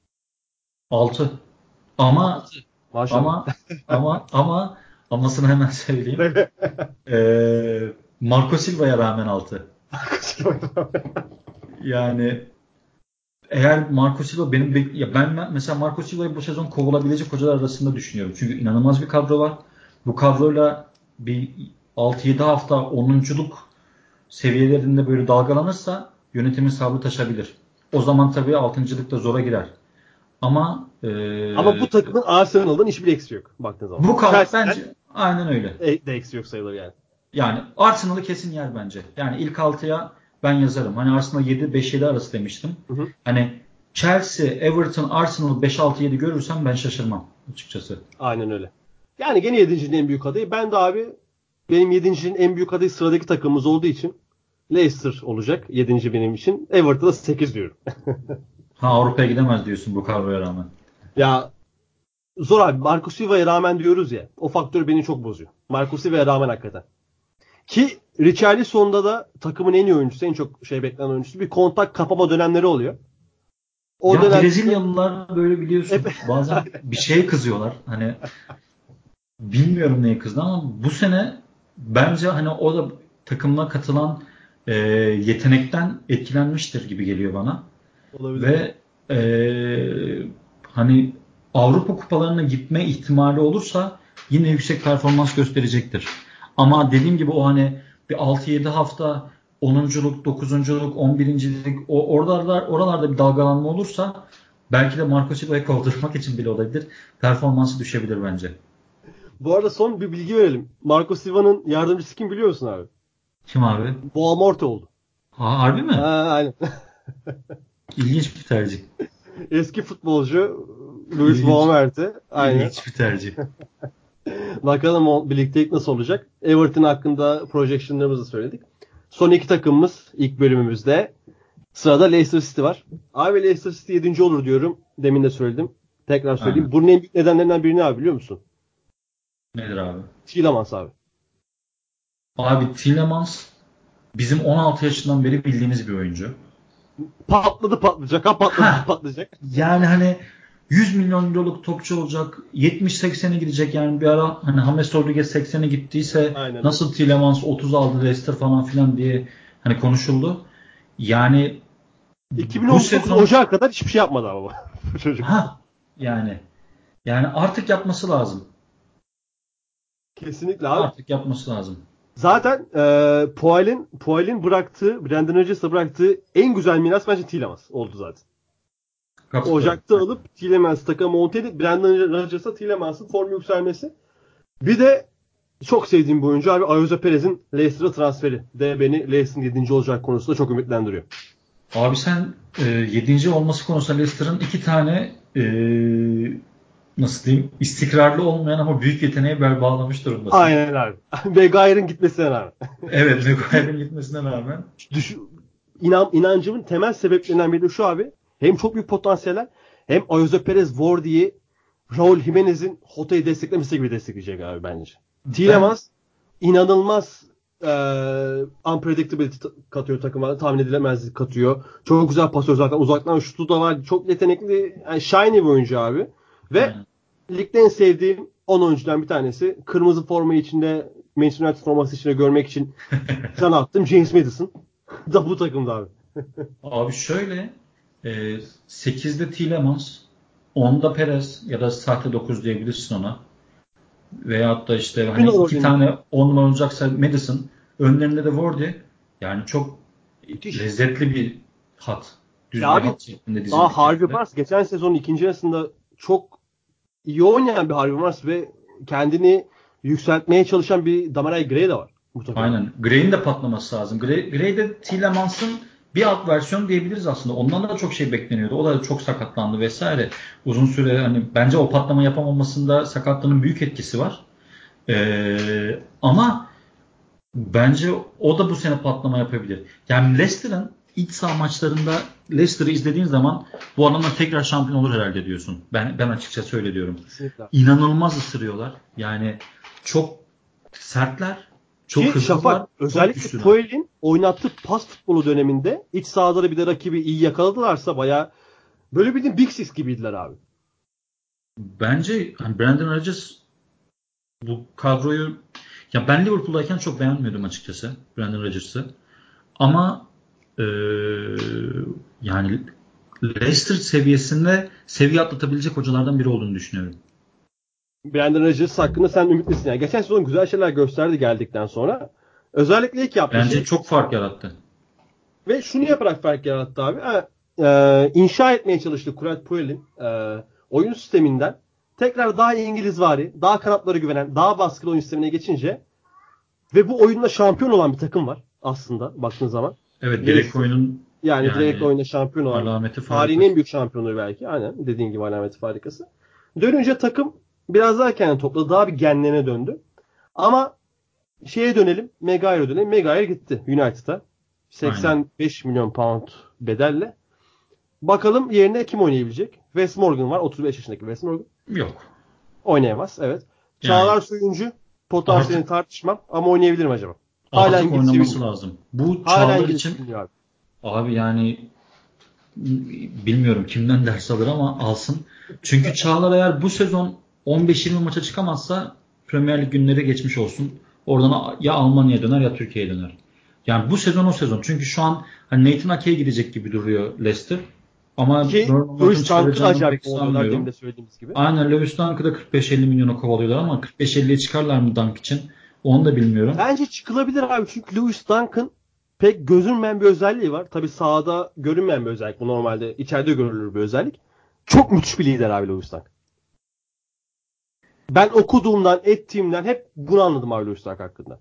altı. Ama Maşallah. ama ama ama amasını hemen söyleyeyim. Ee, Marco Silva'ya rağmen altı. Yani eğer Marco Silva benim ya ben mesela Marco Silva'yı bu sezon kovulabilecek hocalar arasında düşünüyorum. Çünkü inanılmaz bir kadro var. Bu kadroyla bir altı yedi hafta onunculuk seviyelerinde böyle dalgalanırsa yönetimin sabrı taşabilir. O zaman tabii altıncılık da zora girer. Ama e, Ama bu takımın Arsenal'dan hiçbir eksiği yok baktığın zaman. bu kadro bence aynen öyle. E, de eksiği yok sayılır yani. Yani Arsenal'ı kesin yer bence. Yani ilk altıya ben yazarım. Hani Arsenal yedi beş yedi arası demiştim. Hı hı. Hani Chelsea, Everton, Arsenal beş altı yedi görürsem ben şaşırmam açıkçası. Aynen öyle. Yani gene yedincinin en büyük adayı. Ben de abi benim yedincinin en büyük adayı sıradaki takımımız olduğu için Leicester olacak. yedinci benim için. Everton'a sekiz diyorum. Ha Avrupa'ya gidemez diyorsun bu kadroya rağmen. Ya zor abi. Marco Silva'ya rağmen diyoruz ya. O faktör beni çok bozuyor. Marco Silva'ya rağmen hakikaten. Ki Richarlison'da da takımın en iyi oyuncusu, en çok şey beklenen oyuncusu. Bir kontak kapama dönemleri oluyor. O Ya dönemde Brezilyalılar böyle biliyorsun hep... bazen bir şeye kızıyorlar. Hani bilmiyorum neye kızdı ama bu sene bence hani o da takımına katılan e, yetenekten etkilenmiştir gibi geliyor bana. olabilir. Ve e, hani Avrupa kupalarına gitme ihtimali olursa yine yüksek performans gösterecektir. Ama dediğim gibi o hani bir altı yedi hafta onunculuk, dokuzunculuk, on birincilik o oralarda oralarda bir dalgalanma olursa belki de Marco Silva'yı kovdurmak için bile olabilir. Performansı düşebilir bence. Bu arada son bir bilgi verelim. Marco Silva'nın yardımcısı kim biliyor musun abi? Kim abi? Boamorte oldu. Ha, harbi mi? Ha, aynen. İlginç bir tercih. Eski futbolcu Luis İlginç, Boamorte. Aynen. ilginç bir tercih. Bakalım o birliktelik nasıl olacak. Everton hakkında projectionlarımızı söyledik. Son iki takımımız ilk bölümümüzde. Sırada Leicester City var. Abi Leicester City yedinci olur diyorum. Demin de söyledim. Tekrar söyleyeyim. Aynen. Bunun en büyük nedenlerinden birini abi biliyor musun? Nedir abi? Tielemans abi. Abi Tielemans bizim on altı yaşından beri bildiğimiz bir oyuncu. Patladı patlayacak. Ha patladı ha, patlayacak. Yani hani yüz milyon euroluk topçu olacak. yetmiş seksene gidecek yani bir ara hani James Rodriguez seksene gittiyse aynen, nasıl Tielemans otuz aldı Leicester falan filan diye hani konuşuldu. Yani iki bin on dokuz sezon... Ocağı kadar hiçbir şey yapmadı ama çocuk. Ha, yani yani artık yapması lazım. Kesinlikle abi. Artık yapması lazım. Zaten e, Puel'in Puel'in bıraktığı, Brendan Rodgers'a bıraktığı en güzel miras bence Tielemans oldu zaten. Kapıda. Ocak'ta alıp Tielemans'ı takıma monte edip Brendan Rodgers'a Tielemans'ın formu yükselmesi. Bir de çok sevdiğim bu oyuncu abi Ayoze Perez'in Leicester'a transferi de beni Leicester'ın yedinci olacak konusunda çok ümitlendiriyor. Abi sen e, yedinci olması konusunda Leicester'ın iki tane e, nasıl diyeyim istikrarlı olmayan ama büyük yeteneğe bel bağlamış durumdasın. Aynen abi. Maguire'ın gitmesine rağmen. Evet, Maguire'ın gitmesine rağmen. Düş, inan, inancımın temel sebeplerinden biri de şu abi. Hem çok büyük potansiyeller hem Ayoze Perez, Wardy'yi Raul Jimenez'in Hota'yı desteklemesi gibi destekleyecek abi bence. Tielemans inanılmaz e, unpredictability katıyor takıma. Tahmin edilemezlik katıyor. Çok güzel pasör zaten. Uzaktan şutu da var. Çok yetenekli. Yani shiny bir oyuncu abi. Ve aynen, ligde en sevdiğim on oyuncudan bir tanesi. Kırmızı forma içinde Manchester United forması içinde görmek için can attım. James Maddison. Da bu takımda abi. Abi şöyle e, sekizde Tielemans, onda Perez ya da sahte dokuz diyebilirsin ona. Veyahut da işte hani iki değil tane on numara olacaksa Maddison. Önlerinde de Wardy. Yani çok İtiş. lezzetli bir hat. Düz ya bir abi, hat şeklinde dizilmiş. Aa, Harvey Barnes geçen sezonun ikinci yarısında çok iyi oynayan bir Harvey Barnes ve kendini yükseltmeye çalışan bir Demarai Gray de var. Aynen. Gray'in de patlaması lazım. Gray, Gray de Tielemans'ın bir alt versiyonu diyebiliriz aslında. Ondan da çok şey bekleniyordu. O da çok sakatlandı vesaire. Uzun süre hani bence o patlama yapamamasında sakatlığının büyük etkisi var. Ee, ama bence o da bu sene patlama yapabilir. Yani Leicester'ın iç saha maçlarında Leicester'ı izlediğin zaman bu adamlar tekrar şampiyon olur herhalde diyorsun. Ben ben açıkça söylüyorum. Kesinlikle. İnanılmaz ısırıyorlar. Yani çok sertler. Çok Ki Şafak özellikle Puel'in oynattığı pas futbolu döneminde iç sahada bir de rakibi iyi yakaladılarsa bayağı böyle bildiğin Big Six gibiydiler abi. Bence hani Brendan Rodgers bu kadroyu ya ben Liverpool'dayken çok beğenmiyordum açıkçası Brendan Rodgers'ı. Ama ee, yani Leicester seviyesinde seviye atlatabilecek hocalardan biri olduğunu düşünüyorum. Brendan Rodgers hakkında sen ümitlisin. Yani geçen sezon güzel şeyler gösterdi geldikten sonra. Özellikle ilk yaptığı Bence şey... çok fark yarattı. Ve şunu yaparak fark yarattı abi. Ha, e, inşa etmeye çalıştı Kurat Puel'in e, oyun sisteminden tekrar daha İngilizvari, daha kanatlara güvenen, daha baskılı oyun sistemine geçince ve bu oyunda şampiyon olan bir takım var aslında baktığın zaman. Evet, direkt Leicester, oyunun yani, yani direkt oyunda şampiyon olan tarihin en büyük şampiyonu belki. Aynen dediğin gibi alameti farikası. Dönünce takım biraz daha kendini topladı. Daha bir genlerine döndü. Ama şeye dönelim. Maguire'e dönelim. Maguire gitti United'a. seksen beş aynen, milyon pound bedelle. Bakalım yerine kim oynayabilecek? Wes Morgan var. otuz beş yaşındaki Wes Morgan. Yok. Oynayamaz. Evet. Yani, Çağlar Soyuncu potansiyelini artık, tartışmam ama oynayabilir mi acaba? Hala artık oynaması lazım. Bu Hala Çağlar için abi. abi yani bilmiyorum kimden ders alır ama alsın. Çünkü Çağlar eğer bu sezon on beş yirmi maça çıkamazsa Premier Lig günleri geçmiş olsun. Oradan ya Almanya'ya döner ya Türkiye'ye döner. Yani bu sezon o sezon. Çünkü şu an hani Nathan Ake'ye gidecek gibi duruyor Leicester. Ama Lewis Dunk'ı acayip kovalıyorlar demin de söylediğimiz gibi. Aynen Lewis Dunk'ı da kırk beş elli milyona kovalıyorlar ama kırk beş elliye çıkarlar mı Dunk için? Onu da bilmiyorum. Bence çıkılabilir abi. Çünkü Lewis Dunk'ın pek gözünmeyen bir özelliği var. Tabii sahada görünmeyen bir özellik. Bu normalde içeride görülür bir özellik. Çok müthiş bir lider abi Lewis Dunk. Ben okuduğumdan, ettiğimden hep bunu anladım abi Lewis Dunk hakkında.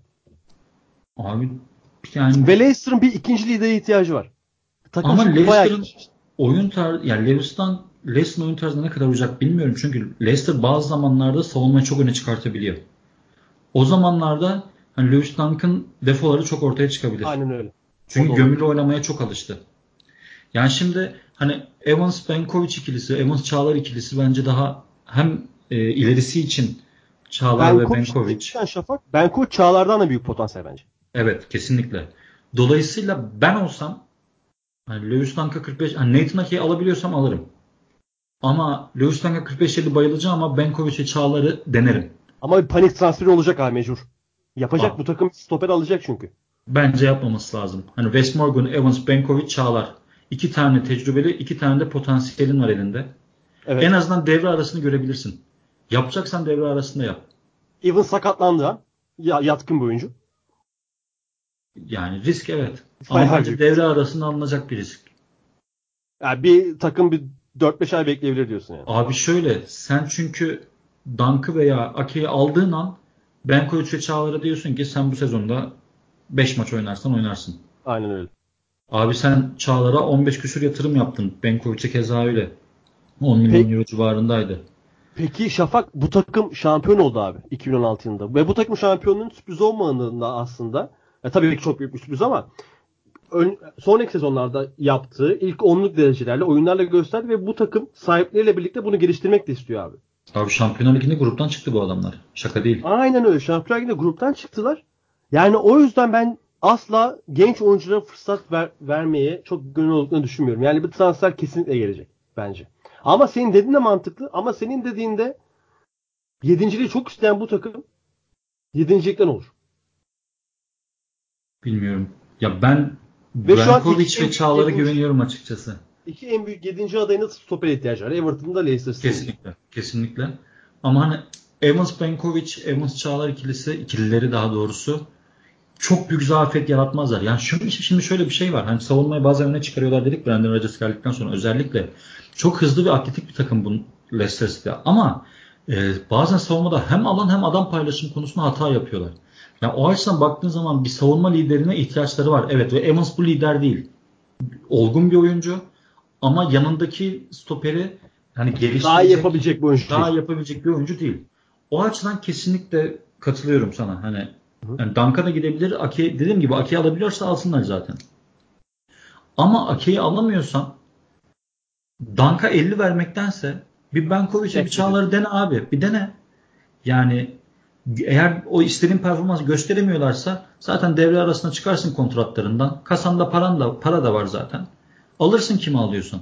Abi yani... Ve Leicester'ın bir ikinci lidere ihtiyacı var. Takım ama Leicester'ın oyun tarzı yani Lewis'tan Leicester'ın oyun tarzına ne kadar uyacak bilmiyorum. Çünkü Leicester bazı zamanlarda savunmayı çok öne çıkartabiliyor. O zamanlarda hani Lewis Dunk'ın defoları çok ortaya çıkabilir. Aynen öyle. Çünkü gömülü oynamaya çok alıştı. Yani şimdi hani Evans Benkovic ikilisi, Evans Çağlar ikilisi bence daha hem e, ilerisi için Çağlar ve Benkovic Benkovic. demişken Şafak, Benkovic Çağlar'dan da büyük potansiyel bence. Evet, kesinlikle. Dolayısıyla ben olsam hani Lewis Dunk'a kırk beş, hani Nathan Ake'yi alabiliyorsam alırım. Ama Lewis Dunk'a kırk beş elli bayılacağım ama Benkovic'e Çağlar'ı denerim. Ama bir panik transferi olacak abi mecbur. Yapacak, Aa, bu takım stoper alacak çünkü. bence yapmaması lazım. Hani Wes Morgan, Evans, Benkovic, Çağlar. İki tane tecrübeli, iki tane de potansiyelin var elinde. En Evet. azından devre arasını görebilirsin. Yapacaksan devre arasında yap. Evans sakatlandı ha. Ya, yatkın bir oyuncu. Yani risk evet. Ama Bayağı bence büyük. devre arasında alınacak bir risk. Yani bir takım bir dört beş ay bekleyebilir diyorsun yani. Abi şöyle, sen çünkü Dunk'ı veya Ake'yi aldığın an Benkovic ve Çağlar'a diyorsun ki sen bu sezonda beş maç oynarsan oynarsın. Aynen öyle. Abi sen Çağlar'a on beş küsur yatırım yaptın. Benkovic'e keza öyle. on milyon Peki, euro civarındaydı. peki Şafak, bu takım şampiyon oldu abi iki bin on altı yılında. Ve bu takım şampiyonluğun sürpriz olmadığında aslında, ya tabii ki çok büyük bir sürpriz ama ön, sonraki sezonlarda yaptığı ilk onluk derecelerle, oyunlarla gösterdi ve bu takım sahipleriyle birlikte bunu geliştirmek de istiyor abi. Abi Şampiyonlar Ligi'nde gruptan çıktı bu adamlar. Şaka değil. Aynen öyle. Şampiyonlar Ligi'nde gruptan çıktılar. Yani o yüzden ben asla genç oyunculara fırsat ver, vermeye çok gönül olduğunu düşünmüyorum. Yani bir transfer kesinlikle gelecek bence. Ama senin dediğin de mantıklı. Ama senin dediğinde yedinciliği çok isteyen bu takım yedincilikten olur. Bilmiyorum. Ya ben Ve şu an iki Brankovic ve en büyük Çağlar'a yedinci, güveniyorum açıkçası. iki en büyük yedinci adayına stoper ihtiyacı var. Everton'da, Leicester City'nin. Kesinlikle. Kesinlikle. Ama hani Evans Benkovic, Evans Çağlar ikilisi, ikilileri daha doğrusu çok büyük zafiyet yaratmazlar. Yani şimdi, şimdi şöyle bir şey var. Hani savunmayı bazen öne çıkarıyorlar dedik Brendan Rodgers geldikten sonra özellikle. Çok hızlı ve atletik bir takım bu Leicester City. Ama e, bazen savunmada hem alan hem adam paylaşım konusunda hata yapıyorlar. Yani o açıdan baktığın zaman bir savunma liderine ihtiyaçları var. Evet ve Evans bu lider değil. Olgun bir oyuncu ama yanındaki stoperi hani Daha iyi geliştirecek, yapabilecek bir oyuncu daha değil. yapabilecek bir oyuncu değil. O açıdan kesinlikle katılıyorum sana. Hani Hı hı. yani Duncan da gidebilir. Ake, dediğim gibi Ake'yi alabiliyorsa alsınlar zaten. Ama Ake'yi alamıyorsan Duncan'a elli vermektense bir Benkovic'e bir Bekle. Çağlar'ı dene abi. Bir dene. Yani eğer o istediğin performansı gösteremiyorlarsa zaten devre arasına çıkarsın kontratlarından. Kasanda paran da, para da var zaten. Alırsın kimi alıyorsun.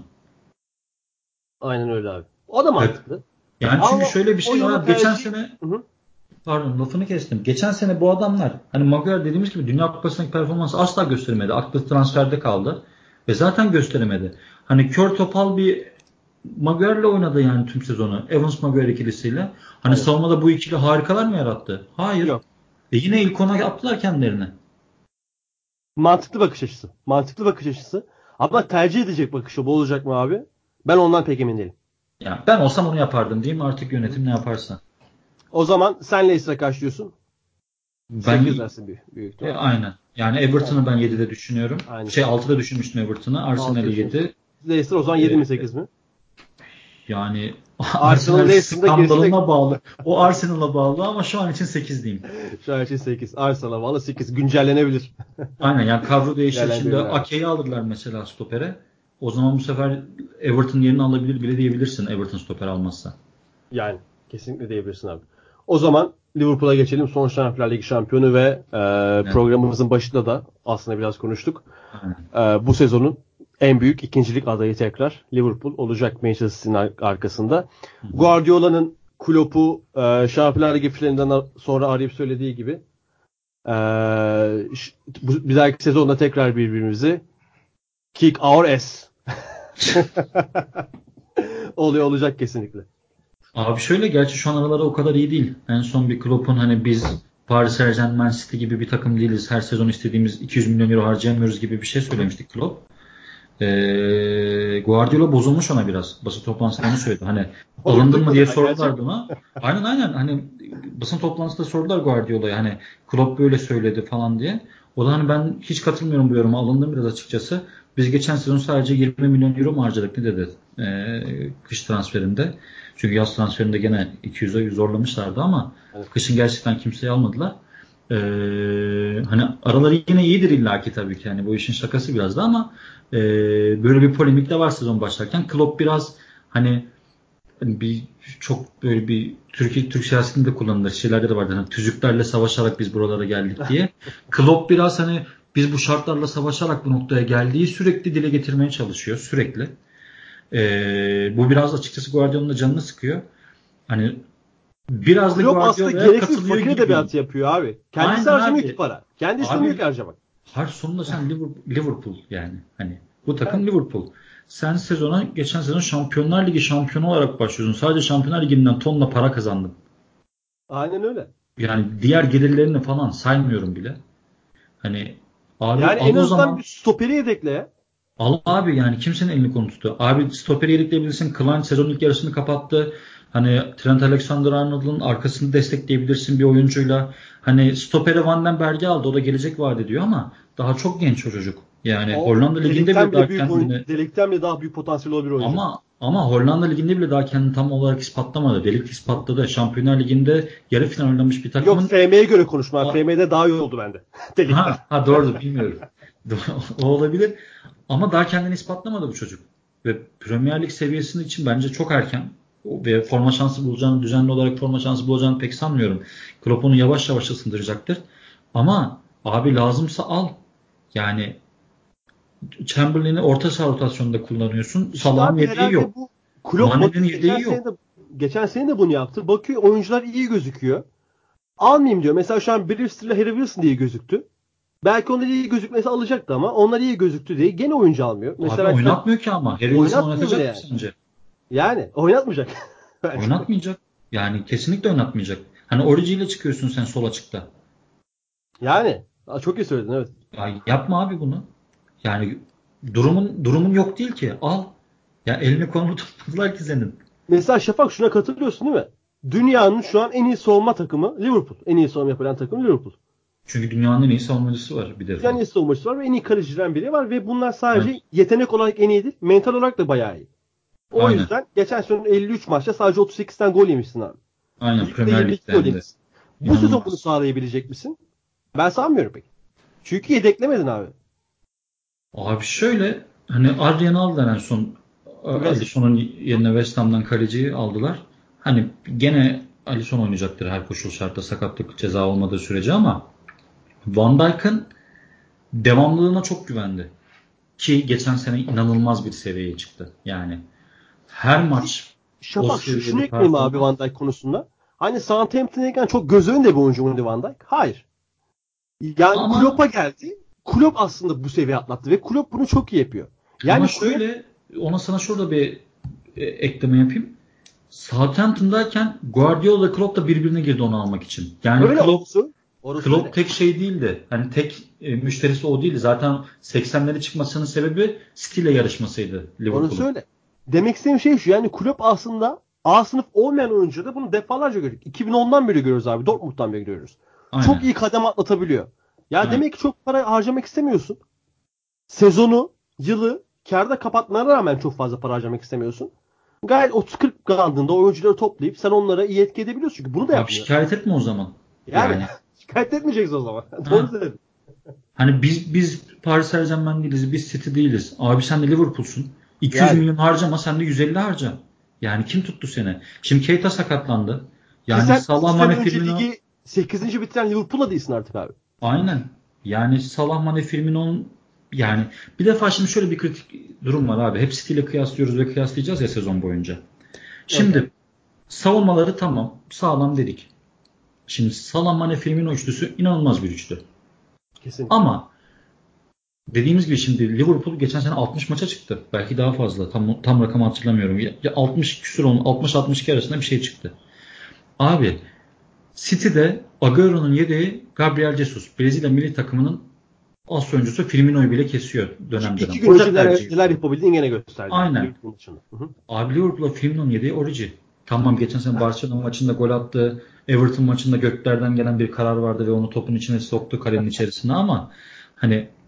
Aynen öyle abi. O da Evet. mantıklı. Yani çünkü Ama şöyle bir o şey yolu var. Geçen tercih... sene Hı hı. pardon lafını kestim. Geçen sene bu adamlar hani Maguire dediğimiz gibi Dünya Kupası'ndaki performansı asla göstermedi. Aklı transferde kaldı. Ve zaten gösteremedi. Hani kör topal bir Maguire'le oynadı yani tüm sezonu. Evans Maguire ikilisiyle. Hani Aynen. savunmada bu ikili harikalar mı yarattı? Hayır. Yok. E yine ilk ona yaptılar kendilerini. Mantıklı bakış açısı. Mantıklı bakış açısı. Ama tercih edecek bakışı bu olacak mı abi? Ben ondan pek emin değilim. Yani ben olsam onu yapardım diyeyim artık Hı hı. yönetim ne yaparsa. O zaman sen Leicester'a kaç diyorsun? sekiz Ben dersin büyük, büyük e, ihtimal. aynen. Yani Tamam. Everton'ı ben yedide düşünüyorum. Aynı Şey şekilde. altıda düşünmüştüm Everton'ı. altı Arsenal'i düşünüyorsun. yedi. Leicester o zaman E, yedi mi sekiz mi? Yani Arsenal Arsenal Leicester'ın da gerisi de skandalına bağlı. O Arsenal'a bağlı ama şu an için sekiz diyeyim. şu an için sekiz. Arsenal'a bağlı sekiz. Güncellenebilir. Aynen yani kadro değişir. Şimdi Değerlendirebilir abi. Ake'yi alırlar mesela stopere. O zaman bu sefer Everton yerini alabilir bile diyebilirsin Everton stoper almazsa. Yani kesinlikle diyebilirsin abi. O zaman Liverpool'a geçelim. Son Şampiyonlar Ligi şampiyonu ve e, Evet. programımızın başında da aslında biraz konuştuk. Aynen. E, bu sezonun en büyük ikincilik adayı tekrar Liverpool olacak Manchester City'nin ar- arkasında. Hı hı. Guardiola'nın Klopp'u e, Şampiyonlar Ligi finalinden sonra arayıp söylediği gibi e, ş- bu, bir dahaki sezonda tekrar birbirimizi kick our ass oluyor olacak kesinlikle. Abi şöyle gerçi şu an araları o kadar iyi değil. En son bir Klopp'un hani biz Paris Saint-Germain City gibi bir takım değiliz. Her sezon istediğimiz iki yüz milyon euro harcayamıyoruz gibi bir şey söylemiştik Klopp. Ee, Guardiola bozulmuş ona biraz. Basın toplantısında onu söyledi. Hani Onu alındın mı diye duymadım ben sordular gerçekten. buna. Aynen aynen hani basın toplantısında sordular Guardiola'ya hani Klopp böyle söyledi falan diye. O da hani ben hiç katılmıyorum bu yoruma alındım biraz açıkçası. Biz geçen sezon sadece yirmi milyon euro mu harcadık ne dedi ee, kış transferinde. Çünkü yaz transferinde gene iki yüze zorlamışlardı ama Evet. kışın gerçekten kimseyi almadılar. Ee, hani araları yine iyidir illaki tabii ki. Yani bu işin şakası biraz da ama e, böyle bir polemik de var sezon başlarken. Klopp biraz hani bir çok böyle bir Türkiye Türk siyasetinde kullanılır şeylerde de vardır. Hani tüzüklerle savaşarak biz buralara geldik diye. Klopp biraz hani biz bu şartlarla savaşarak bu noktaya geldiği sürekli dile getirmeye çalışıyor. Sürekli. Ee, bu biraz açıkçası Guardiola'nın canını sıkıyor. Hani biraz da Klopp aslında Guardiola'ya gereksiz katılıyor fakir gibiyim. edebiyatı yapıyor abi. Kendisi Aynen harcamıyor ki abi. para. Kendi istemiyor ki Abi harcamak. her sonunda sen Liverpool, Liverpool yani. Hani bu takım Yani, Liverpool. Sen sezona geçen sezon Şampiyonlar Ligi şampiyonu olarak başlıyorsun. Sadece Şampiyonlar Ligi'nden tonla para kazandın. aynen öyle. Yani diğer gelirlerini falan saymıyorum bile. Hani abi Yani en al o azından bir zaman stoperi yedekle ya. al abi yani kimsenin elini konu tutuyor. Abi stoperi yedekleyebilirsin. Klein sezonun ilk yarısını kapattı. Hani Trent Alexander-Arnold'un arkasını destekleyebilirsin bir oyuncuyla. Hani stopere Van den Berg'i aldı. O da gelecek vaat ediyor ama daha çok genç o çocuk. Yani O Hollanda Ligi'nde delikten bile bile daha büyük oyun, kendini delikten bile daha büyük potansiyel olan bir oyuncu. ama ama Hollanda Ligi'nde bile daha kendini tam olarak ispatlamadı. Delik ispatladı. Şampiyonlar Ligi'nde yarı final oynamış bir Yok, takımın F M'ye göre konuşma. A- F M'de daha iyi oldu bende. Delikten. ha, ha doğru bilmiyorum. O olabilir. Ama daha kendini ispatlamadı bu çocuk. Ve Premier Lig seviyesinin için bence çok erken. Ve forma şansı bulacağını, düzenli olarak forma şansı bulacağını pek sanmıyorum. Klopp onu yavaş yavaş ısındıracaktır. Ama abi lazımsa al. Yani Chamberlain'i orta saha rotasyonunda kullanıyorsun. İşte Salah'ın abi yedeği herhalde yok. bu Klopp Mane'nin bakıyor geçen yedeği sene yok. de geçen sene de bunu yaptı. Bakıyor oyuncular iyi gözüküyor. Almayayım diyor. Mesela şu an Brewster ile Harry Wilson diye gözüktü. Belki onlar iyi gözükmesi alacaktı ama onlar iyi gözüktü diye gene oyuncu almıyor. Abi Mesela Ka- oynatmıyor ki ama. Harry Wilson oynatmıyor bile oynatacak mı yani. sence? Yani oynatmayacak bence. Oynatmayacak. Yani kesinlikle oynatmayacak. Hani Origi ile çıkıyorsun sen sol açıkta. Yani Aa, çok iyi söyledin, evet. Ya yapma abi bunu. Yani durumun durumun yok değil ki. Al. Ya elini kolunu tutmadılar ki senin. Mesela Şafak, şuna katılıyorsun değil mi? Dünyanın şu an en iyi savunma takımı Liverpool. En iyi savunma yapan takım Liverpool. Çünkü dünyanın en iyi savunmacısı var bir Dünyanın en defa. iyi savunmacısı var ve en iyi kalecilerden biri var ve bunlar Aynen. sadece yetenek olarak en iyi değil, mental olarak da bayağı iyi. O Aynen. yüzden geçen sezon elli üç maçta sadece otuz sekiz tane gol yemişsin abi. Aynen Ligde Premier yirmi iki Lig'de gol hem de. yemişsin. Bu sezon bunu İnanılmaz. sağlayabilecek misin? Ben sanmıyorum pek. Çünkü yedeklemedin abi. Abi şöyle hani Adrian aldılar en son West. Alisson'un yerine West Ham'dan kaleciyi aldılar. Hani gene Alisson oynayacaktır her koşul şartta sakatlık ceza olmadığı sürece ama Van Dijk'ın devamlılığına çok güvendi. Ki geçen sene inanılmaz bir seviyeye çıktı. Yani her Peki maç o Şafak, şu, şunu seviyede ekleyeyim abi performans. Van Dijk konusunda. Hani Southampton'dayken çok göz önünde bir oyuncu muydu Van Dijk? Hayır. Yani Ama Klopp'a geldi. Klopp aslında bu seviye atlattı ve Klopp bunu çok iyi yapıyor. ama Yani Klopp şöyle ona sana şurada bir e, ekleme yapayım. Southampton'dayken Guardiola ve Klopp da birbirine girdi onu almak için. Yani öyle, Klopp orası. Orası Klopp öyle. tek şey değildi. Hani tek e, müşterisi o değildi. Zaten seksenlere çıkmasının sebebi City ile yarışmasıydı Orası Liverpool'un. öyle. Demek istediğim şey şu. Yani Klopp aslında A sınıf olmayan oyuncuda bunu defalarca gördük. iki bin ondan beri görüyoruz abi. Dortmund'dan beri görüyoruz. Çok Aynen. iyi kademe atlatabiliyor. Ya Aynen. demek ki çok para harcamak istemiyorsun. Sezonu, yılı kârda kapatmana rağmen çok fazla para harcamak istemiyorsun. Gayet otuz kırk bandında oyuncuları toplayıp sen onlara iyi etki edebiliyorsun. Çünkü bunu da Abi yapmıyor. şikayet etme o zaman. Yani Yani şikayet etmeyeceksin o zaman. Doğru ha. söyledin. Hani biz biz Paris Saint-Germain değiliz, biz City değiliz. Abi sen de Liverpool'sun. iki yüz Yani. milyon harcama, sen de yüz elli harca. Yani kim tuttu seni? Şimdi Keita sakatlandı. Ki Yani sen iki Salah sene Mane önce Firmino ligi sekizinci bitiren Liverpool'la değilsin artık abi. aynen. Yani Salah Mane Firmino'nun yani bir defa şimdi şöyle bir kritik durum var abi. Hep City ile kıyaslıyoruz ve kıyaslayacağız ya sezon boyunca. Evet abi. Şimdi savunmaları tamam sağlam dedik. Şimdi Salah Mane Firmino üçlüsü inanılmaz bir üçlü. Kesinlikle. Ama dediğimiz gibi şimdi Liverpool geçen sene altmış maça çıktı. Belki daha fazla. Tam tam rakamı hatırlamıyorum. Ya ya altmış küsur altmış altmış iki arasında bir şey çıktı. Abi City'de Agüero'nun yedeği Gabriel Jesus. Brezilya milli takımının as oyuncusu Firmino'yu bile kesiyor İki, dönem dönem. iki gün önce Hoca neler, tercihi. neler yapabildiğini gene gösterdi Aynen. Liverpool maçında. Hı hı. Abi Liverpool'a Firmino'nun yedeği Origi. Tamam geçen sene Barcelona maçında gol attı. Everton maçında göklerden gelen bir karar vardı ve onu topun içine soktu kalenin içerisine ama hani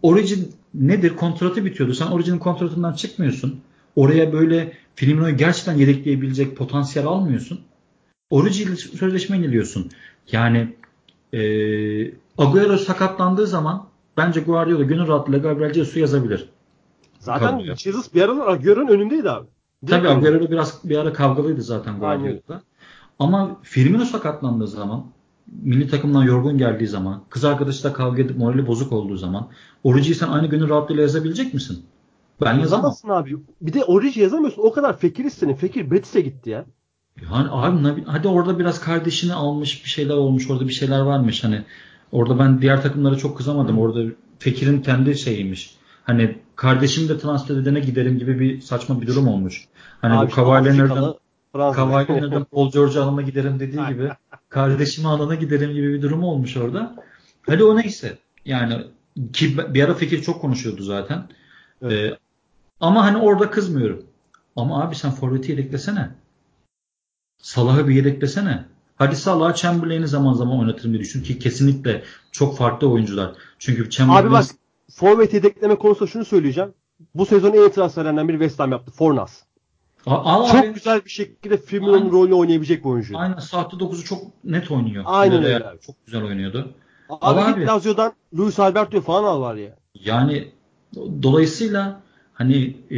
Origin nedir? Kontratı bitiyordu. Sen Origin'in kontratından çıkmıyorsun. Oraya böyle Firmino'yu gerçekten yedekleyebilecek potansiyel almıyorsun. Origin sözleşme yeniliyorsun. Yani e, Agüero sakatlandığı zaman bence Guardiola gönül rahatlığıyla Gabriel Jesus'u yazabilir. Zaten Jesus bir aralar Agüero'nun önündeydi abi. Tabii Agüero biraz bir ara kavgalıydı zaten Guardiola'da. Ama Firmino sakatlandığı zaman, milli takımdan yorgun geldiği zaman, kız arkadaşıyla kavga edip morali bozuk olduğu zaman Origi'yi sen aynı gönül rahatlığıyla yazabilecek misin? Ben yazamazsın yazamam. abi. Bir de Origi yazamıyorsun. O kadar Fekir istedin. Fekir Betis'e gitti ya. Yani abi hadi orada biraz kardeşini almış bir şeyler olmuş. Orada bir şeyler varmış. Hani orada ben diğer takımlara çok kızamadım. Orada Fekir'in kendi şeyiymiş. Hani kardeşim de transfer edene giderim gibi bir saçma bir durum olmuş. Hani abi bu işte Kawhi Leonard'ın Fransız. Kawhi Leonard'ın Paul George'u alana giderim dediği gibi kardeşimi alana giderim gibi bir durum olmuş orada. Hadi o neyse. Yani ki bir ara Fekir çok konuşuyordu zaten. Evet. Ee, ama hani orada kızmıyorum. Ama abi sen forveti yedeklesene. Salah'ı bir yedeklesene. Hadi Salah'ı Chamberlain'i zaman zaman oynatırım diye düşün ki kesinlikle çok farklı oyuncular. Çünkü Chamberlain... Abi bak forvet yedekleme konusunda şunu söyleyeceğim. Bu sezon en iyi transferlerinden biri West Ham yaptı. Fornals. Al çok abi. güzel bir şekilde Firmino'nun rolünü oynayabilecek bir oyuncu. Aynen sahte dokuzu çok net oynuyor. Aynen öyle abi. Çok güzel oynuyordu. Abi al git abi. Lazio'dan Luis Alberto falan al var ya. Yani dolayısıyla hani ee,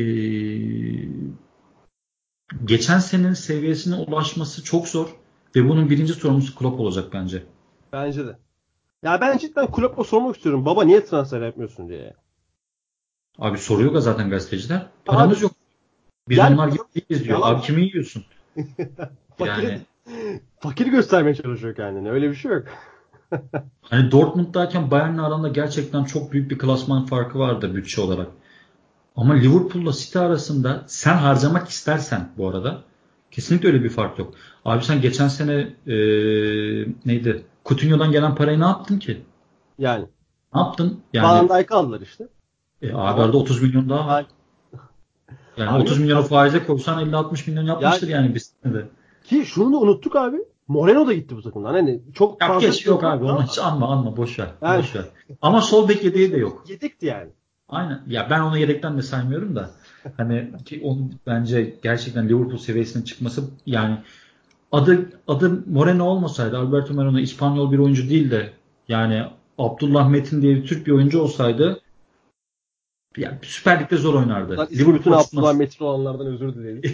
geçen senenin seviyesine ulaşması çok zor ve bunun birinci sorumlusu Klopp olacak bence. Bence de. Ya ben cidden Klopp'a sormak istiyorum. Baba niye transfer yapmıyorsun diye. Abi soruyor da zaten gazeteciler. Abi, Paramız yok. Biz yani onlar gibi değiliz diyor. yalan. Abi kimi yiyorsun? fakir, Yani fakir göstermeye çalışıyor kendini. Öyle bir şey yok. hani Dortmund'dayken Bayern'le arasında gerçekten çok büyük bir klasman farkı vardı bütçe olarak. Ama Liverpool'la City arasında sen harcamak istersen bu arada kesinlikle öyle bir fark yok. Abi sen geçen sene ee, neydi? Coutinho'dan gelen parayı ne yaptın ki? Yani. Ne yaptın? Van Yani Dijk'ı aldılar işte. e, abi Ama arada otuz milyon daha var. abi, Yani abi otuz yok. milyonu faize koysan elli altmış milyon Ya yapmıştır yani bir senede. ki şunu da unuttuk abi. Moreno da gitti bu takımdan. Hani çok Yap fazla geç şey yok abi yoktu onu ama hiç anma anma boş ver. yani Boş ver. Ama sol bek yedeği de yok. yedikti yani. Aynen. Ya ben onu yedekten de saymıyorum da hani ki onun bence gerçekten Liverpool seviyesine çıkması yani adı adı Moreno olmasaydı Alberto Moreno İspanyol bir oyuncu değil de yani Abdullah Metin diye bir Türk bir oyuncu olsaydı ya Süper Lig'de zor oynardı. Buradan ismi bütün Liverpool'a Abdullah çıkmaz. Metin olanlardan özür dileyelim.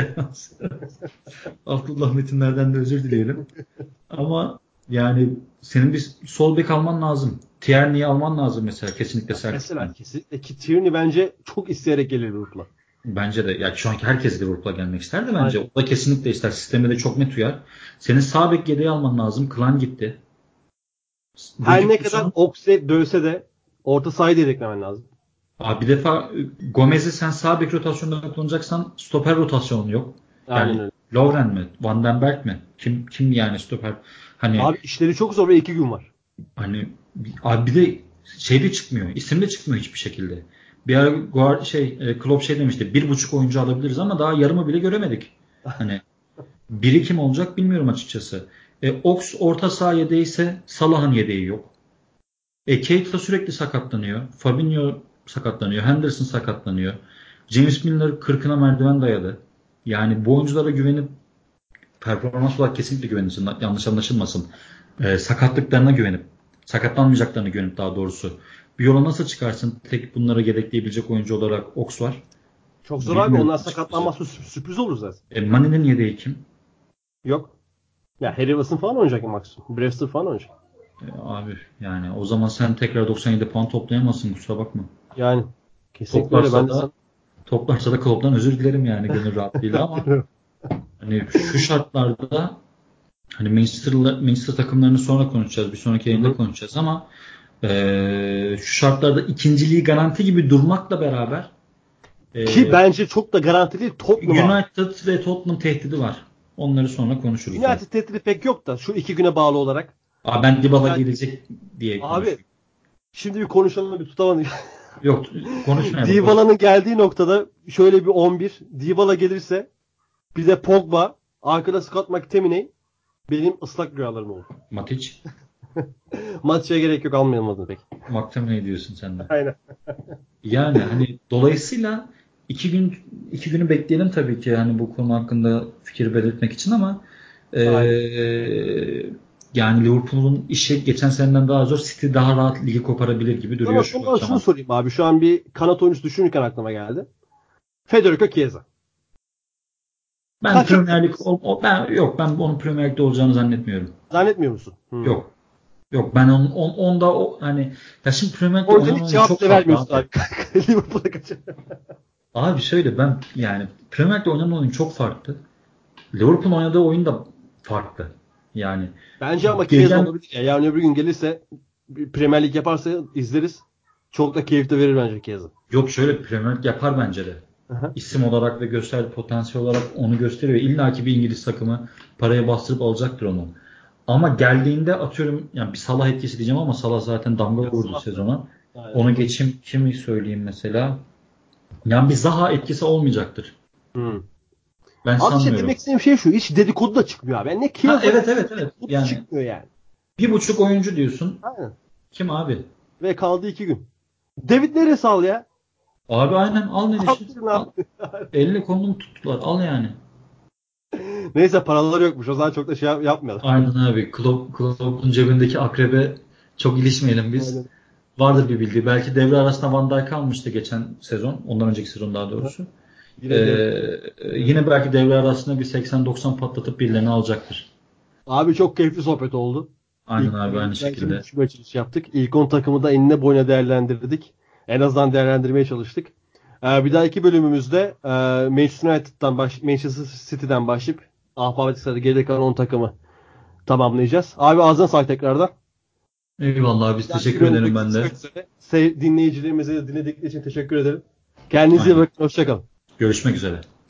Abdullah Metinlerden de özür dileyelim. Ama yani senin bir sol bek alman lazım. Tierney'i alman lazım mesela kesinlikle Mesela Celtic'ten. kesinlikle ki Tierney bence çok isteyerek gelir Liverpool'a. Bence de. Ya şu anki herkes Liverpool'a gelmek ister de bence. Aynen. O da kesinlikle ister. Sisteme de çok net uyar. Senin sağ bek yedeği alman lazım. Klan gitti. Bu Her iki ne kadar pozisyonu Oxlade dövse de orta sahayı da yedeklemen lazım. abi bir defa Gomez'i sen sağ bek rotasyonunda kullanacaksan stoper rotasyonu yok. Aynen Yani öyle. Lovren mi? Van den Berg mi? Kim kim yani stoper? Hani Abi işleri çok zor ve iki gün var. hani abi bir de şey de çıkmıyor. İsim de çıkmıyor hiçbir şekilde. Bir ara Guard, şey e, Klopp şey demişti. Bir buçuk oyuncu alabiliriz ama daha yarımı bile göremedik. Hani biri kim olacak bilmiyorum açıkçası. E, Ox orta saha yedeği ise Salah'ın yedeği yok. E, Keita sürekli sakatlanıyor. Fabinho sakatlanıyor. Henderson sakatlanıyor. James Milner kırkına merdiven dayadı. Yani bu oyunculara güvenip performans olarak kesinlikle güvenilsin. Yanlış anlaşılmasın. E, sakatlıklarına güvenip sakatlanmayacaklarına güvenip daha doğrusu. Bir yola nasıl çıkarsın? Tek bunlara yedekleyebilecek oyuncu olarak Ox var. Çok zor abi. Bilmiyorum Onlar açıkçası. sakatlanmazsa sü- sürpriz olur zaten. E, Mane'nin yedeği kim? Yok. Ya Harry Wilson falan oynayacak maksimum. Brewster falan oynayacak. E, abi yani o zaman sen tekrar doksan yedi puan toplayamazsın kusura bakma. Yani kesinlikle öyle. Toplarsa Ben de da sana toplarsa da Klopp'tan özür dilerim yani gönül rahatlığıyla ama hani şu şartlarda hani Manchester'la Manchester takımlarını sonra konuşacağız. Bir sonraki Hı yayında hı. konuşacağız ama e, şu şartlarda ikinciliği garanti gibi durmakla beraber Ki e, bence çok da garanti değil. Tottenham abi. United ve Tottenham tehdidi var. Onları sonra konuşuruz zaten. United tehdidi pek yok da şu iki güne bağlı olarak. Aa, ben Dybala Yani gelecek diye abi konuşuyorum. şimdi bir konuşalım bir tutamadık. Yok konuşmayalım boş. Dybala'nın geldiği noktada şöyle bir on bir. Dybala gelirse bir de Pogba, arkada Scott McTominay benim ıslak rüyalarım oldu. Matic. Maçya gerek yok, almayalım adını pek. McTominay diyorsun sen de. Aynen. Yani hani dolayısıyla iki gün iki günü bekleyelim tabii ki hani bu konu hakkında fikir belirtmek için ama ee, yani Liverpool'un işi geçen seneden daha zor. City daha rahat ligi koparabilir gibi Ama duruyor şu sonra şunu aşamada. sorayım abi. Şu an bir kanat oyuncusu düşünürken aklıma geldi. Federico Chiesa. Ben Kaçır Premier Lig o, o- ben yok ben onun Premier Lig'de olacağını zannetmiyorum. zannetmiyor musun? Hmm. Yok. Yok ben on, on, onda o hani ya şimdi Premier Lig'de O yüzden oynanan hiç oyun cevap çok da farklı vermiyorsun abi. abi. Liverpool'a kaçır. Abi şöyle ben yani Premier Lig'de oynanan oyun çok farklı. Liverpool oynadığı oyun da farklı. Yani Bence ama Chiesa geçen olabilir ya. Yarın öbür gün gelirse bir Premier Lig yaparsa izleriz. Çok da keyif de verir bence Chiesa. yok şöyle Premier Lig yapar bence de. Aha. İsim olarak ve gösterdiği potansiyel olarak onu gösteriyor. İlla ki bir İngiliz takımı paraya bastırıp alacaktır onu. Ama geldiğinde atıyorum yani bir Salah etkisi diyeceğim ama Salah zaten damga Ya vurdu Salah da. sezona. Aynen. Onu geçim kimi söyleyeyim mesela. Yani bir Zaha etkisi olmayacaktır. Hmm. Ben Abi işte sanmıyorum. demek istediğim şey şu. Hiç dedikodu da çıkmıyor abi. Yani ne Ha Chiesa evet evet evet. dedikodu Yani çıkmıyor yani. bir buçuk oyuncu diyorsun. Aynen. Kim abi? Ve kaldı iki gün. David neresi al ya? Abi aynen al Neliş'i. Aferin Al. abi. Elini kolunu tuttular. Al yani. Neyse paraları yokmuş. O zaman çok da şey yap- yapmayalım. Aynen abi. Klopp, Klopp'un cebindeki akrebe çok ilişmeyelim biz. Aynen. Vardır bir bildiği. Belki devre arasında Van Dijk almıştı geçen sezon. Ondan önceki sezon daha doğrusu. Ee, Yine de. yine belki devre arasında bir seksen doksan patlatıp birilerini alacaktır. Abi çok keyifli sohbet oldu. Aynen İlk abi aynı bölümümüzden şimdi şekilde. düşme açılışı yaptık. İlk on takımı da enine boyuna değerlendirdik. En azından değerlendirmeye çalıştık. Ee, bir dahaki bölümümüzde e, Manchester United'dan baş, Manchester City'den başlayıp alfabetik sırada geride kalan on takımı tamamlayacağız. Abi ağzına sağlık tekrardan. Eyvallah Bir biz dahaki teşekkür bölümde ederim ben görüşmek de. üzere. Se- dinleyicilerimize de dinledikleri için teşekkür ederim. Kendinize iyi Aynen. bakın. Hoşçakalın. Görüşmek üzere.